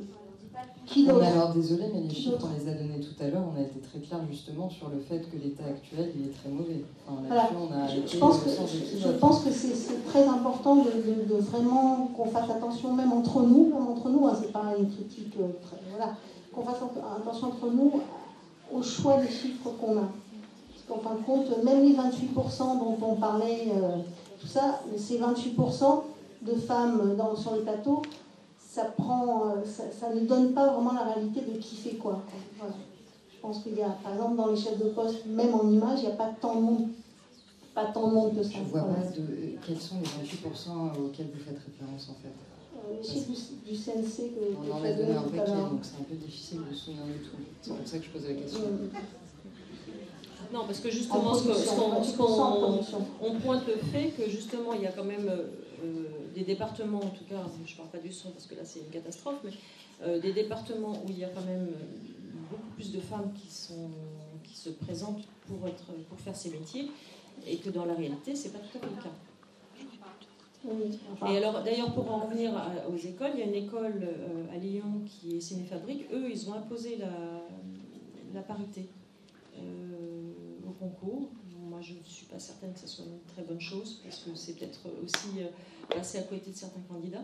Qui d'autre ? Alors, désolé, mais les chiffres, on les a donnés tout à l'heure. On a été très clair, justement, sur le fait que l'état actuel, il est très mauvais. Enfin, voilà. on a je, je pense que, je pense que c'est, c'est très important de, de, de vraiment qu'on fasse attention, même entre nous, même entre nous, hein, c'est pas une critique, euh, très, voilà, qu'on fasse attention entre nous au choix des chiffres qu'on a. Parce qu'en fin de compte, même les vingt-huit pour cent dont on parlait... Euh, tout ça, ces vingt-huit pour cent de femmes dans, sur les plateaux, ça, prend, ça, ça ne donne pas vraiment la réalité de qui fait quoi. Voilà. Je pense qu'il y a, par exemple, dans les chefs de poste, même en image, il n'y a pas tant de monde, pas tant de monde que ça. Je vois voilà. pas de, quels sont les vingt-huit pour cent auxquels vous faites référence en fait. Euh, les chiffres du, du C N C que, on que en tu a as donné donné un tout à paquet, l'heure. donc c'est un peu difficile de se souvenir de tout. C'est pour ça que je pose la question. Mmh. Non, parce que justement, ce, que, ce, qu'on, ce qu'on on pointe le fait que justement, il y a quand même euh, des départements, en tout cas, je ne parle pas du son parce que là c'est une catastrophe, mais euh, des départements où il y a quand même beaucoup plus de femmes qui, sont, qui se présentent pour, être, pour faire ces métiers, et que dans la réalité, ce n'est pas tout à fait le cas. Oui, enfin. Et alors, d'ailleurs, pour en revenir à, aux écoles, il y a une école euh, à Lyon qui est Cinéfabrique. Eux, ils ont imposé la, la parité. Euh, au concours. Moi, je ne suis pas certaine que ce soit une très bonne chose, parce que c'est peut-être aussi euh, passer à côté de certains candidats.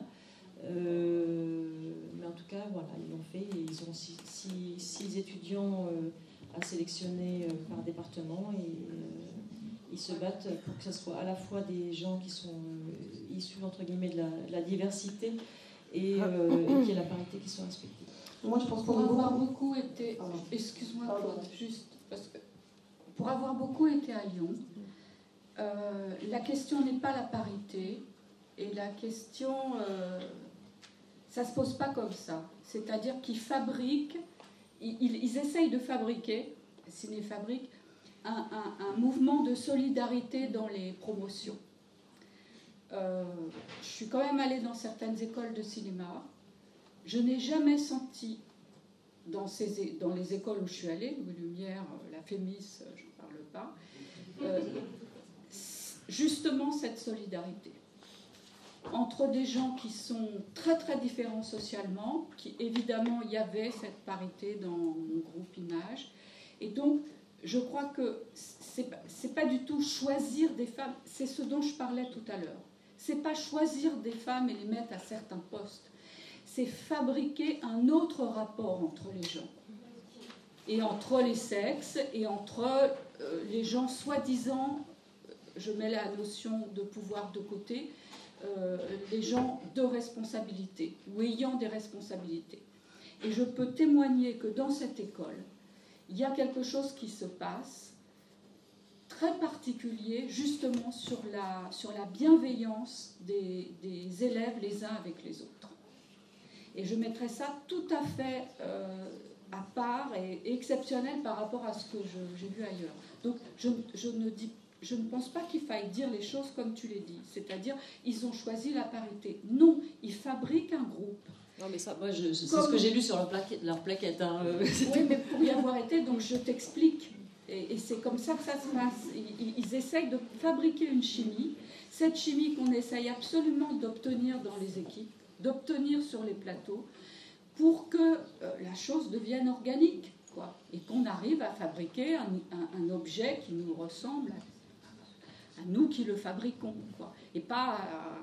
Euh, mais en tout cas, voilà, ils l'ont fait. Et ils ont six, six, six étudiants euh, à sélectionner euh, par département, et euh, ils se battent pour que ce soit à la fois des gens qui sont euh, issus, entre guillemets, de la, de la diversité, et, euh, et qu'il y ait la parité qui soit respectée. Moi, je pense pour qu'on avoir beaucoup... beaucoup été... Excuse-moi, Claude, juste... Parce que pour avoir beaucoup été à Lyon, euh, la question n'est pas la parité, et la question, euh, ça ne se pose pas comme ça. C'est-à-dire qu'ils fabriquent, ils, ils essayent de fabriquer, Cinéfabrique, un, un, un mouvement de solidarité dans les promotions. Euh, je suis quand même allée dans certaines écoles de cinéma. Je n'ai jamais senti, dans, ces, dans les écoles où je suis allée, Louis Lumière, la Fémis, je n'en parle pas, euh, justement cette solidarité entre des gens qui sont très très différents socialement, qui évidemment il y avait cette parité dans mon groupe Image, et donc je crois que c'est, c'est pas du tout choisir des femmes, c'est ce dont je parlais tout à l'heure. C'est pas choisir des femmes et les mettre à certains postes, c'est fabriquer un autre rapport entre les gens, et entre les sexes, et entre euh, les gens soi-disant, je mets la notion de pouvoir de côté, euh, les gens de responsabilité, ou ayant des responsabilités. Et je peux témoigner que dans cette école, il y a quelque chose qui se passe très particulier justement sur la, sur la bienveillance des, des élèves les uns avec les autres. Et je mettrais ça tout à fait euh, à part et exceptionnel par rapport à ce que je, j'ai vu ailleurs. Donc je, je, ne dis, je ne pense pas qu'il faille dire les choses comme tu les dis, c'est-à-dire ils ont choisi la parité. Non, ils fabriquent un groupe. Non, mais ça, moi, je, c'est Comme... ce que j'ai lu sur leur plaquette. Leur plaquette hein. Oui, mais pour y avoir été, donc je t'explique. Et, et c'est comme ça que ça se passe. Ils, ils essayent de fabriquer une chimie. Cette chimie qu'on essaye absolument d'obtenir dans les équipes, d'obtenir sur les plateaux, pour que euh, la chose devienne organique, quoi. Et qu'on arrive à fabriquer un, un, un objet qui nous ressemble à, à nous qui le fabriquons, quoi. Et pas à,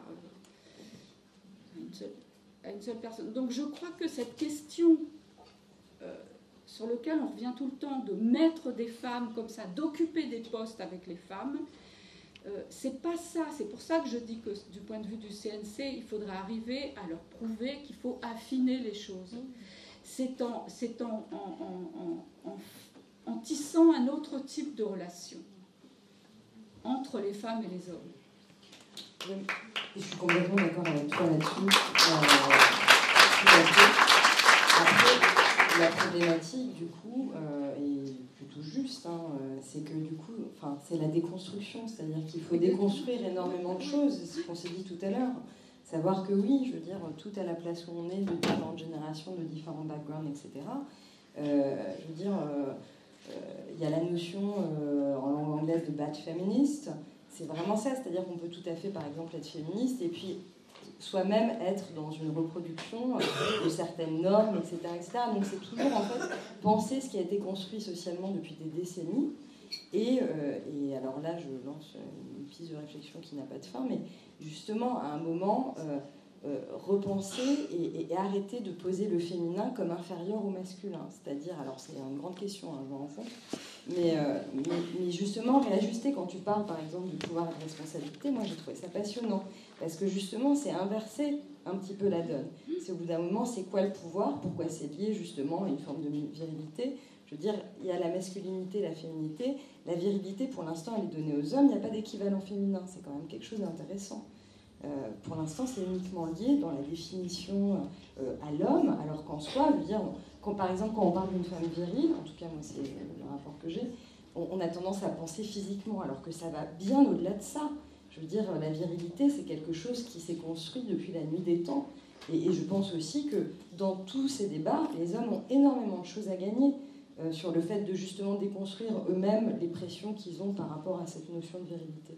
à une seule... à une seule personne. Donc je crois que cette question euh, sur laquelle on revient tout le temps, de mettre des femmes comme ça, d'occuper des postes avec les femmes, euh, c'est pas ça. C'est pour ça que je dis que du point de vue du C N C, il faudra arriver à leur prouver qu'il faut affiner les choses. C'est en, c'est en, en, en, en, en tissant un autre type de relation entre les femmes et les hommes. Oui. Je suis complètement d'accord avec toi là-dessus. Euh, Après, la problématique, du coup, euh, est plutôt juste, hein, c'est que du coup, enfin, c'est la déconstruction, c'est-à-dire qu'il faut déconstruire énormément de choses, c'est ce qu'on s'est dit tout à l'heure. Savoir que oui, je veux dire, tout à la place où on est, de différentes générations, de différents backgrounds, et cetera. Euh, je veux dire, il euh, euh, y a la notion euh, en langue anglaise de bad feminist. C'est vraiment ça, c'est-à-dire qu'on peut tout à fait, par exemple, être féministe et puis soi-même être dans une reproduction de certaines normes, et cetera, et cetera. Donc c'est toujours, en fait, penser ce qui a été construit socialement depuis des décennies. Et, euh, et alors là, je lance une piste de réflexion qui n'a pas de fin, mais justement, à un moment, euh, euh, repenser et, et arrêter de poser le féminin comme inférieur au masculin. C'est-à-dire, alors c'est une grande question, hein, je me rends compte, mais, euh, mais, mais justement, réajuster quand tu parles, par exemple, du pouvoir et de responsabilité, moi j'ai trouvé ça passionnant, parce que justement, c'est inverser un petit peu la donne. C'est au bout d'un moment, c'est quoi le pouvoir, pourquoi c'est lié justement à une forme de virilité. Je veux dire, il y a la masculinité, la féminité. La virilité, pour l'instant, elle est donnée aux hommes. Il n'y a pas d'équivalent féminin. C'est quand même quelque chose d'intéressant. Euh, pour l'instant, c'est uniquement lié dans la définition euh, à l'homme, alors qu'en soi, je veux dire, on, quand, par exemple, quand on parle d'une femme virile, en tout cas, moi, c'est le rapport que j'ai, on, on a tendance à penser physiquement, alors que ça va bien au-delà de ça. Je veux dire, la virilité, c'est quelque chose qui s'est construit depuis la nuit des temps. Et, et je pense aussi que dans tous ces débats, les hommes ont énormément de choses à gagner. Euh, sur le fait de justement déconstruire eux-mêmes les pressions qu'ils ont par rapport à cette notion de virilité.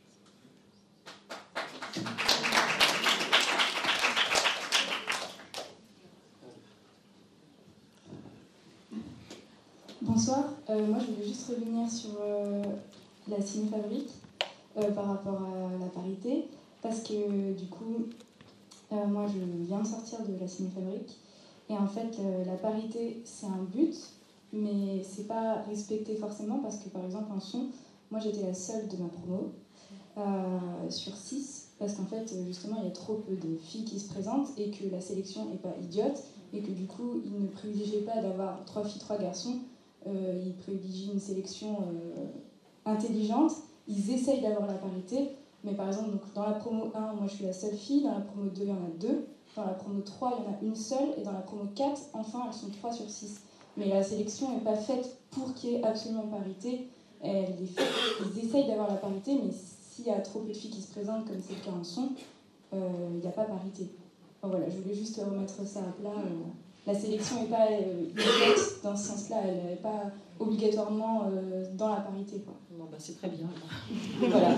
Bonsoir, euh, moi je voulais juste revenir sur euh, la cinéfabrique euh, par rapport à la parité, parce que du coup, euh, moi je viens de sortir de la cinéfabrique, et en fait euh, la parité c'est un but, mais c'est pas respecté forcément parce que par exemple en son, moi j'étais la seule de ma promo euh, sur six parce qu'en fait justement il y a trop peu de filles qui se présentent et que la sélection est pas idiote et que du coup ils ne privilégient pas d'avoir trois filles, trois garçons, euh, ils privilégient une sélection euh, intelligente, ils essayent d'avoir la parité, mais par exemple donc, dans la promo un, moi je suis la seule fille, dans la promo deux il y en a deux, dans la promo trois il y en a une seule et dans la promo quatre enfin elles sont trois sur six. Mais la sélection n'est pas faite pour qu'il y ait absolument parité. elles les fait, ils essayent d'avoir la parité, mais s'il y a trop peu de filles qui se présentent, comme c'est le cas en son, il euh, n'y a pas parité. Enfin, voilà, je voulais juste remettre ça à plat. Euh, la sélection n'est pas euh, immédiate dans ce sens-là, elle n'est pas obligatoirement euh, dans la parité. Quoi. Bon, bah, c'est très bien. Voilà.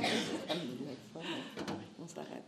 On s'arrête.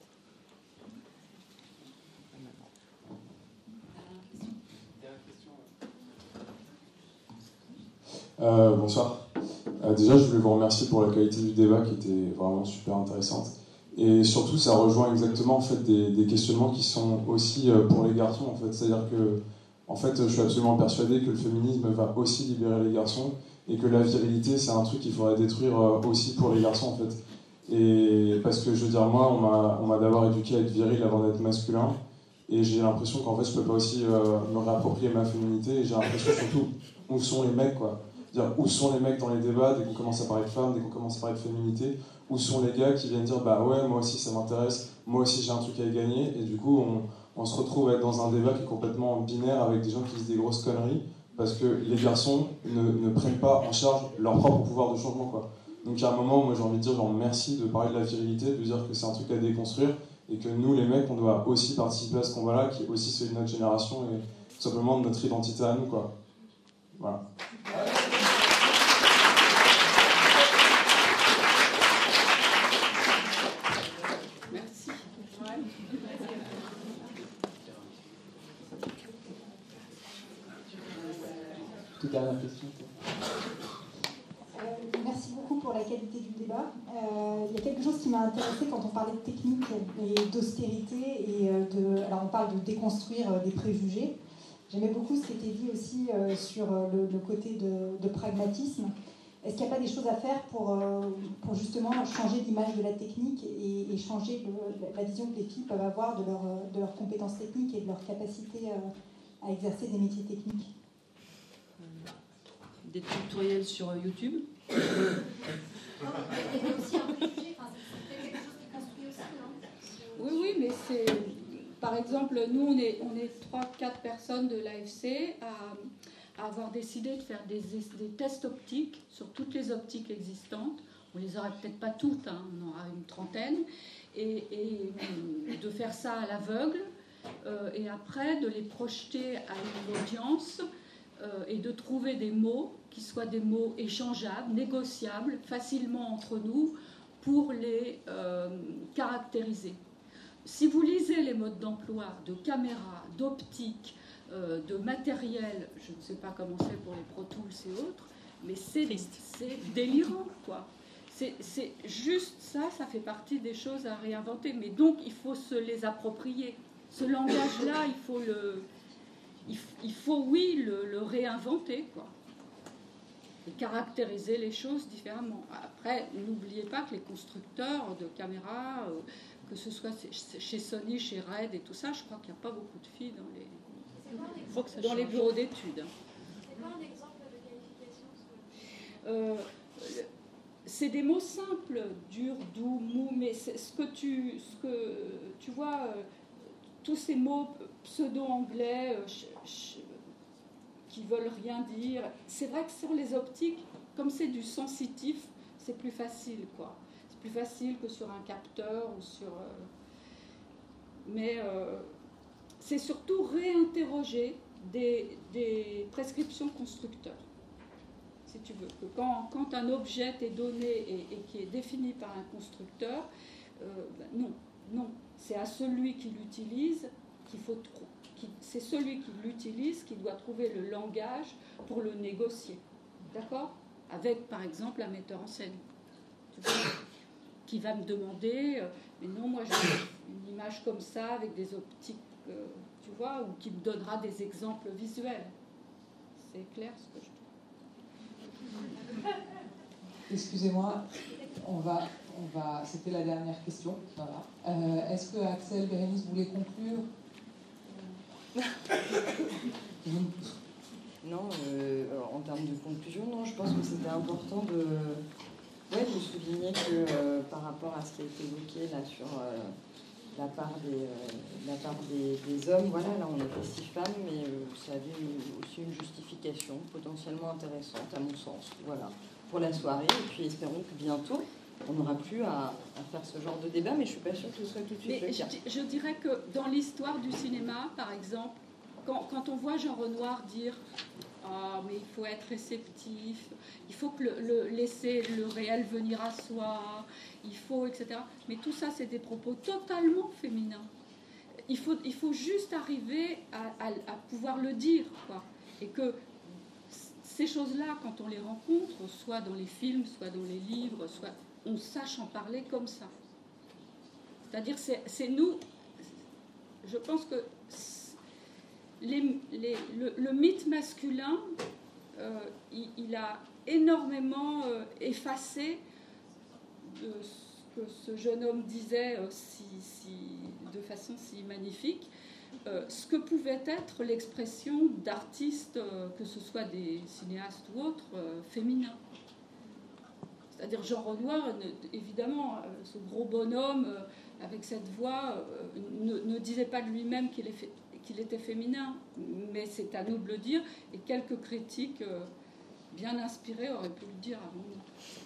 Euh, bonsoir. Euh, déjà, je voulais vous remercier pour la qualité du débat qui était vraiment super intéressante. Et surtout, ça rejoint exactement en fait, des, des questionnements qui sont aussi euh, pour les garçons. En fait. C'est-à-dire que en fait, je suis absolument persuadé que le féminisme va aussi libérer les garçons et que la virilité, c'est un truc qu'il faudrait détruire euh, aussi pour les garçons. En fait. Et parce que, je veux dire, moi, on m'a, on m'a d'abord éduqué à être viril avant d'être masculin. Et j'ai l'impression qu'en fait, je peux pas aussi euh, me réapproprier ma féminité. Et j'ai l'impression surtout, où sont les mecs, quoi. Dire, où sont les mecs dans les débats dès qu'on commence à parler de femmes, dès qu'on commence à parler de féminité, où sont les gars qui viennent dire bah ouais, moi aussi ça m'intéresse, moi aussi j'ai un truc à y gagner, et du coup on, on se retrouve à être dans un débat qui est complètement binaire avec des gens qui disent des grosses conneries parce que les garçons ne, ne prennent pas en charge leur propre pouvoir de changement, quoi. Donc à un moment, moi j'ai envie de dire genre merci de parler de la virilité, de dire que c'est un truc à déconstruire et que nous les mecs on doit aussi participer à ce combat-là qui est aussi celui de notre génération et tout simplement de notre identité à nous, quoi. Voilà. Merci. Toute dernière question. Euh, merci beaucoup pour la qualité du débat. Euh, il y a quelque chose qui m'a intéressée quand on parlait de technique et d'austérité et de. Alors on parle de déconstruire des préjugés. J'aimais beaucoup ce qui était dit aussi euh, sur le, le côté de, de pragmatisme. Est-ce qu'il n'y a pas des choses à faire pour, euh, pour justement changer l'image de la technique et, et changer le, la vision que les filles peuvent avoir de, leur, de leurs compétences techniques et de leur capacité euh, à exercer des métiers techniques? Des tutoriels sur YouTube. Il y a aussi un préjugé, enfin, c'est quelque chose qui construit aussi, non? Oui, oui, mais c'est... Par exemple, nous, on est, on est trois quatre personnes de l'A F C à, à avoir décidé de faire des, des tests optiques sur toutes les optiques existantes. On les aura peut-être pas toutes, hein, on en aura une trentaine. Et, et de faire ça à l'aveugle, euh, et après de les projeter à une audience euh, et de trouver des mots qui soient des mots échangeables, négociables, facilement entre nous, pour les euh, caractériser. Si vous lisez les modes d'emploi de caméra, d'optique, euh, de matériel, je ne sais pas comment c'est pour les Pro Tools et autres, mais c'est, c'est délirant, quoi. C'est, c'est juste ça, ça fait partie des choses à réinventer. Mais donc, il faut se les approprier. Ce langage-là, il faut, le, il, il faut oui, le, le réinventer, quoi. Et caractériser les choses différemment. Après, n'oubliez pas que les constructeurs de caméras... Euh, que ce soit chez Sony, chez Red et tout ça, je crois qu'il n'y a pas beaucoup de filles dans les, dans les bureaux d'études. C'est pas un exemple de qualification ce que... euh, C'est des mots simples, dur, doux, mou, mais c'est ce que tu, ce que, tu vois, euh, tous ces mots pseudo-anglais euh, ch, ch, qui veulent rien dire, c'est vrai que sur les optiques, comme c'est du sensitif, c'est plus facile, quoi. Plus facile que sur un capteur ou sur. Euh, mais euh, c'est surtout réinterroger des, des prescriptions constructeurs, si tu veux. Que quand, quand un objet est donné et, et qui est défini par un constructeur, euh, ben non, non, c'est à celui qui l'utilise qu'il faut trop. Qui, c'est celui qui l'utilise qui doit trouver le langage pour le négocier, d'accord? Avec, par exemple, un metteur en scène. Tu vois, qui va me demander, euh, mais non, moi j'ai une image comme ça, avec des optiques, euh, tu vois, ou qui me donnera des exemples visuels. C'est clair ce que je dis. Excusez-moi, on va, on va, c'était la dernière question. Voilà. Euh, est-ce que Axel, Bérénice voulait conclure? Non, euh, en termes de conclusion, non, je pense que c'était important de... Ouais, de souligner que euh, par rapport à ce qui a été évoqué là sur euh, la part, des, euh, la part des, des hommes, voilà, là on était six femmes, mais euh, ça avait aussi une justification potentiellement intéressante à mon sens, voilà, pour la soirée. Et puis espérons que bientôt, on n'aura plus à, à faire ce genre de débat, mais je ne suis pas sûre que ce soit tout de suite mais le cas. Je, je dirais que dans l'histoire du cinéma, par exemple, quand, quand on voit Jean Renoir dire « Ah, mais il faut être réceptif, il faut que le, le, laisser le réel venir à soi, il faut, et cetera » Mais tout ça, c'est des propos totalement féminins. Il faut, il faut juste arriver à, à, à pouvoir le dire, quoi. Et que ces choses-là, quand on les rencontre, soit dans les films, soit dans les livres, soit on sache en parler comme ça. C'est-à-dire, c'est, c'est nous. Je pense que les, les, le, le mythe masculin, euh, il, il a énormément euh, effacé de ce que ce jeune homme disait euh, si, si, de façon si magnifique. Euh, ce que pouvait être l'expression d'artistes, euh, que ce soit des cinéastes ou autres, euh, féminins. C'est-à-dire Jean Renoir, ne, évidemment, euh, ce gros bonhomme euh, avec cette voix euh, ne, ne disait pas de lui-même qu'il, est, qu'il était féminin, mais c'est à nous de le dire, et quelques critiques euh, bien inspirés auraient pu le dire avant.